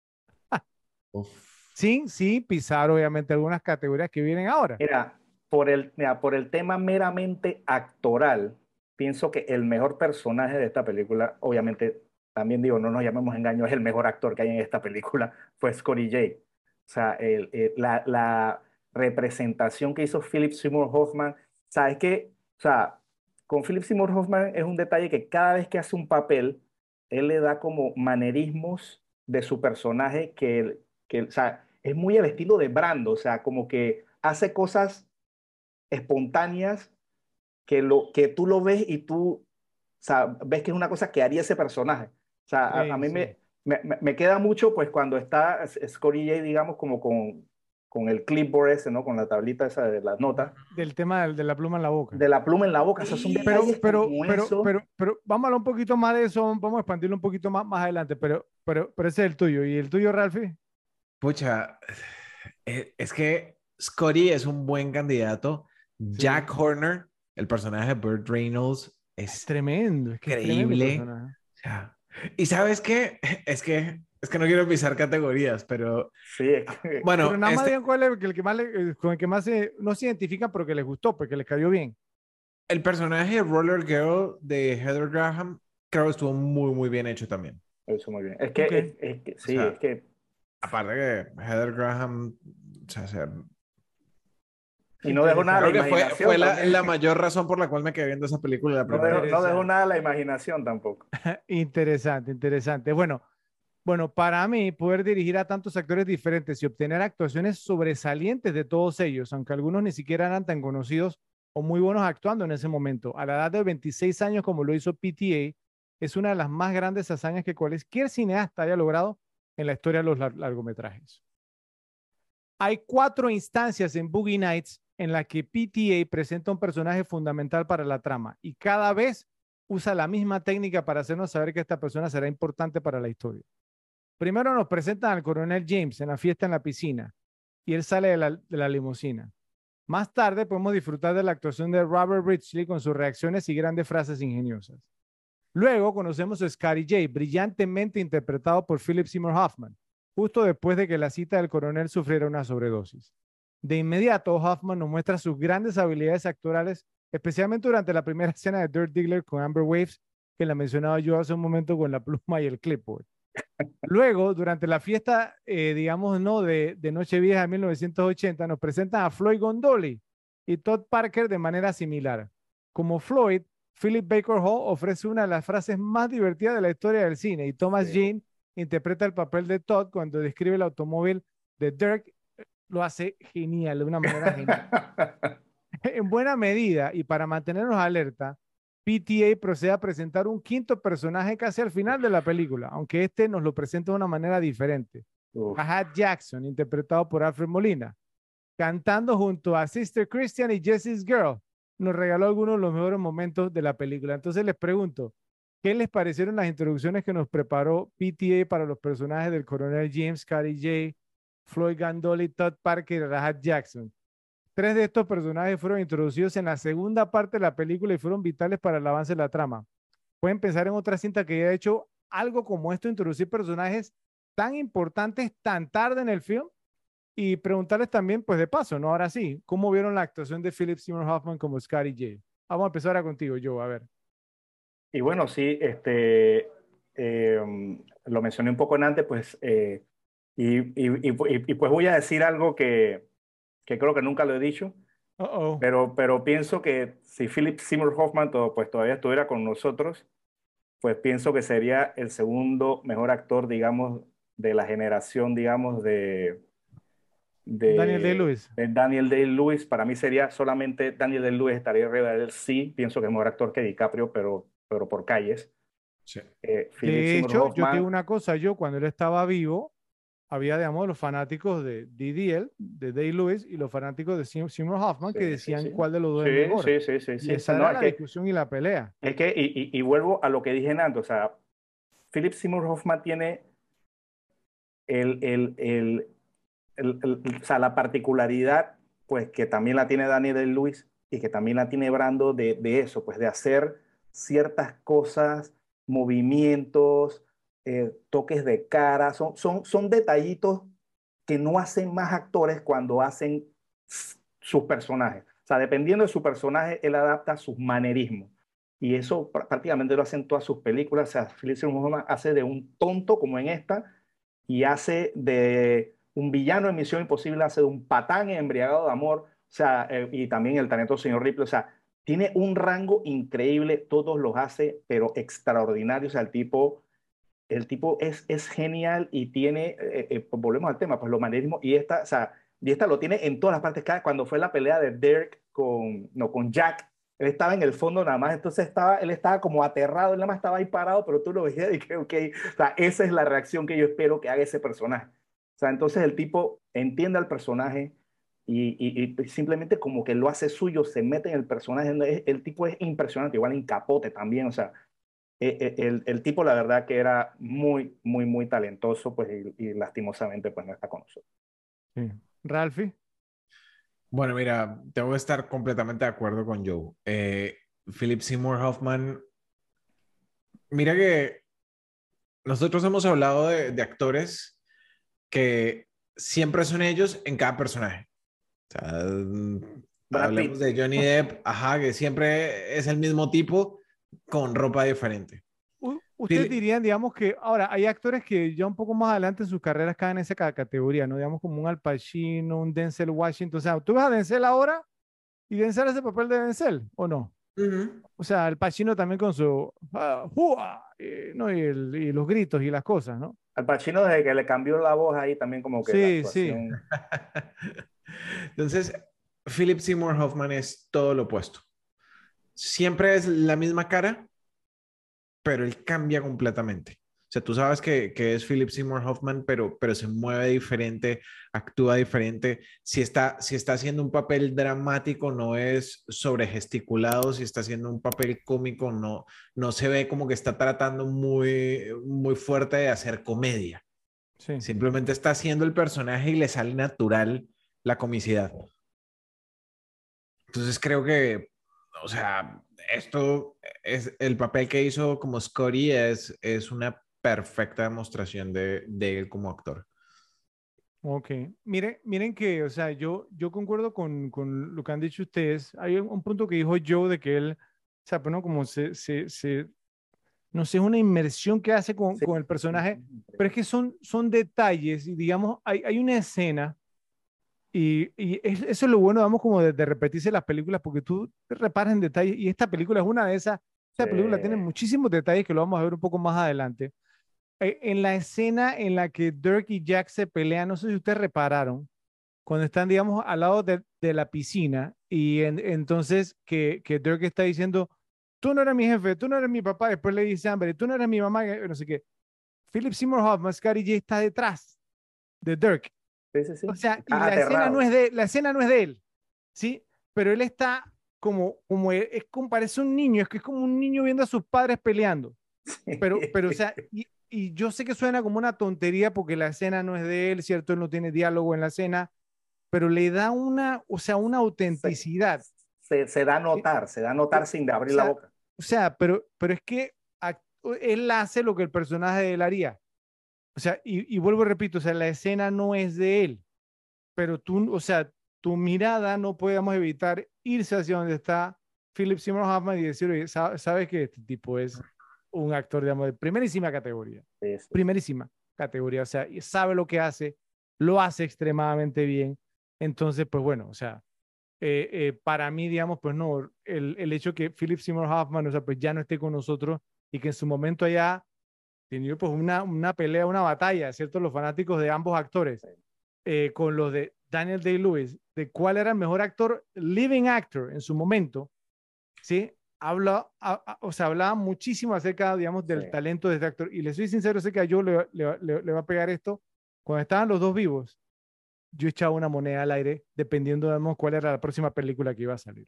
Uf. Sin, sí, pisar obviamente algunas categorías que vienen ahora. Mira, por el, mira, por el tema meramente actoral, pienso que el mejor personaje de esta película, obviamente, también digo, no nos llamemos engaño, es el mejor actor que hay en esta película, fue Scotty J. O sea, el- el- la, la representación que hizo Philip Seymour Hoffman, ¿sabes qué? O sea, con Philip Seymour Hoffman es un detalle que cada vez que hace un papel, él le da como manerismos de su personaje que, que o sea, es muy al estilo de Brando, o sea, como que hace cosas espontáneas que, lo, que tú lo ves y tú, o sea, ves que es una cosa que haría ese personaje. O sea, a, a Sí, mí sí. me, me, me queda mucho, pues, cuando está Scotty J, digamos, como con, con el clipboard ese, ¿no? Con la tablita esa de las notas, Del tema del- de, la pluma en la boca. de la pluma en la boca. O sea, son Pero, detalles pero, como pero, eso. pero, pero, vamos a hablar un poquito más de eso, vamos a expandirlo un poquito más, más adelante, pero, pero, pero ese es el tuyo. ¿Y el tuyo, Ralphie? Pucha, eh, es que Scotty es un buen candidato. Sí. Jack Horner, el personaje de Burt Reynolds, Es es tremendo, es que es tremendo el increíble. personaje. O sea, y sabes qué, es que es que no quiero pisar categorías, pero Sí, es que, Pero bueno, nada más este, digan cuál es el que más le- eh, con el que más se, no se identifican porque les gustó, porque les cayó bien. el personaje de Roller Girl de Heather Graham creo que estuvo muy, muy bien hecho también. eso muy bien. Es que, Ok. es, es que O sí, es sea, que, aparte que Heather Graham, o sea, o sea, y no dejó nada a la creo que Interesante, fue, fue imaginación la, también. la mayor razón por la cual me quedé viendo esa película la No primera dejó, no vez. dejó interesante, nada a la imaginación tampoco. interesante, interesante. Bueno, bueno, para mí poder dirigir a tantos actores diferentes y obtener actuaciones sobresalientes de todos ellos, aunque algunos ni siquiera eran tan conocidos o muy buenos actuando en ese momento, a la edad de veintiséis años como lo hizo P T A, es una de las más grandes hazañas que cualquier cineasta haya logrado en la historia de los lar- largometrajes. Hay cuatro instancias en Boogie Nights en las que P T A presenta un personaje fundamental para la trama y cada vez usa la misma técnica para hacernos saber que esta persona será importante para la historia. Primero nos presentan al coronel James en la fiesta en la piscina y él sale de la, de la limusina. Más tarde podemos disfrutar de la actuación de Robert Ridgely con sus reacciones y grandes frases ingeniosas. Luego conocemos a Scotty J, brillantemente interpretado por Philip Seymour Hoffman, justo después de que la cita del coronel sufriera una sobredosis. De inmediato, Hoffman nos muestra sus grandes habilidades actorales, especialmente durante la primera escena de Dirt Diggler con Amber Waves, que la mencionaba yo hace un momento con la pluma y el clipboard. Luego, durante la fiesta, eh, digamos, no, de, de Nochevieja de mil novecientos ochenta, nos presentan a Floyd Gondoli y Todd Parker de manera similar. Como Floyd, Philip Baker Hall ofrece una de las frases más divertidas de la historia del cine y Thomas Sí. Jane interpreta el papel de Todd cuando describe el automóvil de Dirk. Lo hace genial, de una manera genial. En buena medida, y para mantenernos alerta, P T A procede a presentar un quinto personaje casi al final de la película, aunque este nos lo presenta de una manera diferente. Uf. Rahat Jackson, interpretado por Alfred Molina, cantando junto a Sister Christian y Jessie's Girl, nos regaló algunos de los mejores momentos de la película. Entonces les pregunto, ¿qué les parecieron las introducciones que nos preparó P T A para los personajes del coronel James Cady J, Floyd Gandoli, Todd Parker y Rahat Jackson? Tres de estos personajes fueron introducidos en la segunda parte de la película y fueron vitales para el avance de la trama. Pueden pensar en otra cinta que haya hecho algo como esto, introducir personajes tan importantes tan tarde en el film y preguntarles también, pues de paso, ¿no? Ahora sí, ¿cómo vieron la actuación de Philip Seymour Hoffman como Scotty J? Vamos a empezar ahora contigo, Joe, a ver. Y bueno, sí, este, eh, lo mencioné un poco en antes, pues, eh, y, y, y, y, pues voy a decir algo que, que creo que nunca lo he dicho, Uh oh. pero, pero pienso que si Philip Seymour Hoffman todo, pues, todavía estuviera con nosotros, pues pienso que sería el segundo mejor actor, digamos, de la generación, digamos, de, Daniel de, Day-Lewis. de Daniel Day-Lewis. Para mí sería solamente Daniel Day-Lewis estaría arriba de él. Sí, pienso que es mejor actor que DiCaprio, pero, pero por calles. Sí. Eh, Philip De Seymour hecho, yo te digo Hoffman, una cosa, yo cuando él estaba vivo, había, digamos, los fanáticos de D D L, de Day-Lewis, y los fanáticos de Sim- Seymour Hoffman sí, que sí, decían sí. cuál de los dos es Sí, mejor. sí, sí, sí, Y sí. O sea, esa no, era es la que, discusión y la pelea. es que y, y, y vuelvo a lo que dije antes, o sea, Philip Seymour Hoffman tiene el, el, el, el, el- o sea, la particularidad, pues que también la tiene Daniel Day-Lewis y que también la tiene Brando de, de eso, pues de hacer ciertas cosas, movimientos, eh, toques de cara, son, son, son detallitos que no hacen más actores cuando hacen s- sus personajes. O sea, dependiendo de su personaje, él adapta sus manerismos. Y eso pr- prácticamente lo hace en todas sus películas. O sea, Philip Seymour Hoffman hace de un tonto como en esta y hace de un villano en Misión Imposible, hace de un patán embriagado de amor, o sea, eh, y también el talentoso señor Ripley, o sea, tiene un rango increíble, todos los hace, pero extraordinario, o sea, el tipo, el tipo es, es genial y tiene, eh, eh, pues volvemos al tema, pues los manerismos, y esta, o sea, y esta lo tiene en todas las partes, cada, cuando fue la pelea de Dirk con, no, con Jack, él estaba en el fondo nada más, entonces estaba, él estaba como aterrado, él nada más estaba ahí parado, pero tú lo veías y que, ok, o sea, esa es la reacción que yo espero que haga ese personaje. O sea, entonces el tipo entiende al personaje y, y, y simplemente como que lo hace suyo, se mete en el personaje, el, el tipo es impresionante, igual en Capote también, o sea, el, el, el tipo la verdad que era muy, muy, muy talentoso, pues, y, y lastimosamente pues no está con nosotros. Sí. Ralphie. Bueno, mira, tengo que estar completamente de acuerdo con Joe. Eh, Philip Seymour Hoffman, mira que nosotros hemos hablado de, de actores que siempre son ellos en cada personaje. O sea, mm, Brad hablemos Pitt. de Johnny Depp, ajá, que siempre es el mismo tipo con ropa diferente. U- Ustedes Philip, dirían, digamos que, ahora, hay actores que ya un poco más adelante en sus carreras caen en esa ca- categoría, ¿no? Digamos como un Al Pacino, un Denzel Washington. O sea, tú ves a Denzel ahora y Denzel hace el papel de Denzel, ¿o no? ujú. O sea, Al Pacino también con su, ah, ¡jua! Eh, ¿no? Y, el- y los gritos y las cosas, ¿no? Al Pacino desde que le cambió la voz ahí también como que la Sí, sí. actuación. Entonces, Philip Seymour Hoffman es todo lo opuesto. Siempre es la misma cara, pero él cambia completamente. O sea, tú sabes que, que es Philip Seymour Hoffman, pero, pero se mueve diferente, actúa diferente. Si está, si está haciendo un papel dramático, no es sobregesticulado. Si está haciendo un papel cómico, no, no se ve como que está tratando muy, muy fuerte de hacer comedia. Sí. Simplemente está haciendo el personaje y le sale natural la comicidad. Entonces creo que, o sea, esto es el papel que hizo como Scotty es, es una perfecta demostración de, de él como actor. Ok. Miren, miren que, o sea, yo, yo concuerdo con, con lo que han dicho ustedes. Hay un, un punto que dijo Joe de que él, o sea, pues no, como se, se, se no sé, es una inmersión que hace con, Sí, con el sí, personaje, sí, pero es que son, son detalles y digamos, hay, hay una escena y, y es- eso es lo bueno, vamos, como de, de repetirse las películas porque tú te reparas en detalles y esta película es una de esas, esta película tiene sí, muchísimos detalles que lo vamos a ver un poco más adelante. Eh, en la escena en la que Dirk y Jack se pelean, no sé si ustedes repararon, cuando están, digamos, al lado de, de la piscina y en- entonces que, que Dirk está diciendo, tú no eres mi jefe, tú no eres mi papá, después le dice Amber, tú no eres mi mamá, no sé qué. Philip Seymour Hoffman, Scotty J está detrás de Dirk. sí, sí, O sí. sea, y Estás la escena no aterrado. es de, la escena no es de él, ¿sí? Pero él está como, como, es como, parece un niño, es que es como un niño viendo a sus padres peleando. Pero, pero, o sea, y, y yo sé que suena como una tontería porque la escena no es de él, ¿cierto? Él no tiene diálogo en la escena, pero le da una, o sea, una Se, autenticidad. se, se da a Eh, notar, se da a pero, notar sin de o abrir la sea, boca. o sea, pero, pero es que act- él hace lo que el personaje de él haría. O sea, y, y vuelvo y repito, o sea, la escena no es de él, pero tú, o sea, tu mirada no podemos evitar irse hacia donde está Philip Seymour Hoffman y decir, oye, sa- sabes que este tipo es un actor, digamos, de primerísima categoría, Sí, sí, sí. primerísima categoría, o sea, y sabe lo que hace, lo hace extremadamente bien. Entonces, pues bueno, o sea, eh, eh, para mí, digamos, pues no, el, el hecho que Philip Seymour Hoffman, o sea, pues ya no esté con nosotros, y que en su momento haya tenido pues una, una pelea, una batalla, ¿cierto? Los fanáticos de ambos actores, eh, con los de Daniel Day-Lewis, de cuál era el mejor actor, living actor en su momento, ¿sí? Habla, a, a, o sea, hablaba muchísimo acerca, digamos, del Sí. talento de este actor. Y le soy sincero, sé que a yo le, le, le, le va a pegar esto. Cuando estaban los dos vivos, yo echaba una moneda al aire dependiendo, digamos, cuál era la próxima película que iba a salir.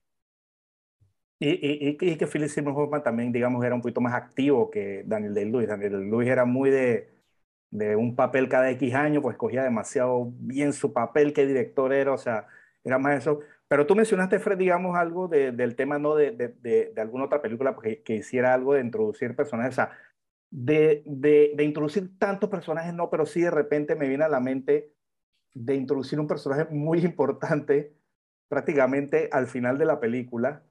Y, y, y, y que Philip Seymour Hoffman también, digamos, era un poquito más activo que Daniel Day-Lewis. Daniel Day-Lewis era muy de, de un papel cada X años, pues cogía demasiado bien su papel, qué director era, o sea, era más eso. Pero tú mencionaste, Fred, digamos, algo de, del tema, ¿no? De, de, de, de alguna otra película que, que hiciera algo de introducir personajes, o sea, de, de, de introducir tantos personajes, no, pero sí de repente me viene a la mente de introducir un personaje muy importante prácticamente al final de la película,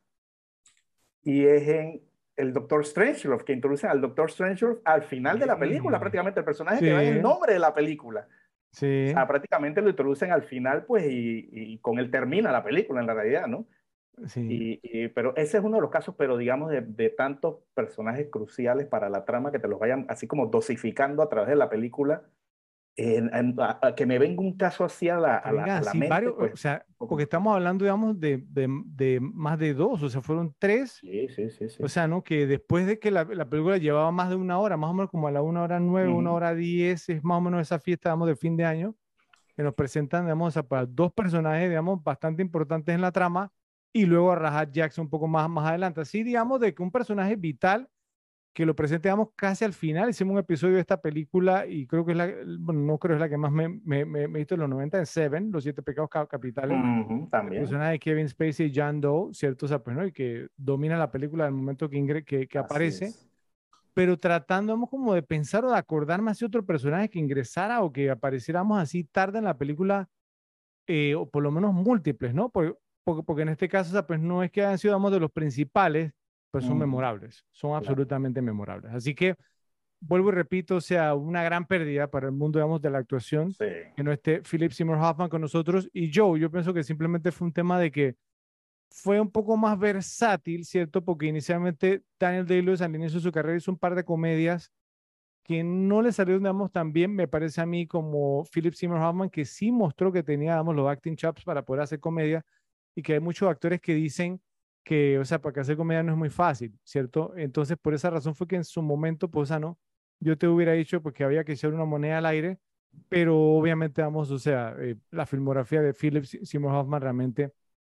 y es en el Doctor Strangelove, que introducen al Doctor Strangelove al final de la película, Sí, prácticamente el personaje que va en el sí, nombre de la película. O sí, sea, prácticamente lo introducen al final, pues, y, y con él termina la película en la realidad, ¿no? sí. Y, y, pero ese es uno de los casos, pero digamos, de, de tantos personajes cruciales para la trama que te los vayan así como dosificando a través de la película. En, en, a, a que me venga un caso así a la, Que a la, vengan a la así mente, varios, pues, o sea, un poco porque más estamos complicado. hablando, digamos, de, de, de más de dos, o sea, fueron tres. Sí, sí, sí, O sí. sea, ¿no? Que después de que la, la película llevaba más de una hora, más o menos como a la una hora nueve, Uh una -huh. hora diez, es más o menos esa fiesta, digamos, de fin de año, que nos presentan, digamos, o sea, para dos personajes, digamos, bastante importantes en la trama, y luego a Rajat Jackson un poco más, más adelante. Así, digamos, de que un personaje vital que lo presentamos casi al final. Hicimos un episodio de esta película y creo que es la, bueno, no creo que es la que más me, me, me, me he visto en los noventa, en Seven, Los Siete Pecados Uh Capitales. -huh, El también. personaje de Kevin Spacey y John Doe, ¿cierto? O sea, pues, ¿no? Y que domina la película al momento que, ingre que, que Así aparece, es. pero tratando vamos, como de pensar o de acordarme de otro personaje que ingresara o que apareciéramos así tarde en la película, eh, o por lo menos múltiples, ¿no? Porque, porque, porque en este caso, o sea, pues no es que hayan sido, digamos, de los principales, pues Uh son -huh, memorables, son claro. absolutamente memorables. Así que vuelvo y repito, o sea, una gran pérdida para el mundo, digamos, de la actuación, Sí. que no esté Philip Seymour Hoffman con nosotros. Y Joe, yo pienso que simplemente fue un tema de que fue un poco más versátil, ¿cierto? Porque inicialmente Daniel Day-Lewis al inicio de su carrera hizo un par de comedias que no le salieron, digamos, tan bien, me parece a mí, como Philip Seymour Hoffman, que sí mostró que tenía, digamos, los acting chops para poder hacer comedia, y que hay muchos actores que dicen que, o sea, para que hacer comedia no es muy fácil, ¿cierto? Entonces, por esa razón fue que en su momento, pues, o sea, no, yo te hubiera dicho porque había que echar una moneda al aire, pero obviamente, vamos, o sea, eh, la filmografía de Philip Seymour Hoffman realmente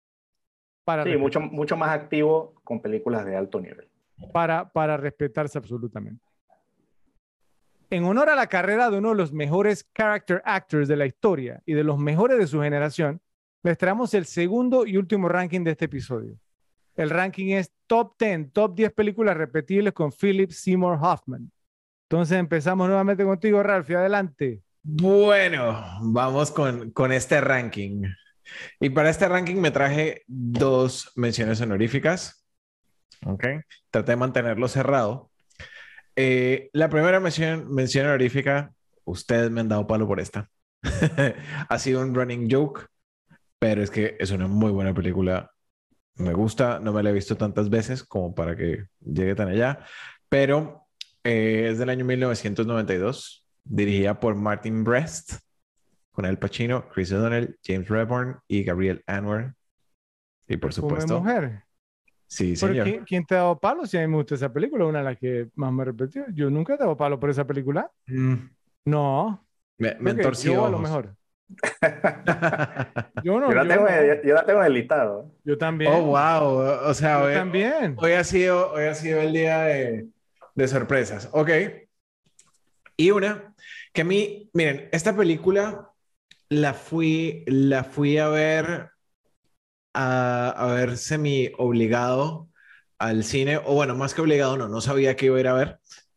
para Sí, mucho, respetar, mucho más activo con películas de alto nivel. para, para respetarse absolutamente. En honor a la carrera de uno de los mejores character actors de la historia y de los mejores de su generación, les traemos el segundo y último ranking de este episodio. El ranking es Top diez, Top diez películas repetibles con Philip Seymour Hoffman. Entonces empezamos nuevamente contigo, Ralph, y adelante. Bueno, vamos con, con este ranking. Y para este ranking me traje dos menciones honoríficas. Ok. Traté de mantenerlo cerrado. Eh, la primera mención, mención honorífica, ustedes me han dado palo por esta. Ha sido un running joke, pero es que es una muy buena película. Me gusta, no me la he visto tantas veces como para que llegue tan allá, pero eh, es del año mil novecientos noventa y dos, dirigida por Martin Brest, con Al Pacino, Chris O'Donnell, James Rebhorn y Gabriel Anwar. Y por Perfume de supuesto, mujer. sí, ¿Pero señor. quién, quién te ha dado palo? Si a mí me gusta esa película, una de las que más me he repetido. Yo nunca te he dado palo por esa película. Mm, No, me, me creo han que torcido yo a lo ojos. mejor. Yo no, yo, la yo tengo, no. yo la tengo en el listado. Yo Oh, también. wow. O sea, Yo hoy, también. hoy ha sido, hoy ha sido el día de, de sorpresas. Ok. Y una que a mí, miren, esta película la fui, la fui a ver, a, a ver semi obligado al cine, o bueno, más que obligado, no, no sabía que iba a ir a ver.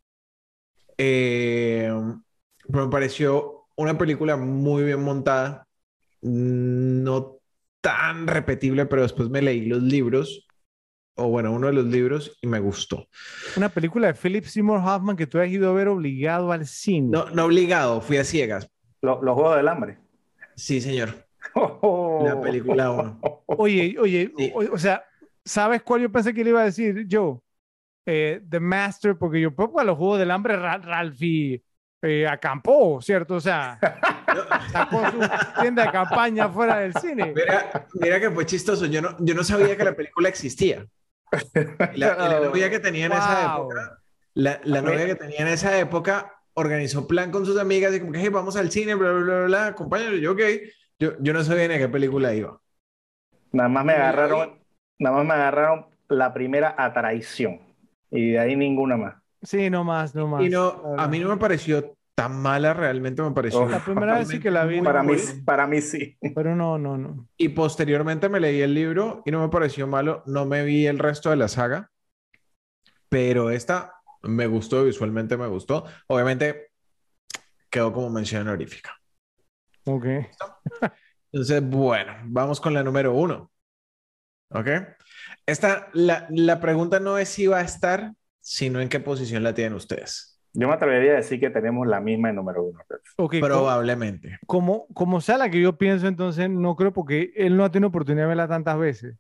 Eh, pero me pareció una película muy bien montada, no tan repetible, pero después me leí los libros, o bueno, uno de los libros, y me gustó. Una película de Philip Seymour Hoffman que tú has ido a ver obligado al cine. No, no obligado, fui a ciegas. Lo- los Juegos del Hambre. Sí, señor. La Oh. película uno. Oye, oye, o, Sí. o sea, ¿sabes cuál yo pensé que le iba a decir yo? eh, The Master, porque yo poco a los Juegos del Hambre, Ra- Ralphie eh, acampó, ¿cierto? O sea, sacó su tienda de campaña fuera del cine. Mira, mira que fue chistoso. Yo no, yo no sabía que la película existía. Y la, y la novia que tenía en esa Wow. época, la, la novia que tenía en esa época organizó plan con sus amigas y como que, hey, vamos al cine, bla, bla, bla, bla, acompáñanos. Yo, ok. Yo, yo no sabía ni a qué película iba. Nada más me Y me la vi. agarraron, nada más me agarraron la primera a traición. Y de ahí ninguna más. Sí, no más, no Y más. la no, a mí verdad. no me pareció tan mala, realmente me pareció La Uf, primera vez sí que realmente la vi, muy no para mí, fue. buena. para mí sí. Pero no, no, no. Y posteriormente me leí el libro y no me pareció malo. No me vi el resto de la saga, pero esta me gustó, visualmente me gustó. Obviamente quedó como mención honorífica. Ok. Entonces, bueno, vamos con la número uno. ¿Ok? Esta, la, la pregunta no es si va a estar, sino en qué posición la tienen ustedes. Yo me atrevería a decir que tenemos la misma en número uno. Ok, co- Probablemente. como, como sea la que yo pienso, entonces no creo porque él no ha tenido oportunidad de verla tantas veces.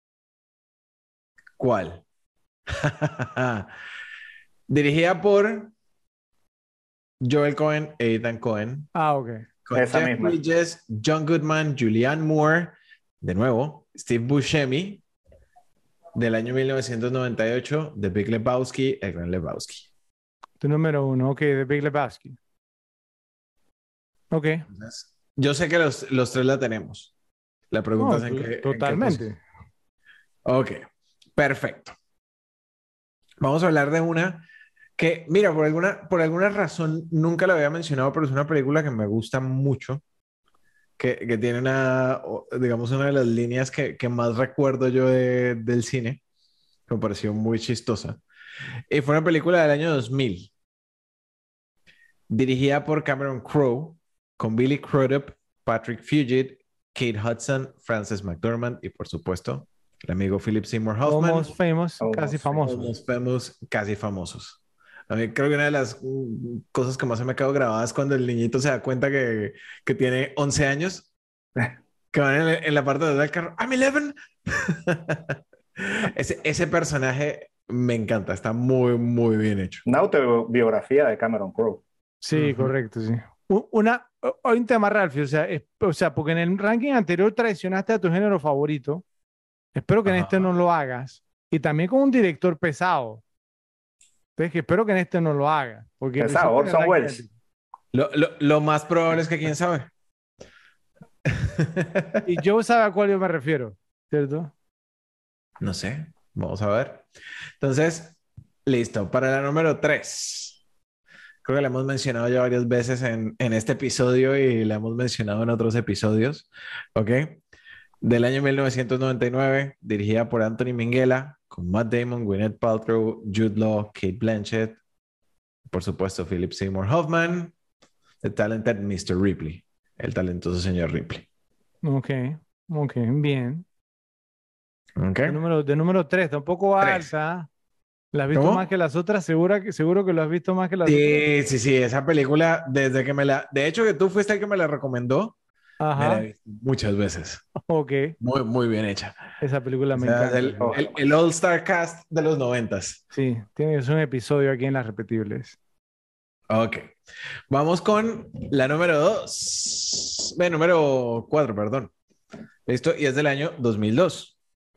¿Cuál? Dirigida por Joel Cohen e Ethan Cohen, Ah, ok. con Esa Jeff misma. Bridges, John Goodman, Julianne Moore, de nuevo, Steve Buscemi, del año mil novecientos noventa y ocho, The Big Lebowski, El Gran Lebowski. Tu número uno, ok, de Big Lebowski. Ok. Entonces, yo sé que los, los tres la tenemos. La pregunta No, es en to- qué, en qué posición. totalmente. Ok, perfecto. Vamos a hablar de una que, mira, por alguna, por alguna razón nunca la había mencionado, pero es una película que me gusta mucho, que, que tiene una, o- digamos, una de las líneas que, que más recuerdo yo de- del cine, que me pareció muy chistosa. Y fue una película del año dos mil, dirigida por Cameron Crowe, con Billy Crudup, Patrick Fugit, Kate Hudson, Frances McDormand y, por supuesto, el amigo Philip Seymour Hoffman. Almost famous, Almost casi famous. famosos. Almost Famous, casi famosos. A mí creo que una de las mm, cosas que más se me quedó grabada es cuando el niñito se da cuenta que, que tiene once años, que van en, en la parte de atrás del carro. I'm eleven. Ese, ese personaje me encanta, está muy, muy bien hecho. Una autobiografía de Cameron Crowe. Sí, Ujú. correcto, sí. U- Una, o- hay un tema, Ralphie, o sea, es- o sea, porque en el ranking anterior traicionaste a tu género favorito. Espero que en este no Ajá. lo hagas. Y también con un director pesado. Entonces, que espero que en este no lo hagas. Porque lo Esa, hiciste en el Orson ranking Welles. anterior. Lo, lo, lo más probable es que quién sabe. Y Joe sabe a cuál yo me refiero, ¿cierto? No sé, vamos a ver. Entonces, listo, para la número tres. Creo que la hemos mencionado ya varias veces en, en este episodio y la hemos mencionado en otros episodios, ¿ok? Del año mil novecientos noventa y nueve, dirigida por Anthony Minghella, con Matt Damon, Gwyneth Paltrow, Jude Law, Kate Blanchett, por supuesto Philip Seymour Hoffman, The Talented mister Ripley, el talentoso señor Ripley, Ok, ok, bien. ¿ok? De número, de número tres, tampoco Tres. alta. ¿La has visto más ¿Cómo? que las otras? ¿Segura que, seguro que lo has visto más que las otras? Sí, sí, sí, esa película, desde que me la... De hecho, que tú fuiste el que me la recomendó, me la he Ajá, visto muchas veces. ok. Muy, muy bien hecha. Esa película O me sea, es encanta, el, sí. Oh, el, el All-Star Cast de los noventas. Sí, tienes un episodio aquí en Las Repetibles. Ok. Vamos con la número dos. Ve, número cuatro, perdón. Listo, y es del año dos mil dos.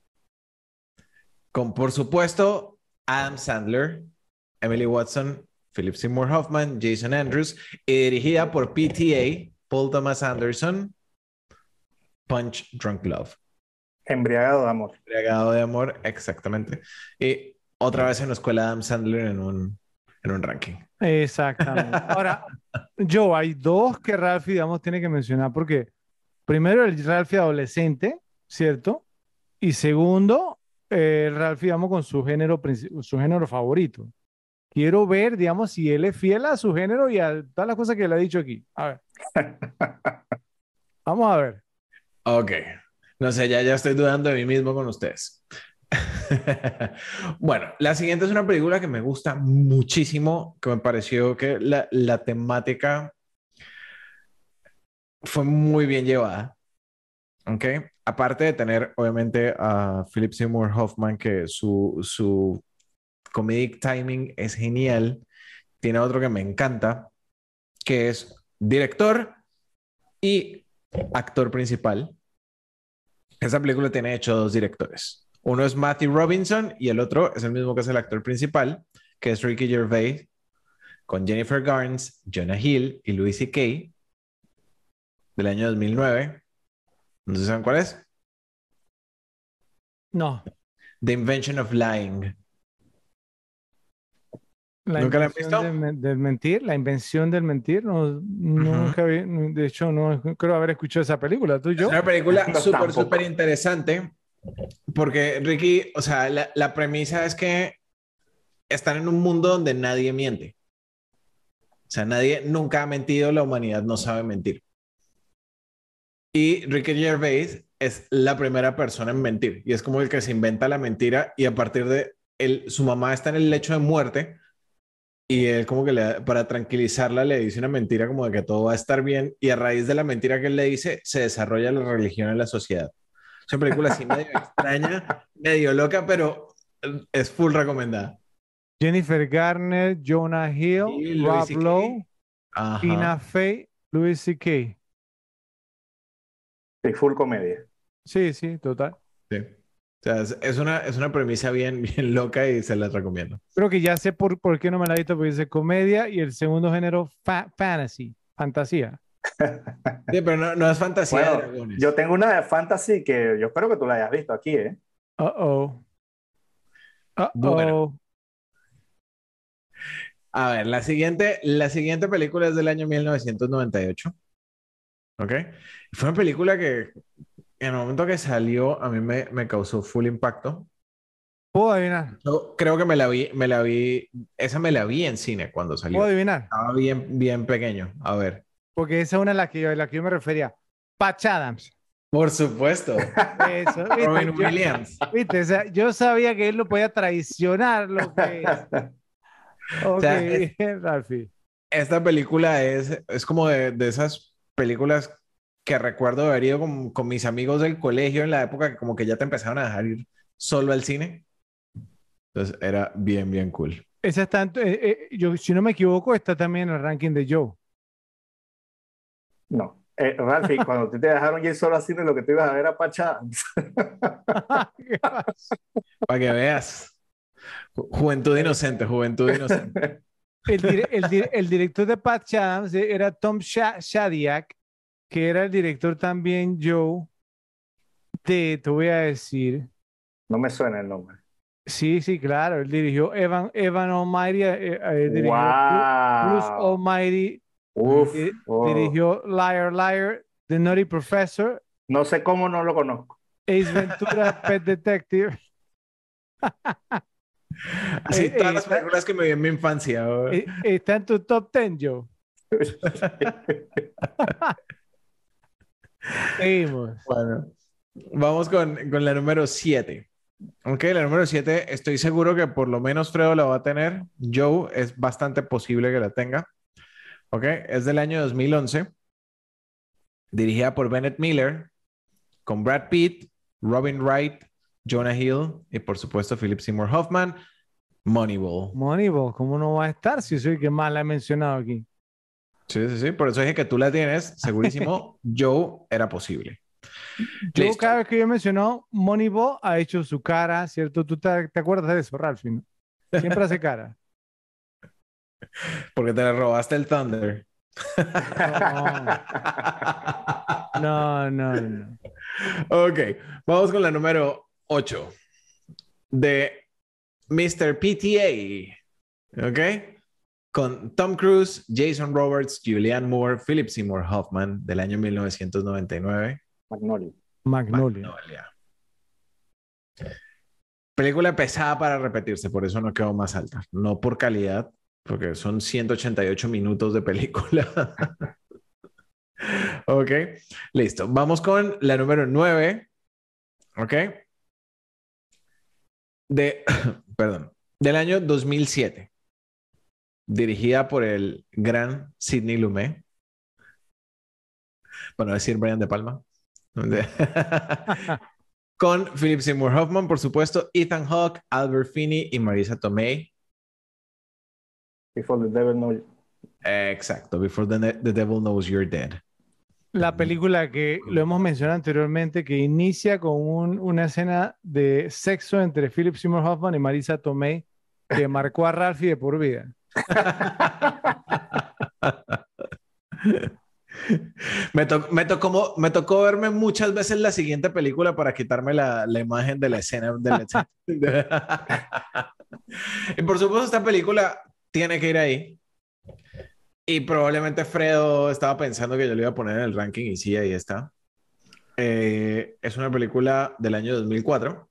Con, por supuesto, Adam Sandler, Emily Watson, Philip Seymour Hoffman, Jason Andrews, y dirigida por P T A, Paul Thomas Anderson, Punch Drunk Love. embriagado de amor. Embriagado de amor, exactamente. Y otra vez en la escuela Adam Sandler en un, en un ranking. Exactamente. Ahora, Joe, hay dos que Ralphie, digamos, tiene que mencionar, porque primero el Ralphie adolescente, ¿cierto? Y segundo, eh, el Ralphie, digamos, con su género, princi- su género favorito. Quiero ver, digamos, si él es fiel a su género y a todas las cosas que le ha dicho aquí. A ver, vamos a ver. Ok. No sé, ya, ya estoy dudando de mí mismo con ustedes. Bueno, la siguiente es una película que me gusta muchísimo, que me pareció que la, la temática fue muy bien llevada. ¿Ok? Aparte de tener, obviamente, a Philip Seymour Hoffman, que su, su comedic timing es genial. Tiene otro que me encanta, que es director y actor principal. Esa película tiene hecho dos directores. Uno es Matthew Robinson y el otro es el mismo que es el actor principal, que es Ricky Gervais, con Jennifer Garnes, Jonah Hill y Louis C K, del año dos mil nueve. ¿No saben cuál es? No. The Invention of Lying. La ¿Nunca la han invención visto? de men- del mentir, la invención del mentir, no, nunca vi, de hecho no creo haber escuchado esa película, ¿tú y Es yo? una película No, súper, tampoco. súper interesante porque Ricky, o sea, la, la premisa es que están en un mundo donde nadie miente. O sea, nadie nunca ha mentido, la humanidad no sabe mentir. Y Ricky Gervais es la primera persona en mentir y es como el que se inventa la mentira y a partir de él, su mamá está en el lecho de muerte y él como que le, para tranquilizarla le dice una mentira como de que todo va a estar bien y a raíz de la mentira que él le dice se desarrolla la religión en la sociedad. Es una película así medio extraña, medio loca, pero es full recomendada. Jennifer Garner, Jonah Hill, Y Louis Rob C K. Lowe, Tina Ajá. Fey, Louis C K. Sí, full comedia. Sí, sí, total. Sí. O sea, es, es una, es una premisa bien, bien loca y se las recomiendo. Creo que ya sé por, por qué no me la he visto, porque dice comedia y el segundo género fa- fantasy, fantasía. Sí, pero no, no es fantasía de Bueno, dragones. yo tengo una de fantasy que yo espero que tú la hayas visto aquí, ¿eh? Uh-oh. Bueno, Uh-oh. a ver, la siguiente, la siguiente película es del año mil novecientos noventa y ocho. ¿Ok? Fue una película que en el momento que salió a mí me, me causó full impacto. ¿Puedo adivinar? Yo creo que me la vi, me la vi, esa me la vi en cine cuando ¿Puedo salió. adivinar? Estaba bien, bien pequeño. A ver. Porque esa es una a la que yo, a la que yo me refería. Patch Adams. Por supuesto. Eso, ¿viste? Robin Yo, Williams. ¿viste? O sea, yo sabía que él lo podía traicionar, lo que es. O Ok, sea, es- bien, Ralphie. esta película es, es como de, de esas películas que recuerdo haber ido con, con mis amigos del colegio en la época que como que ya te empezaron a dejar ir solo al cine. Entonces era bien, bien cool. Esa está, en tu- eh, eh, yo, si no me equivoco, está también en el ranking de Joe. No. Eh, Ralphie, cuando te dejaron ir solo al cine, lo que te ibas a ver era Pacha. ¿Qué pasa? Para que veas. Ju- Juventud inocente, juventud inocente. El, dire- el, di- el director de Patch Adams eh, era Tom Sha- Shadyac, que era el director también, Joe, de, te voy a decir, No me suena el nombre. sí, sí, claro, él dirigió Evan, Evan Almighty, eh, eh, dirigió Bru- Bruce ¡Wow! Almighty, Uf, di- oh. dirigió Liar Liar, The Nutty Professor, No sé cómo no lo conozco. Ace Ventura, Pet Detective. Así Eh, todas eh, las está, películas que me vi en mi infancia. ¿O? eh, está en tu top ten, Joe. Seguimos. Bueno, vamos con, con la número siete. Ok, la número siete, estoy seguro que por lo menos Fredo la va a tener. Joe es bastante posible que la tenga. Ok, es del año dos mil once. Dirigida por Bennett Miller, con Brad Pitt, Robin Wright, Jonah Hill y por supuesto Philip Seymour Hoffman. Moneyball. Moneyball, ¿cómo no va a estar si soy el que más la he mencionado aquí? Sí, sí, sí. Por eso dije que tú la tienes. Segurísimo, Joe era posible. Yo Listo. cada vez que yo he mencionado Moneyball ha hecho su cara, ¿cierto? ¿Tú te, te acuerdas de eso, Ralphie? ¿No? Siempre hace cara. Porque te le robaste el Thunder. No, no, no. Ok, vamos con la número ocho de mister P T A. Ok, con Tom Cruise, Jason Roberts, Julianne Moore, Philip Seymour Hoffman del año mil novecientos noventa y nueve. Magnolia. Magnolia. Magnolia. Película pesada para repetirse, por eso no quedó más alta. No por calidad, porque son ciento ochenta y ocho minutos de película. Ok, listo. Vamos con la número nueve. Ok. De, perdón, del año dos mil siete. Dirigida por el gran Sidney Lumet. Para no decir Brian De Palma. Con Philip Seymour Hoffman, por supuesto, Ethan Hawke, Albert Finney y Marisa Tomei. Before the Devil Knows. Eh, exacto, Before the, the Devil Knows You're Dead. La película que lo hemos mencionado anteriormente, que inicia con un- una escena de sexo entre Philip Seymour Hoffman y Marisa Tomei, que marcó a Ralphie de por vida. Me, to- me, tocó, me tocó verme muchas veces la siguiente película para quitarme la, la imagen de la escena. De la escena. Y por supuesto, esta película tiene que ir ahí. Y probablemente Fredo estaba pensando que yo le iba a poner en el ranking y sí, ahí está. Eh, es una película del año dos mil cuatro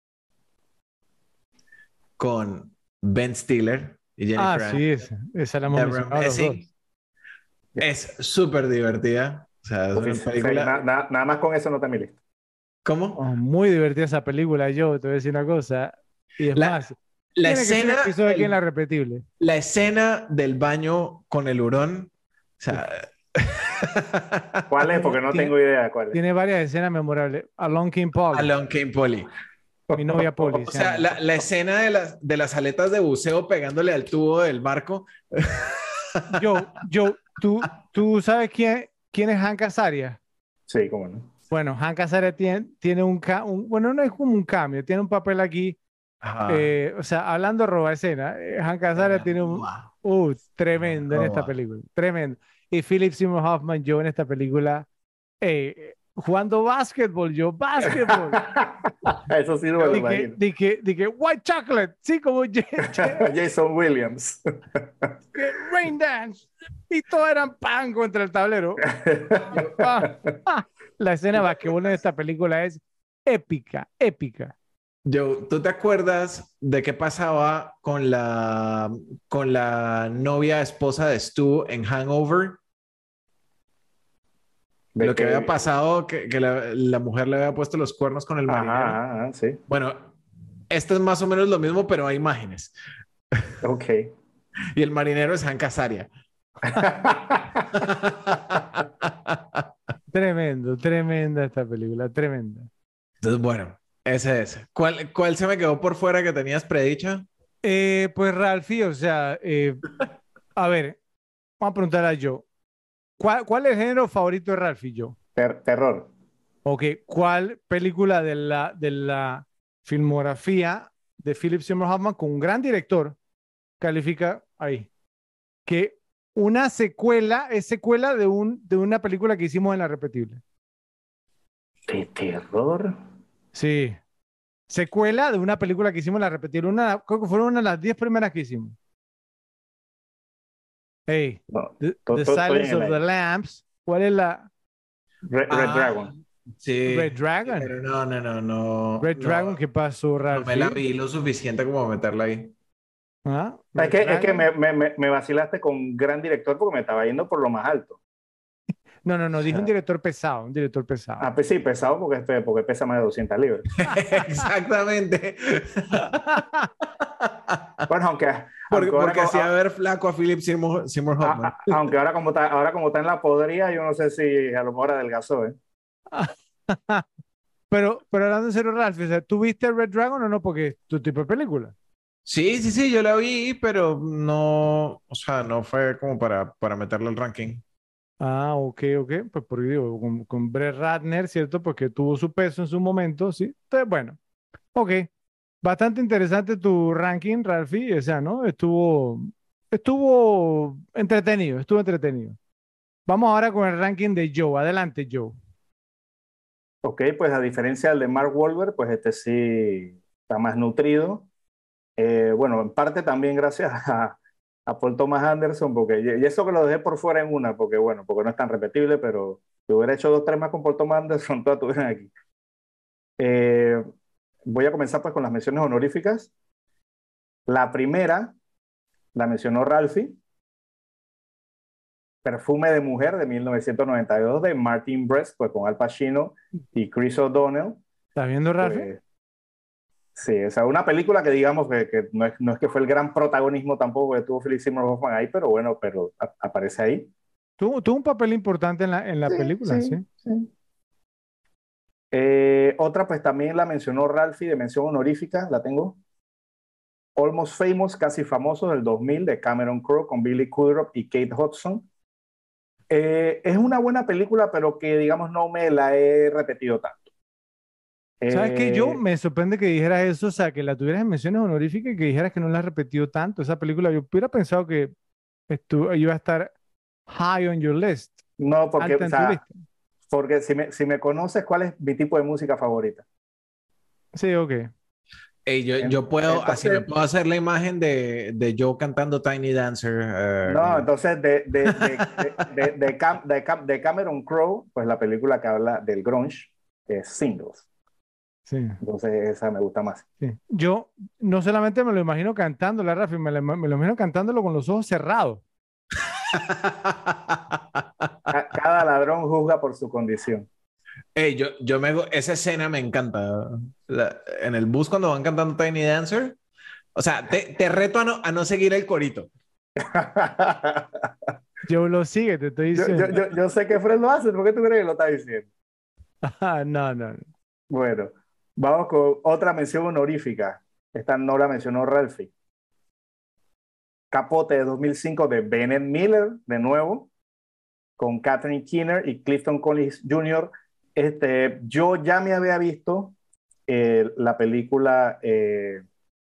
con Ben Stiller y Ah, Jennifer sí, esa, esa la hemos Deborah mencionado los dos. Messing. Es súper divertida. O sea, es una Ofici- sí, película... na- na- nada más con eso no te mi lista. ¿Cómo? Oh, muy divertida esa película, yo te voy a decir una cosa. Y es La, más, la tiene que ser un escena, episodio aquí en el- La Repetible. la escena del baño con el hurón. O sea... ¿Cuál es? Porque no tengo idea de cuál es. Tiene varias escenas memorables. Along Came Polly, Along Came Polly. mi novia Polly. O se sea, llama. la, la escena de las, de las aletas de buceo pegándole al tubo del barco. Joe, Joe, ¿tú, tú sabes quién, quién es Hank Azaria? Sí, cómo no. Bueno, Hank Azaria tiene, tiene un, ca- un- bueno, no es como un cambio, tiene un papel aquí. Ajá. eh, o sea, hablando de roba escena, eh, Hank Azaria tiene un, uh, tremendo en esta Roba. película, tremendo. Y Philip Seymour Hoffman, yo en esta película, eh, jugando básquetbol, yo, básquetbol. Eso sí no me lo Di que, imagino. di que, di que, white chocolate, sí, como J- J- Jason Williams. que Rain Dance. Y todo eran pan contra el tablero. Ah, ah. La escena de basquetbol en esta película es épica, épica. Joe, ¿tú te acuerdas de qué pasaba con la, con la novia esposa de Stu en Hangover? De Lo que había pasado, que, que la, la mujer le había puesto los cuernos con el marinero. Ajá, ajá, ajá, sí. Bueno, esto es más o menos lo mismo, pero hay imágenes. Ok. Y el marinero es Hank Azaria. Tremendo, tremenda esta película, tremenda. Entonces, bueno, ese es. ¿Cuál, cuál se me quedó por fuera que tenías predicha? Eh, pues Ralphie, o sea, eh, a ver, vamos a preguntar a Joe. ¿Cuál, cuál es el género favorito de Ralphie, Joe? Ter- terror. Ok, ¿cuál película de la, de la filmografía de Philip Seymour Hoffman con un gran director califica ahí? Que una secuela es secuela de, un, de una película que hicimos en La Repetible. ¿De terror? Sí. Secuela de una película que hicimos en La Repetible. Una, creo que fueron una de las diez primeras que hicimos. Hey, No. The, To- The to- estoy Silence en of el the aire. Lambs. ¿Cuál es la? Red, Red Ah, Dragon. Sí. Red Dragon. Pero no, no, no, no. Red no, Dragon, ¿qué pasó, no me la Ralphie? vi lo suficiente como para meterla ahí. ¿Ah? Es Red que, es que Dragon. me, me, me- me vacilaste con un gran director porque me estaba yendo por lo más alto. No, no, no, dije un director pesado, un director pesado. Ah, pues sí, pesado porque, este- porque pesa más de doscientas libras. Exactamente. Bueno, aunque, Porque, aunque, ahora, porque co- hacía ver flaco a Philip Seymour, Seymour a- Hoffman. a- aunque ahora, como está, ahora como está en la podría, yo no sé si a lo mejor adelgazó, ¿eh? Pero, pero hablando en serio, Ralph, o sea, ¿tú viste Red Dragon o no? Porque es tu tipo de película. Sí, sí, sí, yo la vi, pero no, o sea, no fue como para, para meterle al ranking. Ah, ok, ok. Pues porque digo, con, con Brett Ratner, ¿cierto? Porque tuvo su peso en su momento, ¿sí? Entonces, bueno, ok. Bastante interesante tu ranking, Ralphie. O sea, ¿no? Estuvo, estuvo entretenido, estuvo entretenido. Vamos ahora con el ranking de Joe. Adelante, Joe. Ok, pues a diferencia del de Mark Wahlberg, pues este sí está más nutrido. Eh, bueno, en parte también gracias a, a Paul Thomas Anderson, porque, y eso que lo dejé por fuera en una, porque bueno, porque no es tan repetible, pero si hubiera hecho dos, tres más con Paul Thomas Anderson, todas estuvieran aquí. Eh, voy a comenzar pues con las menciones honoríficas. La primera la mencionó Ralphie, Perfume de Mujer de mil novecientos noventa y dos de Martin Brest, pues con Al Pacino y Chris O'Donnell. ¿Estás viendo, Ralphie? Pues, sí, o sea, una película que digamos que, que no, es, no es que fue el gran protagonismo tampoco que tuvo Philip Seymour Hoffman ahí, pero bueno, pero a- aparece ahí. Tuvo, tuvo un papel importante en la, en la Sí, película, sí, ¿sí? sí. Eh, otra, pues también la mencionó Ralphie, de mención honorífica, la tengo. Almost Famous, Casi Famoso, del dos mil, de Cameron Crowe, con Billy Crudup y Kate Hudson. Eh, es una buena película, pero que, digamos, no me la he repetido tanto. ¿Sabes qué? Yo Eh, me sorprende que dijeras eso, o sea, que la tuvieras en menciones honoríficas y que dijeras que no la has repetido tanto. Esa película, yo hubiera pensado que estu- iba a estar high on your list, no, porque, alta o en tu sea, lista. porque si me, si me conoces, ¿cuál es mi tipo de música favorita? Sí, ok. Ey, yo, En- yo puedo, así me entonces, puedo hacer la imagen de, de yo cantando Tiny Dancer. eh, no, como- entonces de, de, de, de, de, de Cam- de Cam- de Cameron Crowe, pues la película que habla del grunge es Singles. Sí, Entonces esa me gusta más. sí. Yo no solamente me lo imagino cantándola, Rafi, me, la- me lo imagino cantándolo con los ojos cerrados. Ca- Cada ladrón juzga por su condición. Ey, yo, yo me hago, esa escena me encanta. La- en el bus cuando van cantando Tiny Dancer. O sea, te, te reto a no, a no seguir el corito. Yo lo sigue, te estoy Yo, yo, diciendo. yo, yo sé que Fred lo hace, ¿por qué tú crees que lo está diciendo? Ah, no, no, no. Bueno, vamos con otra mención honorífica. Esta no la mencionó Ralphie. Capote de dos mil cinco de Bennett Miller, de nuevo, con Catherine Keener y Clifton Collins junior Este, yo ya me había visto eh, la película, eh,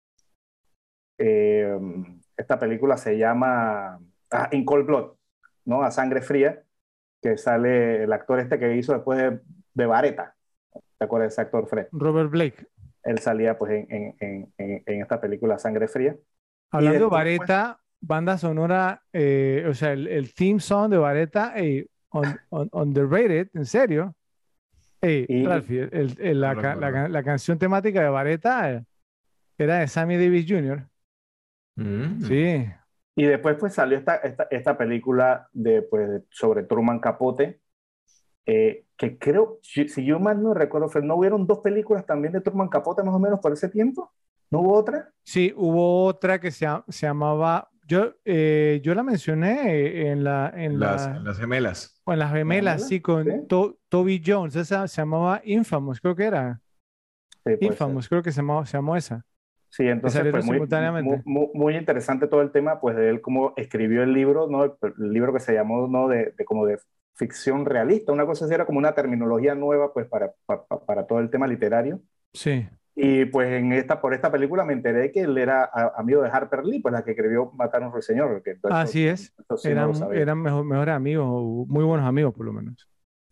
eh, esta película se llama ah, In Cold Blood, ¿no? A Sangre Fría, que sale el actor este que hizo después de, de Vareta. ¿Te acuerdas de ese actor, Fred? Robert Blake. Él salía pues en, en, en, en, en esta película Sangre Fría. Y Hablando de después, pues, Vareta, banda sonora, eh, o sea, el, el theme song de Vareta, eh, on- on- underrated, en serio. Hey, y, Ralphie, el- el- No la, lo ca- la recuerdo. ca- la canción temática de Vareta eh, era de Sammy Davis junior Mm. Sí, y después pues salió esta, esta, esta película de, pues, sobre Truman Capote, eh, que creo, si, si yo mal no recuerdo, Fred, ¿no hubieron dos películas también de Truman Capote más o menos por ese tiempo? ¿No hubo otra? sí, hubo otra que se, llama- se llamaba, yo, eh, yo la mencioné eh, en la, en Las, la, las gemelas. o en las gemelas, Dámela, sí, ¿sí? con To- Toby Jones, esa se llamaba Infamous, creo que era. Sí, puede ser. Infamous, creo que se llamó, se llamó esa, Sí, que entonces salieron pues muy, muy, simultáneamente. muy, muy interesante todo el tema pues de él cómo escribió el libro, ¿no? El, el libro que se llamó, ¿no? De, de como de ficción realista, una cosa así, era como una terminología nueva pues para, para, para todo el tema literario. Sí, Y pues en esta, por esta película me enteré que él era a- amigo de Harper Lee, pues la que escribió Matar a un ruiseñor, que todo eso, así es. eso sí no lo Eran, sabía. eran mejor- mejores amigos, o muy buenos amigos por lo menos.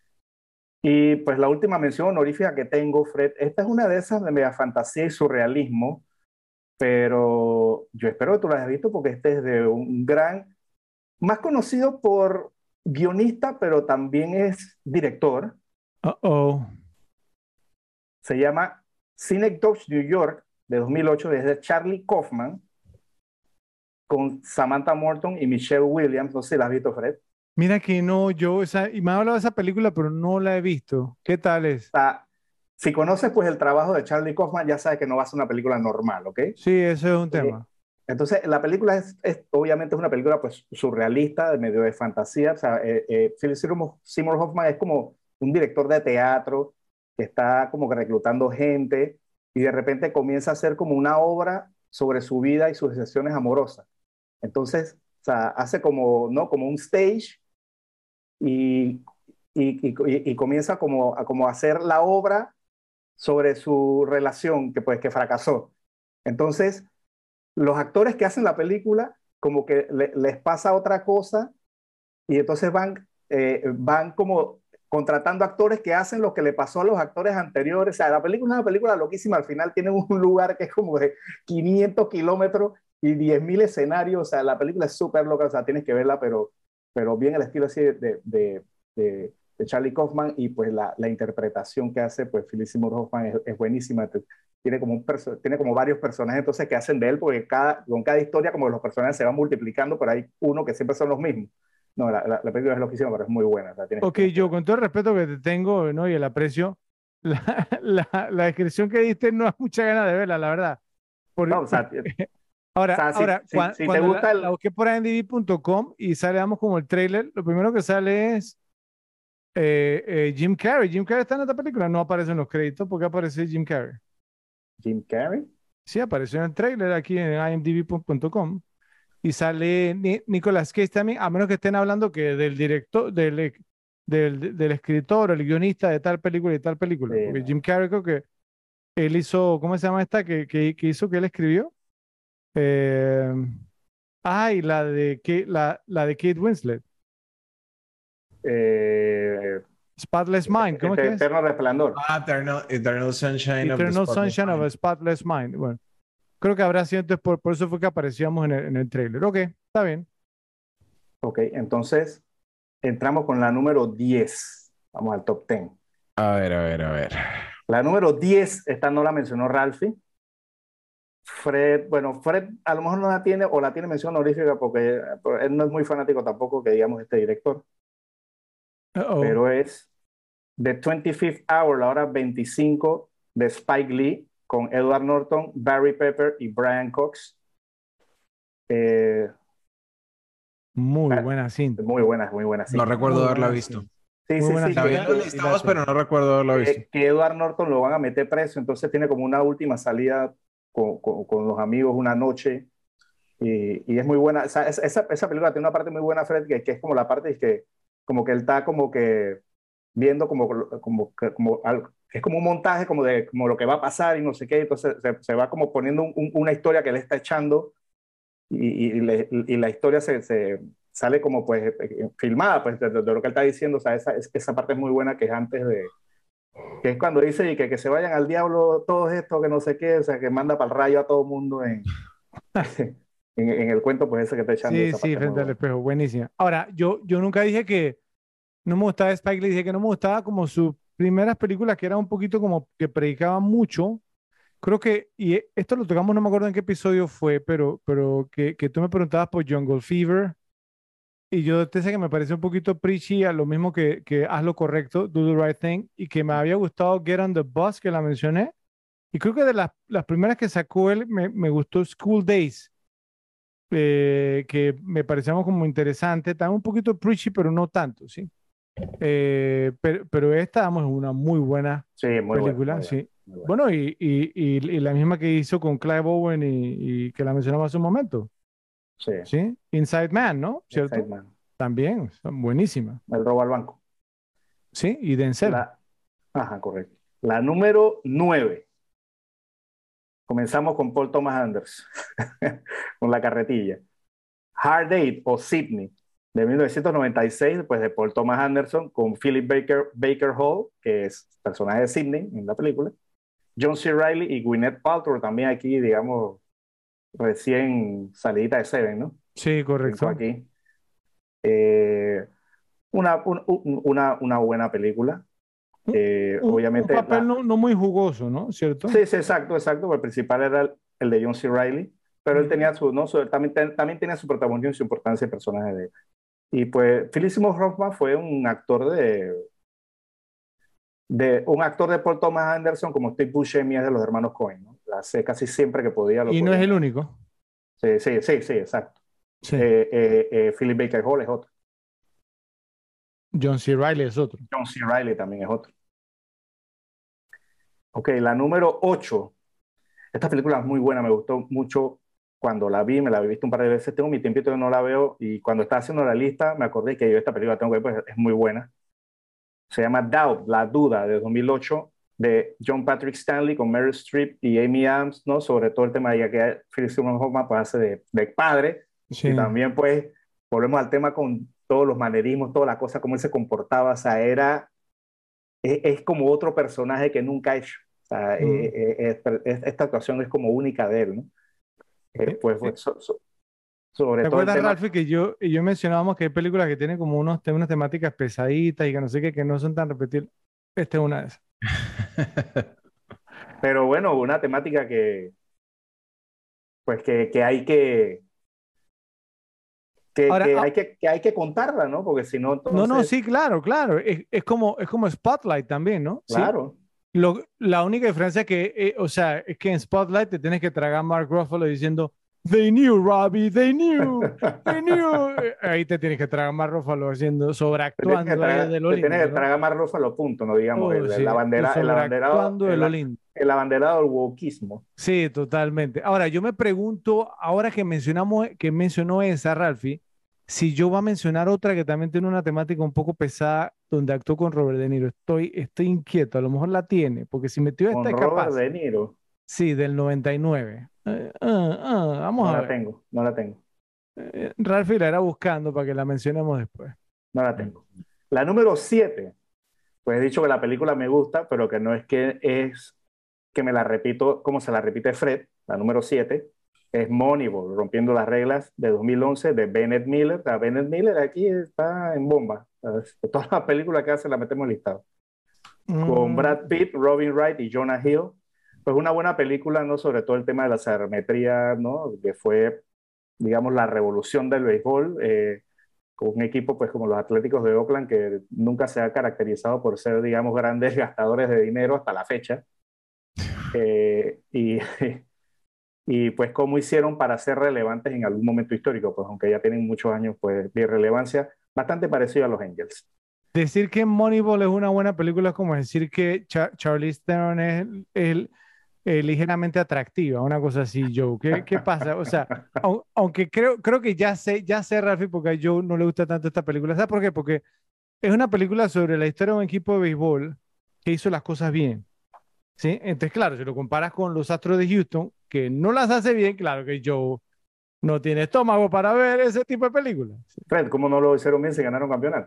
Y pues la última mención honorífica que tengo, Fred, esta es una de esas de media fantasía y surrealismo, pero yo espero que tú la hayas visto porque este es de un gran, más conocido por guionista, pero también es director. Uh-oh. Se llama Synecdoche New York, de dos mil ocho, desde Charlie Kaufman, con Samantha Morton y Michelle Williams. No sé si la has visto, Fred. Mira que no, yo, esa, y me ha hablado de esa película, pero no la he visto. ¿Qué tal es? Sea, si conoces pues el trabajo de Charlie Kaufman, ya sabes que no va a ser una película normal, ¿ok? Sí, eso es un Eh, tema. entonces, la película es, es, obviamente es una película pues surrealista, de medio de fantasía. O sea, eh, eh, Philip Seymour Seymour Hoffman es como un director de teatro que está como que reclutando gente y de repente comienza a hacer como una obra sobre su vida y sus decisiones amorosas. Entonces, o sea, hace como, ¿no? Como un stage y, y, y, y comienza como a, como a hacer la obra sobre su relación que pues que fracasó. Entonces, los actores que hacen la película como que le, les pasa otra cosa y entonces van, eh, van como contratando actores que hacen lo que le pasó a los actores anteriores. O sea, la película es una película loquísima. Al final tiene un lugar que es como de quinientos kilómetros y diez mil escenarios. O sea, la película es súper loca. O sea, tienes que verla, pero, pero bien el estilo así de, de, de, de, de Charlie Kaufman y pues la, la interpretación que hace pues Philip Seymour Hoffman es, es buenísima. Tiene como, un tiene como varios personajes entonces que hacen de él, porque cada, con cada historia como los personajes se van multiplicando, pero hay uno que siempre son los mismos. No, la, la, la película es loquísima, pero es muy buena. O sea, tienes, Ok, tienes que yo verla. con todo el respeto que te tengo, ¿no? Y el aprecio, la, la, la descripción que diste no da mucha ganas de verla, la verdad. Por- No, o sea, o ahora, sea si, ahora si, cua- si te cuando la, gusta la el... busqué por i m d b punto com y sale, damos como el trailer, lo primero que sale es Eh, eh, Jim Carrey. Jim Carrey está en esta película. No aparece en los créditos porque aparece Jim Carrey. Jim Carrey. Sí, apareció en el trailer aquí en i m d b punto com. Y sale Ni- Nicolas Cage también, a menos que estén hablando que del director, del, e- del, del escritor, el guionista de tal película y tal película. Sí, Porque no. Jim Carrey creo que él hizo, ¿cómo se llama esta? Que, que, que hizo que él escribió. Eh, ay, la de, que, la, la de Kate Winslet. Eh, Spotless Mind, ¿cómo es este que es? Eterno Resplandor. Ah, Eternal, Eternal Sunshine of the Eternal Spotless Sunshine of Mind. a Spotless Mind. Bueno, creo que habrá sido entonces, por, por eso fue que aparecíamos en el, en el trailer. Ok, está bien. Ok, entonces entramos con la número diez. Vamos al top diez. A ver, a ver, a ver. La número diez, esta no la mencionó Ralphie. Fred, bueno, Fred a lo mejor no la tiene o la tiene mención honorífica porque él no es muy fanático tampoco que digamos este director, Uh-oh. pero es The twenty-fifth Hour, la hora veinticinco de Spike Lee con Edward Norton, Barry Pepper y Brian Cox. Eh, Muy ah, buena cinta. muy buena, muy buena. Sí, No recuerdo Muy haberla buena visto. cinta. sí, Muy sí, buena sí, La vi que, en los cinta. listados, Y la- pero no recuerdo haberla visto. que, que Edward Norton lo van a meter preso, entonces tiene como una última salida con, con, con los amigos una noche. Y, y es muy buena. Esa, esa, esa película tiene una parte muy buena, Fred, que, que es como la parte de que, como que él está como que viendo como, como, que- como algo, es como un montaje como de como lo que va a pasar y no sé qué, entonces se, se va como poniendo un- un- una historia que él está echando y, y, y le- y la historia se, se sale como pues eh, filmada pues de, de lo que él está diciendo, o sea, esa, es- esa parte es muy buena que es antes de, que es cuando dice y que, que se vayan al diablo todos estos, que no sé qué, o sea, que manda para el rayo a todo el mundo en, en, en el cuento pues ese que está echando, Sí, esa sí, parte es muy frente al buena. espejo, buenísima. Ahora, yo, yo nunca dije que no me gustaba Spike Lee, dije que no me gustaba como sus primeras películas, que eran un poquito como que predicaban mucho. Creo que, y esto lo tocamos, no me acuerdo en qué episodio fue, pero, pero que, que tú me preguntabas por Jungle Fever, y yo te sé que me pareció un poquito preachy, a lo mismo que, que Haz lo correcto, Do the Right Thing, y que me había gustado Get on the Bus, que la mencioné, y creo que de las, las primeras que sacó él, me, me gustó School Days, eh, que me parecía como interesante, también un poquito preachy, pero no tanto, ¿sí? Eh, pero, pero esta, vamos, es una muy buena Sí, muy buena, película, muy buena, sí. muy buena. Bueno, y, y, y, y la misma que hizo con Clive Owen y, y que la mencionamos hace un momento, Sí, ¿sí? Inside Man, ¿no? Inside ¿Cierto? Man. También, son buenísimas, El robo al banco. ¿sí? Y Denzel. La, ajá, correcto. La número nueve. Comenzamos con Paul Thomas Anderson, con La carretilla. Hard Eight o Sydney, de mil novecientos noventa y seis, pues de Paul Thomas Anderson, con Philip Baker, Baker Hall, que es personaje de Sydney en la película, John C. Reilly y Gwyneth Paltrow, también aquí, digamos, recién salidita de Seven, ¿no? Sí, Brincó correcto. aquí. Eh, una, un- un- una, una buena película. Un, Eh, un- un obviamente, papel la, no, no muy jugoso, ¿no? ¿Cierto? sí, sí, exacto, exacto. El principal era el, el de John C. Reilly, pero él Ujú. tenía su, ¿no? Su- también, ten- también tenía su protagonismo y su importancia el personaje de él. Y pues Philip Seymour Hoffman fue un actor de, de un actor de Paul Thomas Anderson como Steve Buscemi es de los hermanos Coen, ¿no? Hace casi siempre que podía lo Y no es podía. el único. Sí, sí, sí, sí, exacto. Sí. Eh, eh, eh, Philip Baker Hall es otro. John C. Reilly es otro. John C. Reilly también es otro. Ok, la número ocho. Esta película es muy buena, me gustó mucho cuando la vi, me la he visto un par de veces, tengo mi tiempito que no la veo y cuando estaba haciendo la lista me acordé que yo esta película tengo que ver, pues es muy buena. Se llama Doubt, La Duda, de dos mil ocho, de John Patrick Stanley con Meryl Streep y Amy Adams, ¿no? Sobre todo el tema de que Philip Seymour Hoffman pues, hace de, de padre Sí. y también pues volvemos al tema con todos los manerismos, toda la cosa, cómo él se comportaba, o sea, era, es, es como otro personaje que nunca ha hecho. O sea, Mm. eh, eh, eh, esta actuación es como única de él, ¿no? Eh, Eh, pues, eh, pues, so- so- sobre ¿Te todo el acuerdas, tema, Ralphie, que yo y yo mencionábamos que hay películas que tienen como unos, unas temáticas pesaditas y que no sé qué, que no son tan repetibles? Esta es una de esas. pero bueno, una temática que, pues que, que hay que, que, Ahora, que ah, hay que, que hay que contarla, ¿no? Porque si no, no, no, entonces, sí, claro, claro. Es, es como, es como Spotlight también, ¿no? Sí. claro, Lo, la única diferencia es que, eh, o sea, es que en Spotlight te tienes que tragar a Mark Ruffalo diciendo, They knew, Robbie, they knew, they knew. Eh, Ahí te tienes que tragar más Ruffalo haciendo, Te tienes que sobreactuando ahí tragar, de lo te tienes lindo, que ¿no? tragar más ropa a los puntos, no digamos, Oh, el, el, sí, y abandera- el abanderado, sobreactuando de el, lo lindo. el abanderado del wokismo. Sí, totalmente. Ahora, yo me pregunto, ahora que mencionamos, que mencionó esa, Ralphie, si yo va a mencionar otra que también tiene una temática un poco pesada, donde actuó con Robert De Niro. Estoy, estoy inquieto, a lo mejor la tiene, porque si metió esta Con es Robert capaz. De Niro, Sí, del noventa y nueve. Eh, ah, ah, vamos no a la ver. tengo, no la tengo, Eh, Ralphie la irá buscando para que la mencionemos después. no la tengo. La número siete, pues he dicho que la película me gusta, pero que no es que es que me la repito como se la repite Fred, la número siete, es Moneyball, Rompiendo las Reglas de dos mil once de Bennett Miller. La Bennett Miller aquí está en bomba. Todas las películas que hace las metemos en listado. Con Mm, Brad Pitt, Robin Wright y Jonah Hill. Pues una buena película, ¿no? Sobre todo el tema de la sabermetría, ¿no? Que fue, digamos, la revolución del béisbol, eh, con un equipo, pues, como los Atléticos de Oakland, que nunca se ha caracterizado por ser, digamos, grandes gastadores de dinero hasta la fecha. Eh, y, y, pues, cómo hicieron para ser relevantes en algún momento histórico, pues, aunque ya tienen muchos años, pues, de irrelevancia, bastante parecido a los Angels. decir que Moneyball es una buena película es como decir que Cha- Charlize Theron es el, eh, ligeramente atractiva, una cosa así, Joe. ¿Qué, qué pasa? O sea, au- aunque creo, creo que ya sé, ya sé, Rafi, porque a Joe no le gusta tanto esta película. ¿Sabes por qué? Porque es una película sobre la historia de un equipo de béisbol que hizo las cosas bien, ¿sí? Entonces, claro, si lo comparas con los Astros de Houston, que no las hace bien, claro que Joe no tiene estómago para ver ese tipo de películas. Fred, ¿cómo no lo hicieron bien si ganaron campeonato?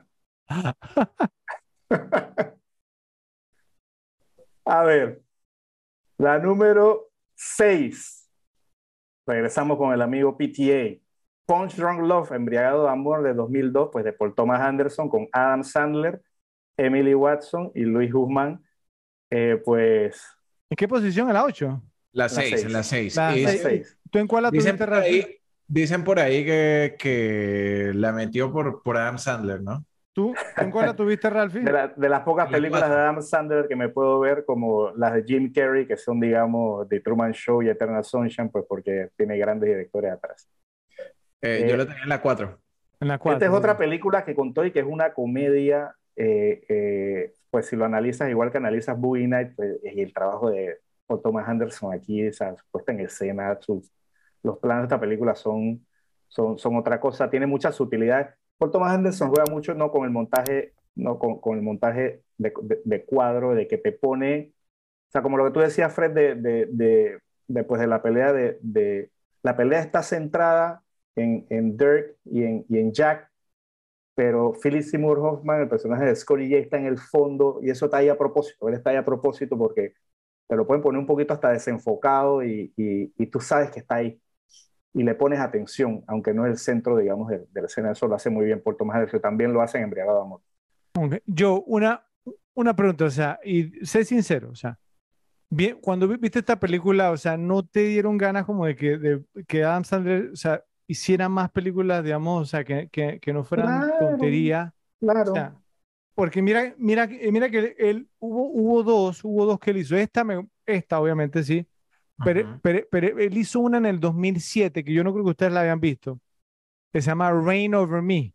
A ver, la número seis. Regresamos con el amigo P T A. Punch Drunk Love, Embriagado de Amor de dos mil dos, pues de Paul Thomas Anderson con Adam Sandler, Emily Watson y Luis Guzmán. Eh, pues ¿En qué posición? ¿En la ocho? La la seis, en la seis. seis. La Y La seis. dicen, seis. ¿Tú en cuál la dicen tuviste, por Rafi? ahí, dicen por ahí que, que la metió por, por Adam Sandler, ¿no? ¿Tú, tú en cuál la tuviste, De, Ralphie? la- de las pocas En la películas de cuatro. Adam Sandler que me puedo ver, como las de Jim Carrey, que son, digamos, The Truman Show y Eternal Sunshine, pues porque tiene grandes directores atrás. Eh, yo la Eh, tenía en la cuatro. En la Esta es cuatro. otra película que contó y que es una comedia, eh, eh, pues si lo analizas igual que analizas Boogie Nights, pues, y el trabajo de Paul Thomas Anderson aquí, esa puesta en escena, sus, los planos de esta película son, son, son otra cosa, tiene muchas sutilidades. Paul Thomas Anderson juega mucho no con el montaje, no con, con el montaje de, de, de cuadro, de que te pone, o sea, como lo que tú decías, Fred, de, de, de, de, pues, de la pelea de, de, la pelea está centrada en, en Dirk y en, y en Jack, pero Philip Seymour Hoffman, el personaje de Scotty J, está en el fondo y eso está ahí a propósito, él está ahí a propósito porque te lo pueden poner un poquito hasta desenfocado y, y, y tú sabes que está ahí y le pones atención, aunque no es el centro, digamos, de, de la escena. Eso lo hace muy bien por Tomás Anderson, también lo hacen en Embriagado de Amor. Ok. Yo, una, una pregunta, o sea, y sé sincero, o sea, bien, cuando vi- viste esta película, o sea, ¿no te dieron ganas como de que, de, que Adam Sandler, o sea, hiciera más películas, digamos, o sea, que, que, que no fueran Claro, tontería? O claro. sea, porque mira, mira, que- mira que él, hubo, hubo dos, hubo dos que él hizo. Esta, me, esta obviamente sí, pero, Ujú. pero, pero él hizo una en el dos mil siete que yo no creo que ustedes la habían visto, que se llama Reign Over Me.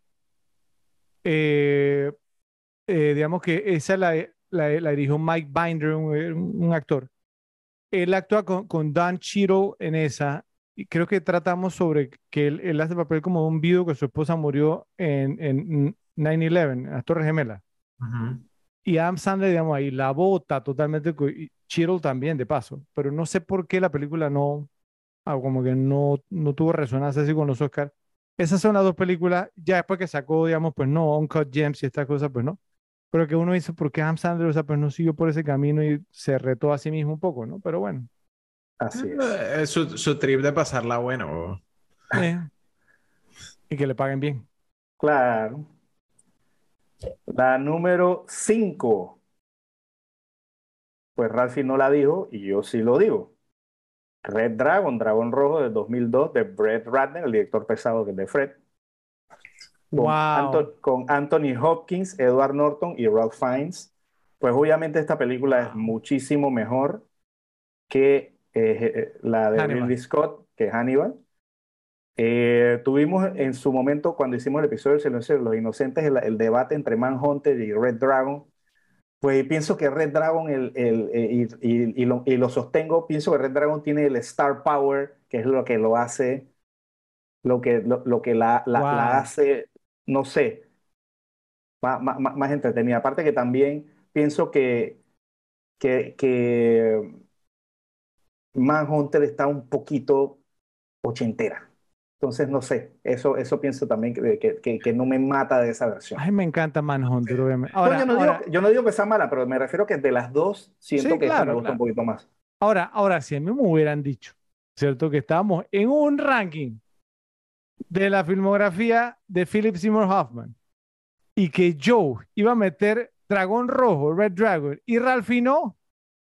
Eh, eh, digamos que esa la, la, la dirigió Mike Binder, un, un actor. Él actúa con, con Don Cheadle en esa, y creo que tratamos sobre que él, él hace papel como un viudo que su esposa murió en, en nueve once, en las Torres Gemelas. Ujú. Y Adam Sandler, digamos, ahí la bota totalmente, co- y Cheadle también, de paso, pero no sé por qué la película no, ah, como que no, no tuvo resonancia así con los Oscars. Esas son las dos películas, ya después que sacó, digamos, pues no, Uncut Gems y estas cosas, pues no. Pero que uno dice, ¿por qué Adam Sandler, o sea, pues no siguió por ese camino y se retó a sí mismo un poco, ¿no? Pero bueno, Así es. Eh, su, su trip de pasarla bueno. eh, y que le paguen bien. Claro. La número cinco, pues Ralphie no la dijo y yo sí lo digo. Red Dragon, Dragón Rojo de dos mil dos de Brett Ratner, el director pesado de Fred, con, Wow. Anto con Anthony Hopkins, Edward Norton y Ralph Fiennes. Pues obviamente esta película es Wow. muchísimo mejor que eh, la de Ridley Hannibal. Scott, que es Hannibal. Eh, tuvimos en su momento, cuando hicimos el episodio del Silencio de los Inocentes, el, el debate entre Manhunter y Red Dragon. Pues pienso que Red Dragon, el, el, el- y, y- y lo, y lo sostengo, pienso que Red Dragon tiene el Star Power, que es lo que lo hace, lo que, lo, lo que la, la, la Wow. hace, no sé, más, más, más más entretenida. Aparte que también pienso que, que, que Manhunter está un poquito ochentera. Entonces, no sé, eso, eso pienso también que, que, que- que no me mata de esa versión. Ay, me encanta Manhunter, obviamente. No, yo Ahora, no digo, ahora, yo no digo que sea mala, pero me refiero que de las dos sí, siento que esta me claro, gusta un claro. poquito más. Ahora, ahora, si a mí me hubieran dicho, ¿cierto? Que estábamos en un ranking de la filmografía de Philip Seymour Hoffman y que Joe iba a meter Dragón Rojo, Red Dragon, y Ralphie no,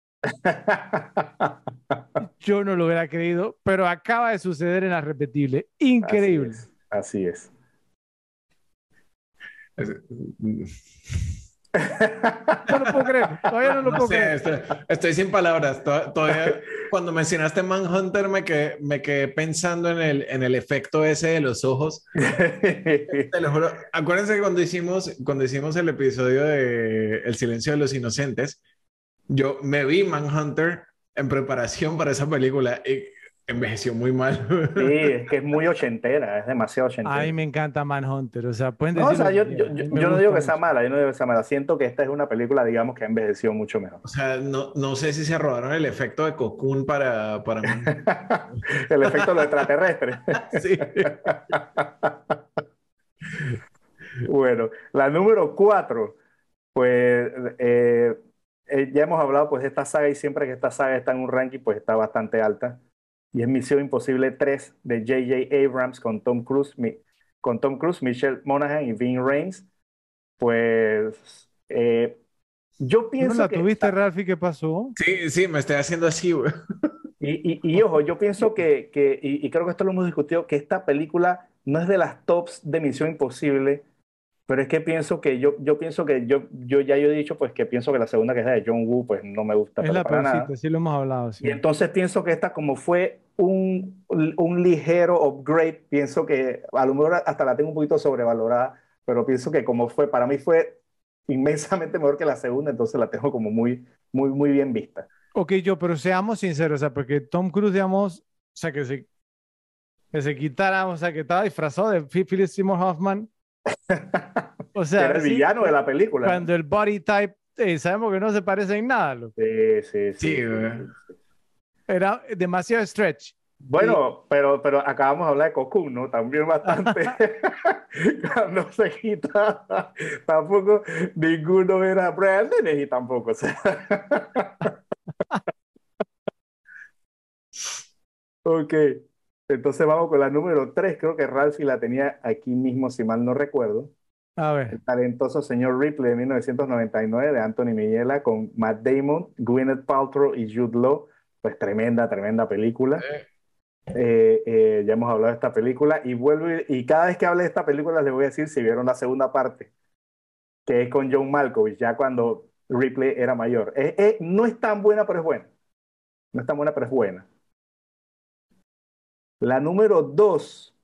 yo no lo hubiera creído, pero acaba de suceder en la repetible. Así Increíble. es, así es. No lo puedo creer, todavía no lo No puedo sé, creer. estoy, estoy sin palabras. To- Todavía, cuando mencionaste Manhunter, me quedé, me quedé pensando en el, en el efecto ese de los ojos. Te lo juro. Acuérdense que cuando hicimos, cuando hicimos el episodio de El silencio de los inocentes, yo me vi Manhunter en preparación para esa película y envejeció muy mal. Sí, es que es muy ochentera, es demasiado A mí ochentera. me encanta Manhunter, o sea, pueden No, o decir sea, lo que yo, yo, quieran, a yo, mí me yo no digo gusta que sea mucho. mala, yo no digo que sea mala. Siento que esta es una película, digamos, que ha envejecido mucho mejor. O sea, no, no sé si se robaron el efecto de Cocoon para, para Man- El efecto de lo extraterrestre. Sí. Bueno, la número cuatro, pues eh, eh, ya hemos hablado pues de esta saga y siempre que esta saga está en un ranking pues está bastante alta. Y es Misión Imposible tres de J J Abrams con Tom Cruise, mi- con Tom Cruise, Michelle Monaghan y Ving Rhames. Pues eh, yo ¿No pienso la que, tuviste, Ralphie? ¿Qué pasó? Sí, sí, me estoy haciendo así, güey. y, y, y ojo, yo pienso que, que y, y creo que esto lo hemos discutido, que esta película no es de las tops de Misión Imposible. Pero es que pienso que yo, yo pienso que yo, yo ya yo he dicho pues que pienso que la segunda que es la de John Woo pues no me gusta Es pero la para nada. peorcita, sí lo hemos hablado, Y sí. entonces pienso que esta como fue un, un ligero upgrade, pienso que a lo mejor hasta la tengo un poquito sobrevalorada, pero pienso que como fue, para mí fue inmensamente mejor que la segunda, entonces la tengo como muy, muy, muy bien vista. Ok, yo, pero seamos sinceros, o sea, porque Tom Cruise, digamos, o sea, que se, que se quitara, o sea, que estaba disfrazado de Phi- Philip Seymour Hoffman, o Que era sea, el sí, villano de cu- la película, ¿no? cuando el body type, eh, sabemos que no se parece en nada, loco. Sí, sí, sí, Sí, sí, güey. sí, sí. Era demasiado stretch. Y Bueno, pero, pero acabamos de hablar de Cocoon, ¿no? También bastante. Cuando se quita, tampoco ninguno era Brandon y tampoco. O sea. Ok, entonces vamos con la número tres. Creo que Ralphie la tenía aquí mismo, si mal no recuerdo. a El ver, talentoso señor Ripley de mil novecientos noventa y nueve de Anthony Minghella con Matt Damon, Gwyneth Paltrow y Jude Law. Pues tremenda, tremenda película. Eh, eh, ya hemos hablado de esta película y vuelvo y, y cada vez que hable de esta película les voy a decir si vieron la segunda parte, que es con John Malkovich, ya cuando Ripley era mayor. Eh, eh, no es tan buena, pero es buena. No es tan buena, pero es buena. La número dos,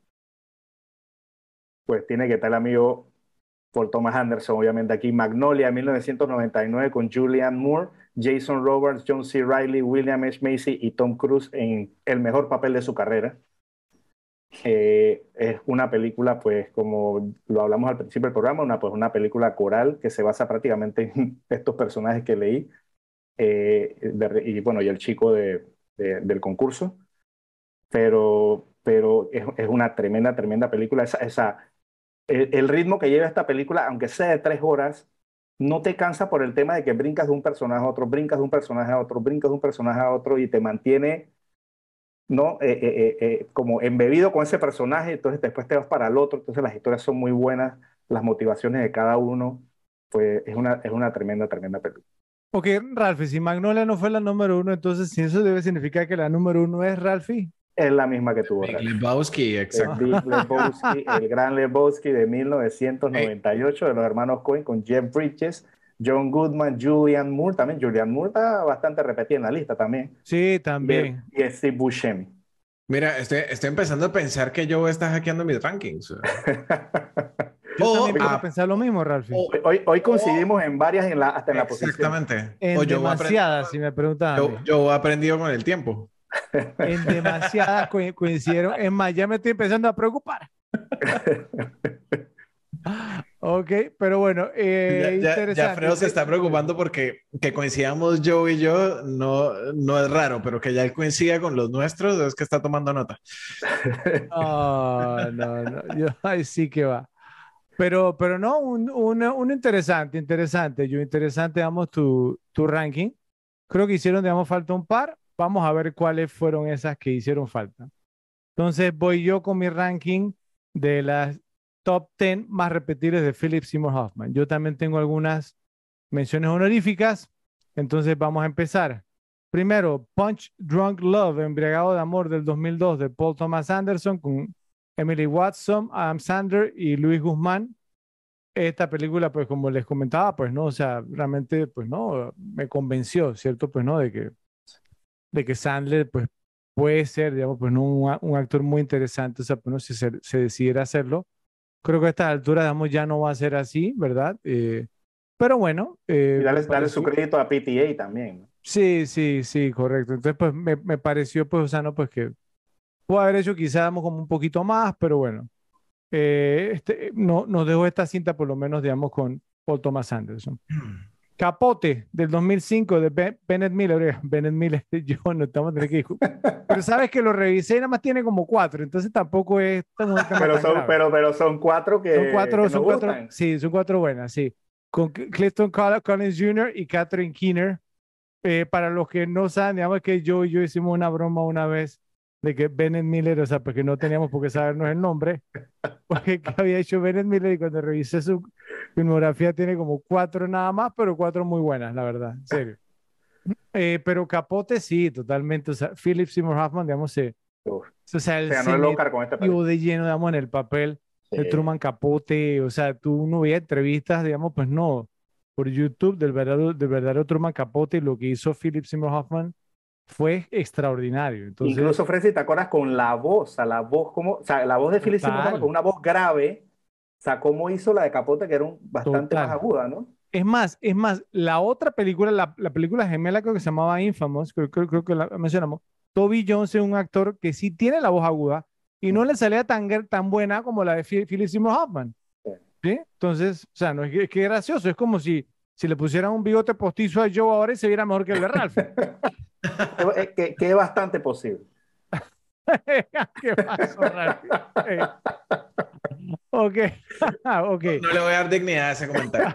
pues tiene que estar el amigo Paul Thomas Anderson, obviamente aquí, Magnolia, mil novecientos noventa y nueve, con Julianne Moore, Jason Robards, John C. Reilly, William H. Macy y Tom Cruise en el mejor papel de su carrera. Eh, es una película, pues, como lo hablamos al principio del programa, una, pues, una película coral que se basa prácticamente en estos personajes que leí, eh, de- y bueno, y el chico de, de- del concurso, pero, pero es, es una tremenda, tremenda película. Esa, esa, el, el ritmo que lleva esta película, aunque sea de tres horas, no te cansa por el tema de que brincas de un personaje a otro, brincas de un personaje a otro, brincas de un personaje a otro y te mantiene, ¿no? Eh, eh, eh, eh, como embebido con ese personaje, entonces después te vas para el otro, entonces las historias son muy buenas, las motivaciones de cada uno, pues es una, es una tremenda, tremenda película. ok, Ralphie, si Magnolia no fue la número uno, entonces si eso debe significar que la número uno es Ralphie. Es la misma que tuvo Big Ralph. Lebowski, El exacto. Big Lebowski, el gran Lebowski de mil novecientos Ey, noventa y ocho de los hermanos Coen con Jeff Bridges, John Goodman, Julianne Moore, también Julianne Moore está bastante repetida en la lista también, Sí, y, el, también. y Steve Buscemi. Mira, estoy, estoy empezando a pensar que Joe está hackeando mis rankings. Yo O, también quiero ah, pensar lo mismo, Ralphie. o- Hoy, hoy coincidimos en varias, en la, hasta en la posición. exactamente. En O Joe ha aprendido, demasiadas, si me preguntan a mí. Joe- Joe ha aprendido con el tiempo. En demasiadas co- coincidieron. Es más, ya me estoy empezando a preocupar. Ok, pero bueno, eh, Ya, ya, ya interesante. Fredo se está preocupando porque que coincidamos Joe y yo no, no es raro, pero que ya él coincida con los nuestros es que está tomando nota. No, no, no. Yo, ay, sí que va. Pero, pero no, un, una- un interesante, interesante. Yo, interesante, digamos, tu, tu ranking. Creo que hicieron, digamos, falta un par. Vamos a ver cuáles fueron esas que hicieron falta. Entonces, voy yo con mi ranking de las top diez más repetibles de Philip Seymour Hoffman. Yo también tengo algunas menciones honoríficas. Entonces, vamos a empezar. Primero, Punch Drunk Love, Embriagado de Amor del dos mil dos de Paul Thomas Anderson con Emily Watson, Adam Sandler y Luis Guzmán. Esta película, pues como les comentaba, pues no, o sea, realmente, pues no, me convenció, ¿cierto? Pues no, de que, de que Sandler, pues puede ser, digamos, pues no, un, a- un actor muy interesante, o sea, pues no, si se, se decidiera hacerlo. Creo que a estas alturas, digamos, ya no va a ser así, ¿verdad? Eh, pero bueno, eh, Y me darle, darle su pareció, crédito a P T A también, ¿no? sí, sí, sí, correcto. Entonces, pues me, me pareció, pues, o sea, no, pues que pudo haber hecho quizá, digamos, como un poquito más, pero bueno. Eh, este, no, nos dejó esta cinta por lo menos, digamos, con Paul Thomas Anderson. Capote del dos mil cinco de Ben- Bennett Miller. eh, Bennett Miller, yo no estamos a tener que discu- Pero sabes que lo revisé y nada más tiene como cuatro, entonces tampoco es tan- un tema Pero tan son, grave. pero, pero son cuatro Son que, cuatro, que son nos cuatro, gustan. sí, son cuatro buenas, sí. Con Cl- Clifton Coll- Collins junior y Catherine Keener. Eh, para los que no saben, digamos que yo y yo hicimos una broma una vez de que Bennett Miller, o sea, porque no teníamos por qué sabernos el nombre, porque que había hecho Bennett Miller y cuando revisé su filmografía tiene como cuatro nada más, pero cuatro muy buenas, la verdad, en serio. Eh, pero Capote sí, totalmente, o sea, Philip Seymour Hoffman, digamos, se, Uf, o sea, él se ganó se el Oscar con esta metió película. de lleno, digamos, en el papel de Sí. Truman Capote, o sea, tú no veías entrevistas, digamos, pues no, por YouTube del verdadero, del verdadero Truman Capote y lo que hizo Philip Seymour Hoffman fue extraordinario. Entonces, Incluso, Freddy, ¿te acuerdas con la voz? A la voz como, o sea, la voz de Philip Seymour Hoffman con total, una voz grave, o sea, cómo hizo la de Capote, que era un, bastante más total. aguda, ¿no? Es más, es más, la otra película, la, la película gemela creo que se llamaba Infamous, creo, creo, creo que la mencionamos. Toby Jones es un actor que sí tiene la voz aguda y no le salía tan, gr- tan buena como la de Phil- Philip Seymour Hoffman. Sí. ¿Sí? Entonces, o sea, no es que, es que es gracioso, es como si, si le pusieran un bigote postizo a Joe ahora y se viera mejor que el de Ralph. que, que- que es bastante posible. ¿Qué pasó, Ralph? Eh, ok, ok. No le voy a dar dignidad a ese comentario.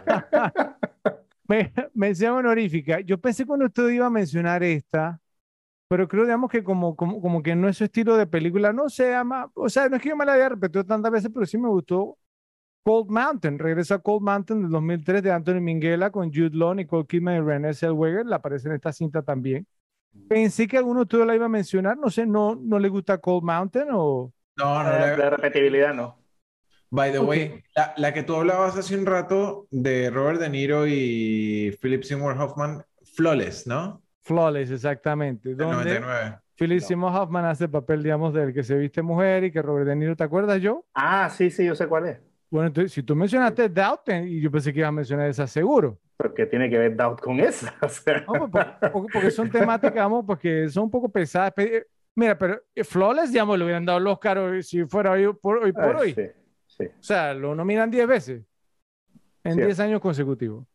Me, mención honorífica. Yo pensé cuando usted iba a mencionar esta, pero creo, digamos, que como, como, como que no es su estilo de película, no se llama, o sea, no es que yo me la haya repetido tantas veces, pero sí me gustó Cold Mountain. Regresa a Cold Mountain del dos mil tres de Anthony Minghella con Jude Law, Nicole Kidman y Renée Zellweger. La aparece en esta cinta también. Pensé que alguno de ustedes la iba a mencionar, no sé, ¿no, no le gusta Cold Mountain o...? No, no Eh, le... de repetibilidad, no. By the Ok, way, la, la que tú hablabas hace un rato de Robert De Niro y Philip Seymour Hoffman, Flawless, ¿no? Flawless, exactamente, Del noventa y donde nueve. Philip No. Seymour Hoffman hace el papel, digamos, del que se viste mujer y que Robert De Niro, ¿te acuerdas, yo? Ah, sí, sí, yo sé cuál es. Bueno, entonces, si tú mencionaste Doubten, y yo pensé que ibas a mencionar esa seguro. Porque tiene que ver Doubt con esa. O sea. No, pues, por- por- porque son temáticas, vamos, porque son un poco pesadas. Pe- eh, Mira, pero eh, Flawless, digamos, le hubieran dado el Oscar hoy, si fuera hoy por hoy. Por Ay, hoy. sí, sí. O sea, lo nominan diez veces en diez Cierto. años consecutivos.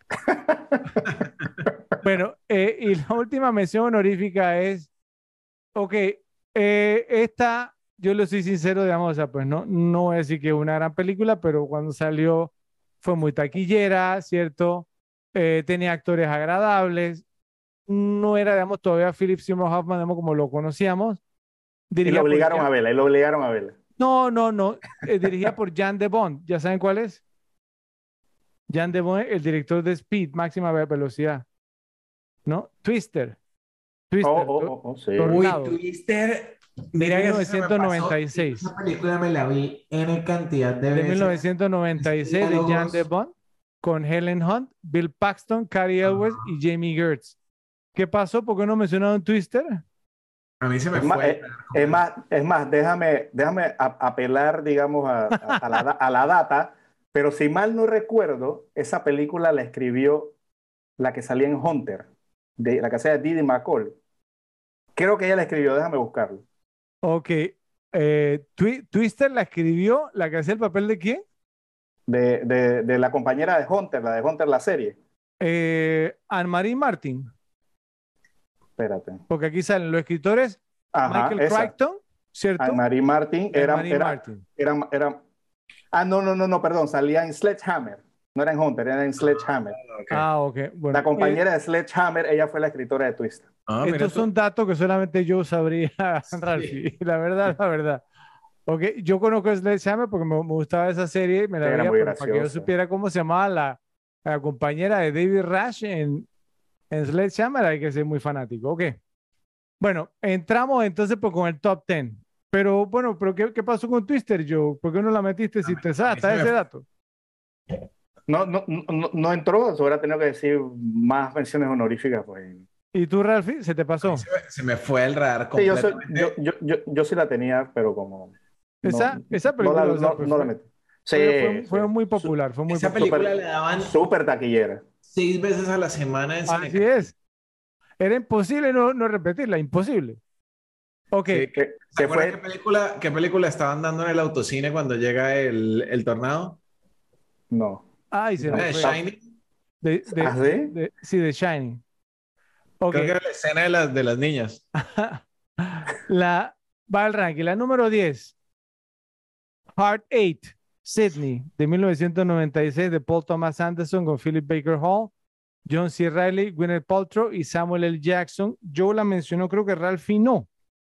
Bueno, eh, y la última mención honorífica es, ok, eh, esta, yo le soy sincero, digamos, o sea, pues no, no voy a decir que es una gran película, pero cuando salió fue muy taquillera, ¿cierto? Eh, tenía actores agradables, no era, digamos, todavía Philip Seymour Hoffman, digamos, como lo conocíamos, Y lo dirigida por obligaron Jan- a verla, y lo obligaron a verla. no, no, no, eh, dirigida por Jan de Bont, ¿ya saben cuál es? Jan de Bont, el director de Speed, Máxima Ve- Velocidad, ¿no? Twister, Oh, Twister, oh, to- oh, oh, sí. Uy, Tornado, Twister. de Mira que esa se me pasó. mil novecientos noventa y seis. Esa película me la vi N cantidad de De veces. mil novecientos noventa y seis de Jan Diálogos. de Bont, con Helen Hunt, Bill Paxton, Cary Elwes y Jamie Gertz. ¿Qué pasó? ¿Por qué no mencionaron Twister? A mí se me Es más, fue. eh, es más, es más, déjame, déjame a- apelar, digamos, a, a- a la, da- a la data, pero si mal no recuerdo, esa película la escribió la que salía en Hunter, de la que hacía Didi McCall. Creo que ella la escribió, déjame buscarlo. Ok. Eh, Twi- Twister la escribió, la que hacía el papel de quién? De, de, de la compañera de Hunter, la de Hunter, la serie. Eh, Anne-Marie Martin. Espérate. Porque aquí salen los escritores Ajá, Michael esa. Crichton, ¿cierto? Anne-Marie Martin Y era, Anne-Marie era, Martin. era, era. Ah, no, no, no, no, perdón, salía en Sledgehammer. No era en Hunter, era en Sledgehammer. Ok. Ah, ok. La Bueno, eh, compañera de Sledgehammer, ella fue la escritora de Twister. Ah, mira estos tú. son datos que solamente yo sabría, Sí. Ralphie. La verdad, la verdad. Ok, yo conozco Sledgehammer porque me, me gustaba esa serie, me la Era veía, muy pero para que yo graciosa. supiera cómo se llamaba la, la compañera de David Rush en, en Sledgehammer, hay que ser muy fanático. Ok. Bueno, entramos entonces pues, con el top diez. Pero bueno, pero ¿qué, qué pasó con Twister, Joe? ¿Por qué no la metiste si te sabes A mí se hasta me ese fue. dato? No, no, no, no entró, se hubiera tenido que decir más menciones honoríficas. Pues. ¿Y tú, Ralphie, se te A mí pasó? se me, se me fue el radar Sí, yo, soy, yo, completamente. yo, yo, yo sí la tenía, pero como no, Esa, esa no, la, película, o sea, no, pues no la fue, metí. Sí, fue, fue, sí. fue muy Su- popular, fue muy Esa popular. película le Súper, daban súper taquillera. seis veces a la semana en Así Cinecanal. es. Era imposible no, no repetirla, imposible. Ok, Sí. Que, ¿Se que acuerdan qué fue, película, qué película estaban dando en el autocine cuando llega el, el tornado? no. ay, se ¿La me Tam- de fue. tam- Shining? De, de, ¿Ah, sí? de, sí, de Shining. Ok, Creo que era la escena de las, de las niñas. la, va al ranking. La número diez, Heart Eight, Sydney, de mil novecientos noventa y seis, de Paul Thomas Anderson con Philip Baker Hall, John C. Reilly, Gwyneth Paltrow y Samuel L. Jackson. Yo la mencionó, creo que Ralphie no.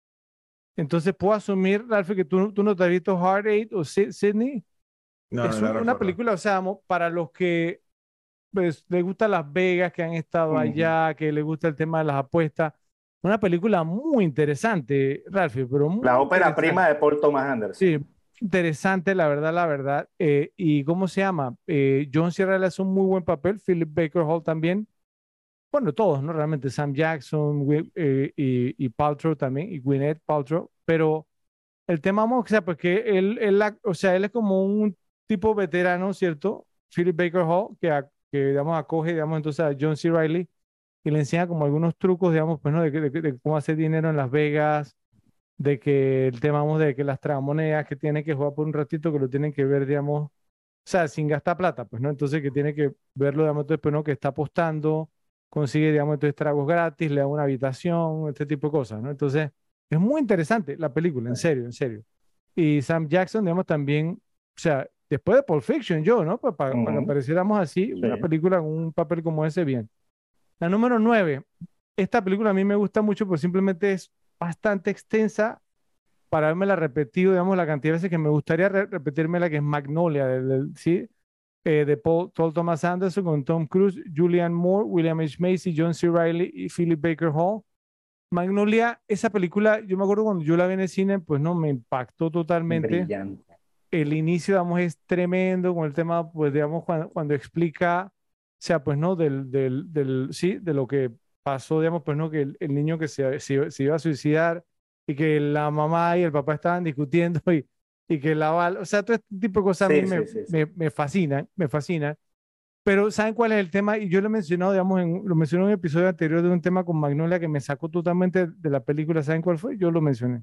Entonces puedo asumir, Ralphie, que tú, tú no te has visto Heart Eight o Sy- Sydney. No, no Es la un- una recuerdo. película, o sea, mo- para los que pues, les gusta Las Vegas, que han estado Ujú. allá, que les gusta el tema de las apuestas. Una película muy interesante, Ralphie, pero La muy ópera interesante. prima de Paul Thomas Sí, Anderson. interesante, la verdad, la verdad. Eh, ¿y cómo se llama? Eh, John C. Reilly hace un muy buen papel, Philip Baker Hall también. Bueno, todos, ¿no? Realmente Sam Jackson Wi- eh, y, y Paltrow también, y Gwyneth Paltrow, pero el tema, vamos, o sea, pues que él, él la- o sea, él es como un tipo veterano, ¿cierto? Philip Baker Hall, que, a- que digamos, acoge, digamos, entonces a John C. Reilly y le enseña como algunos trucos, digamos, pues, ¿no? De, que- de que- de cómo hacer dinero en Las Vegas, de que el tema, vamos, de que las tragamonedas que tiene que jugar por un ratito, que lo tienen que ver, digamos, o sea, sin gastar plata, pues, ¿no? Entonces que tiene que verlo, digamos, entonces, pues, ¿no? Que está apostando, consigue, digamos, entonces tragos gratis, le da una habitación, este tipo de cosas, ¿no? Entonces, es muy interesante la película, en serio, en serio. Y Sam Jackson, digamos, también, o sea, después de Pulp Fiction, yo, ¿no? Pues para, para que Ujú. apareciéramos así, Sí. una película con un papel como ese, bien. La número nueve, esta película a mí me gusta mucho, porque simplemente es bastante extensa para haberme la repetido, digamos, la cantidad de veces que me gustaría re repetirme la que es Magnolia, del, del- ¿sí? Eh, de Paul, Paul Thomas Anderson con Tom Cruise, Julianne Moore, William H. Macy, John C. Reilly y Philip Baker Hall. Magnolia, esa película, yo me acuerdo cuando yo la vi en el cine, pues no, me impactó totalmente. Brillante. El inicio, digamos, es tremendo con el tema, pues, digamos, cuando, cuando explica, o sea, pues, ¿no? Del, del, del, sí, de lo que pasó, digamos, pues, ¿no? Que el, el niño que se, se, se iba a suicidar y que la mamá y el papá estaban discutiendo y, y que la bala, o sea, todo este tipo de cosas a mí Sí, me, sí, sí, sí. me, me fascinan, me fascinan. Pero ¿saben cuál es el tema? Y yo lo he mencionado, digamos, en, lo mencioné en un episodio anterior de un tema con Magnolia que me sacó totalmente de la película. ¿Saben cuál fue? Yo lo mencioné.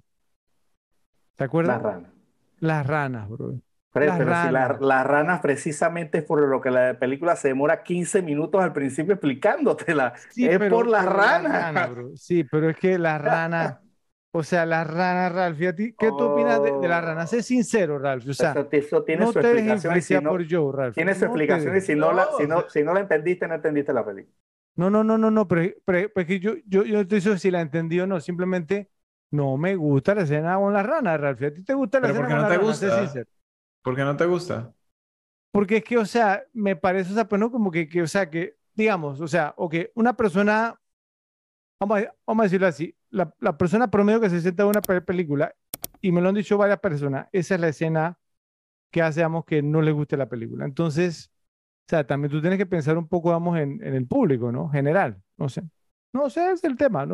¿Se Las acuerdan? ranas. Las ranas, bro. Pero, Las pero si la- ranas. las ranas precisamente es por lo que la película se demora quince minutos al principio explicándotela. Sí, Es por pero, las pero las ranas, ranas. bro. Sí, pero es que las ranas, o sea, las ranas, Ralph, ¿y a ti qué tú opinas de, de las ranas? Sé Oh, sincero, Ralph. O sea, eso, eso tiene no su te dejes explicación y si influenciar no, por Joe, Ralph. tiene su No te explicación y dejes. si no la, No, si o sea, no, si no la entendiste, no entendiste la película. No, no, no, no, no, pero, pero, pero es que yo, yo, yo no estoy seguro si la entendí o no. Simplemente no me gusta la escena con las ranas, Ralph. ¿A ti te gusta la pero ¿por escena qué con no las te ranas? Sé gusta? sincero. ¿Por qué no te gusta? Porque es que, o sea, me parece, o sea, pues no como que, que, o sea, que, digamos, o sea, o que una persona, vamos a, vamos a decirlo así, la, la persona promedio que se sienta en una pe- película, y me lo han dicho varias personas, esa es la escena que hace, digamos, que no les guste la película. Entonces, o sea, también tú tienes que pensar un poco, vamos, en, en el público, ¿no? General, no sé. No sé, es el tema, no sé.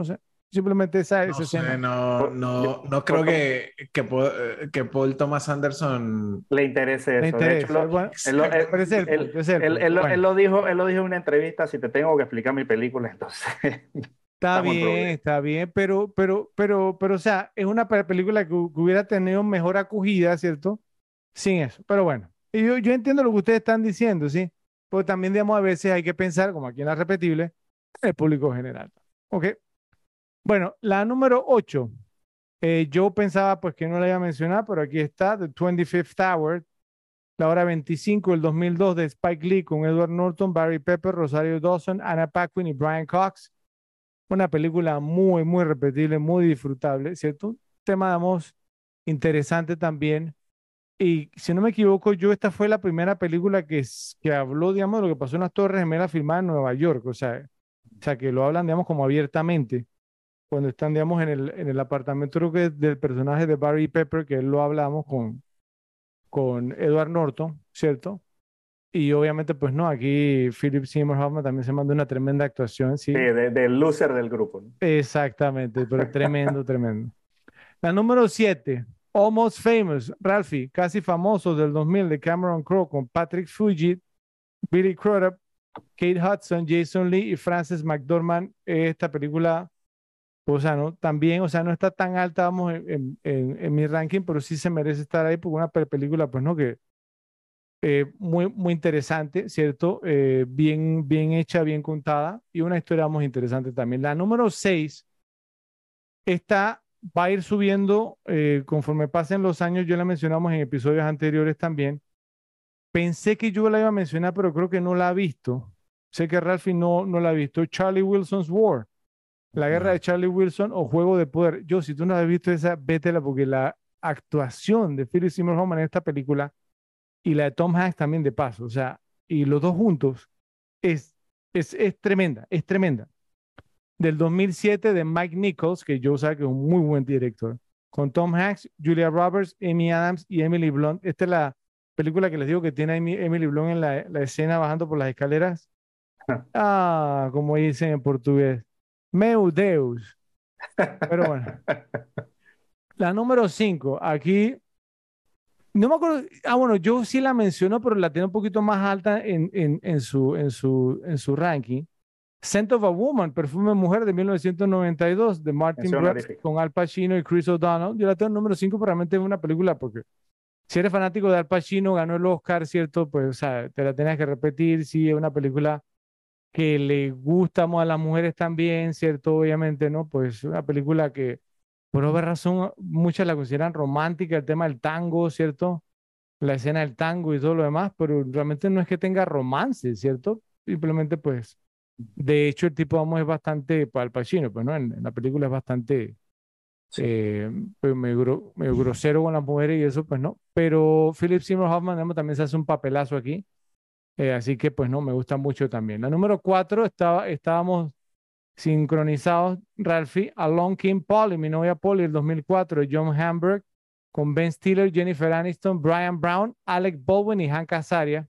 simplemente esa, No esa sé, escena. no, Por- no, yo- no creo por- que, que, Paul, eh, que Paul Thomas Anderson... le interese Le eso. De hecho, interesa. lo- Bueno, él, lo, él, pero ese es el él- punto, ese es el él- él punto. lo, él Bueno, lo dijo, él lo dijo en una entrevista, si te tengo que explicar mi película, entonces está estamos en bien, problemas. está bien, pero, pero, pero, pero, o sea, es una pe- película que, hu- que hubiera tenido mejor acogida, ¿cierto? Sin eso. Pero bueno, y yo, yo entiendo lo que ustedes están diciendo, ¿sí? Porque también, digamos, a veces hay que pensar, como aquí en la repetible, el público general. ¿Ok? Bueno, la número ocho. Eh, yo pensaba pues que no la iba a mencionar, pero aquí está, The twenty-fifth Hour, la hora veinticinco del dos mil dos de Spike Lee con Edward Norton, Barry Pepper, Rosario Dawson, Anna Paquin y Brian Cox. Una película muy, muy repetible, muy disfrutable, ¿cierto? Un tema, digamos, interesante también. Y si no me equivoco, yo esta fue la primera película que, es- que habló, digamos, de lo que pasó en las Torres Gemelas filmadas en Nueva York. O sea, o sea, que lo hablan, digamos, como abiertamente cuando están, digamos, en el, en el apartamento, creo que del personaje de Barry Pepper, que él lo hablamos con, con Edward Norton, ¿cierto? Y obviamente, pues no, aquí Philip Seymour Hoffman también se mandó una tremenda actuación, Sí, ¿sí? de- del loser del grupo, ¿no? Exactamente, pero tremendo, tremendo. La número siete, Almost Famous, Ralphie, casi famoso del dos mil de Cameron Crowe con Patrick Fugit, Billy Crudup, Kate Hudson, Jason Lee y Frances McDormand. Esta película, o sea, no, también, o sea, no está tan alta, vamos, en, en- en- en mi ranking, pero sí se merece estar ahí porque una pe- película, pues, ¿no? Que eh, muy, muy interesante, ¿cierto? Eh, bien, bien hecha, bien contada y una historia muy interesante también. La número seis está, va a ir subiendo eh, conforme pasen los años, yo la mencionamos en episodios anteriores también. Pensé que yo la iba a mencionar, pero creo que no la ha visto. Sé que Ralphie no, no la ha visto. Charlie Wilson's War. La guerra No. de Charlie Wilson o Juego de Poder. Yo, si tú no has visto esa, vétela porque la actuación de Philip Seymour Hoffman en esta película y la de Tom Hanks también de paso, o sea, y los dos juntos, es, es, es tremenda, es tremenda. Del dos mil siete de Mike Nichols, que yo sé que es un muy buen director, con Tom Hanks, Julia Roberts, Amy Adams y Emily Blunt. Esta es la película que les digo que tiene a Amy- Emily Blunt en la, la escena bajando por las escaleras. Ah, como dicen en portugués. Meu Deus. Pero bueno. La número cinco, aquí, no me acuerdo, ah, bueno, yo sí la menciono, pero la tiene un poquito más alta en, en, en su, en, su, en su ranking. Scent of a Woman, Perfume de Mujer de mil novecientos noventa y dos, de Martin Mención Brest honorífica. con Al Pacino y Chris O'Donnell. Yo la tengo en número cinco, pero realmente es una película porque si eres fanático de Al Pacino, ganó el Oscar, ¿cierto? Pues, o sea, te la tenías que repetir, sí, es una película que le gusta a las mujeres también, ¿cierto? Obviamente, ¿no? Pues una película que, por obra razón, muchas la consideran romántica, el tema del tango, ¿cierto? La escena del tango y todo lo demás, pero realmente no es que tenga romance, ¿cierto? Simplemente, pues, de hecho, el tipo, vamos, es bastante, para Al Pacino, pues, ¿no? En, en la película es bastante, Sí. eh, pues, medio, gro- medio grosero con las mujeres y eso, pues, ¿no? Pero Philip Seymour Hoffman, digamos, también se hace un papelazo aquí. Eh, así que, pues, no, me gusta mucho también. La número cuatro, estaba, estábamos sincronizados, Ralphie, Along Came Polly, Mi novia Polly, el dos mil cuatro, de John Hamburg, con Ben Stiller, Jennifer Aniston, Brian Brown, Alec Baldwin y Hank Azaria.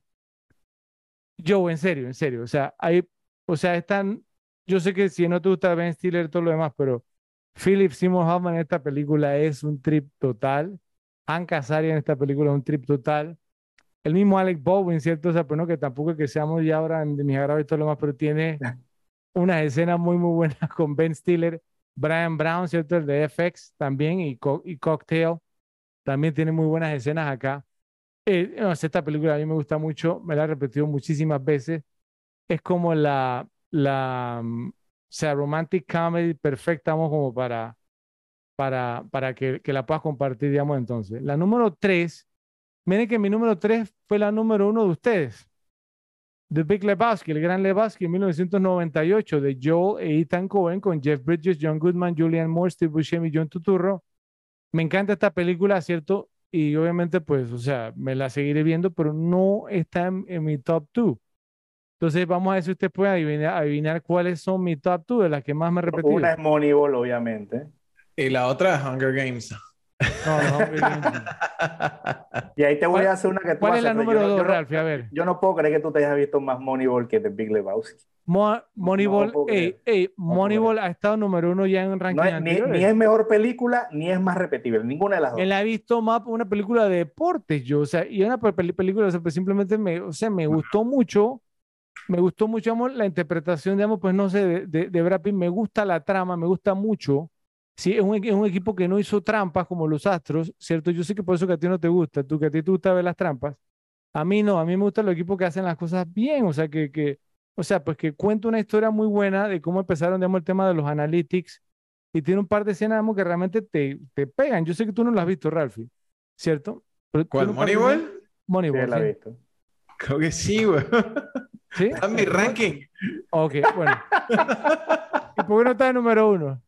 Yo, en serio, en serio, o sea, hay, o sea, están, yo sé que si no te gusta Ben Stiller, todo lo demás, pero Philip Seymour Hoffman en esta película es un trip total. Hank Azaria en esta película es un trip total. El mismo Alec Baldwin, ¿cierto? O sea, pues no, que tampoco es que seamos ya ahora de mis agrados y todo lo demás, pero tiene unas escenas muy, muy buenas con Ben Stiller, Brian Brown, ¿cierto? El de F X también y, Co y Cocktail. También tiene muy buenas escenas acá. Eh, no sé, esta película a mí me gusta mucho, me la he repetido muchísimas veces. Es como la, la, mm, o sea, romantic comedy perfecta, vamos, como para, para, para que, que la puedas compartir, digamos, entonces. La número tres, miren que mi número tres fue la número uno de ustedes. The Big Lebowski, el gran Lebowski, en mil novecientos noventa y ocho, de Joel e Ethan Coen, con Jeff Bridges, John Goodman, Julianne Moore, Steve Buscemi y John Turturro. Me encanta esta película, ¿cierto? Y obviamente, pues, o sea, me la seguiré viendo, pero no está en, en mi top dos. Entonces, vamos a ver si usted puede adivinar, adivinar cuáles son mis top dos de las que más me he repetido. Una es Moneyball, obviamente. Y la otra es Hunger Games. No, los Hunger Games no. Y ahí te voy ¿Cuál, a hacer una que tú cuál es haces. la Yo número no, dos, yo, no, Ralphie? A ver. yo no puedo creer que tú te hayas visto más Moneyball que The Big Lebowski. Mo- No, no lo Moneyball, puedo ey, creer. ey, No puedo creer. Moneyball ha estado número uno ya en No rankings es, ni, ni anteriores. es mejor película, ni es más repetible. Ninguna de las Me dos. la he visto más por una película de deportes, yo, o sea, y una pe- peli- película, o sea, pues simplemente me, o sea, me gustó mucho, me gustó mucho, digamos, la interpretación, digamos, pues no sé, de, de, de Brad Pitt, me gusta la trama, me gusta mucho. Sí, es un, es un equipo que no hizo trampas como los Astros, ¿cierto? Yo sé que por eso que a ti no te gusta, tú que a ti te gusta ver las trampas. A mí no, a mí me gustan los equipos que hacen las cosas bien, o sea, que, que, o sea, pues que cuenta una historia muy buena de cómo empezaron, digamos, el tema de los analytics y tiene un par de escenas, digamos, que realmente te, te pegan. Yo sé que tú no lo has visto, Ralphie, ¿cierto? Pero ¿Cuál? tiene un par de escenas. ¿Moneyball? Sí, Moneyball, la he ¿sí? visto. Creo que sí, güey. ¿Sí? Está en mi ranking. Ok, bueno. ¿Y por qué no está en número uno?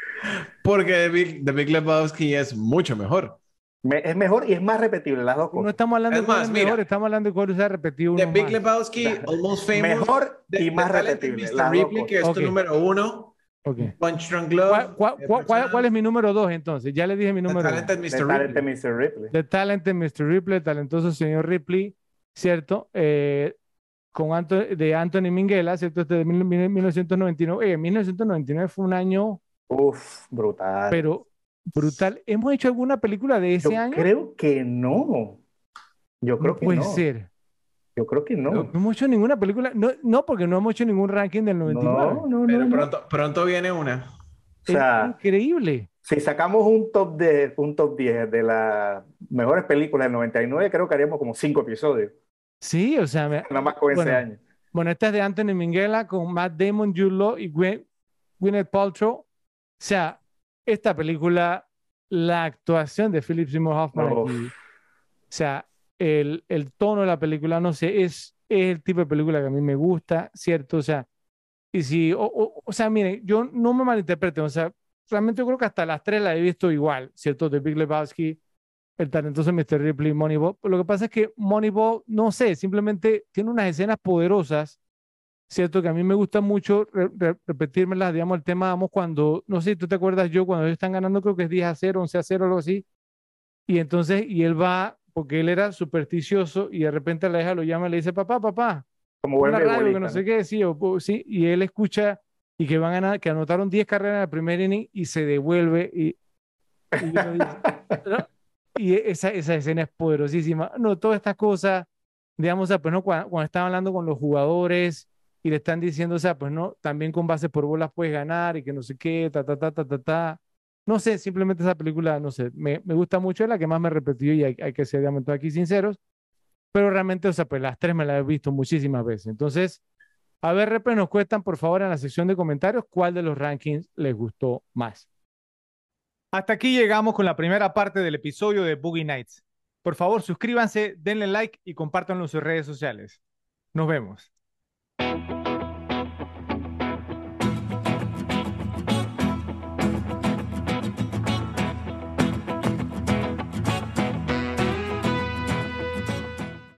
Porque The Big, The Big Lebowski es mucho mejor. Me- es mejor y es más repetible, las dos No cosas. estamos hablando Es de cuál es más, mejor, mira, estamos hablando de cuál se ha repetido The uno Big más. Lebowski, Almost Famous, Mejor The, y The más Talented repetible, mister las dos Ripley, que cosas. es tu Ok, número uno, ok. Punch Drunk ¿Cuál, Love, cuál, eh, cuál, cuál- cuál es Personal, mi número dos entonces? Ya le dije mi The número uno. Talented De mister Talented Ripley. mister Ripley. The Talented mister Ripley, el talentoso señor Ripley, ¿cierto? Eh, con Anto- de Anthony Minghella, ¿cierto? Este de mil- mil- mil novecientos noventa y nueve. Eh, mil novecientos noventa y nueve fue un año, Uf, brutal. pero brutal. ¿Hemos hecho alguna película de ese Yo año? creo que no. Yo No creo que puede no. ser. Yo creo que No, no. no hemos hecho ninguna película. No, no, porque no hemos hecho ningún ranking del noventa y No, nueve. no, no, Pero no. pronto, pronto viene una. O Es sea, increíble. si sacamos un top de un top diez de las mejores películas del noventa y nueve, creo que haríamos como cinco episodios, Sí, o sea, me- nada más con ese bueno, año. bueno, esta es de Anthony Minghella con Matt Damon, Jude Law y Gwen- Gwyneth Paltrow. O sea, esta película, la actuación de Philip Seymour Hoffman aquí, Uf. o sea, el, el tono de la película, no sé, es, es el tipo de película que a mí me gusta, ¿cierto? O sea, y si, o, o, o sea, miren, yo no me malinterpreten, o sea, realmente yo creo que hasta las tres la he visto igual, ¿cierto? De Big Lebowski, el talentoso mister Ripley, Moneyball. Lo que pasa es que Moneyball, no sé, simplemente tiene unas escenas poderosas, ¿cierto? Que a mí me gusta mucho re- re- repetírmelas, digamos, el tema, vamos, cuando, no sé si tú te acuerdas yo, cuando ellos están ganando, creo que es diez a cero, once a cero, algo así, y entonces, y él va, porque él era supersticioso, y de repente la hija lo llama y le dice, papá, papá, Como pon buen la radio, que no beisbolista, sé ¿no? qué, sí, o, o- sí, y él escucha, y que van a ganar, que anotaron diez carreras en el primer inning, y se devuelve, y, y uno dice, ¿no? Y esa, esa escena es poderosísima. No, todas estas cosas, digamos, o sea, pues no, cuando, cuando están hablando con los jugadores y le están diciendo, o sea, pues no, también con base por bolas puedes ganar y que no sé qué, ta, ta, ta, ta, ta, ta. No sé, simplemente esa película, no sé, me, me gusta mucho, es la que más me repetió y hay, hay que ser, digamos, todos aquí sinceros, pero realmente, o sea, pues las tres me las he visto muchísimas veces. Entonces, a ver, repes, nos cuestan, por favor, en la sección de comentarios, cuál de los rankings les gustó más. Hasta aquí llegamos con la primera parte del episodio de Boogie Nights. Por favor, suscríbanse, denle like y compártanlo en sus redes sociales. Nos vemos.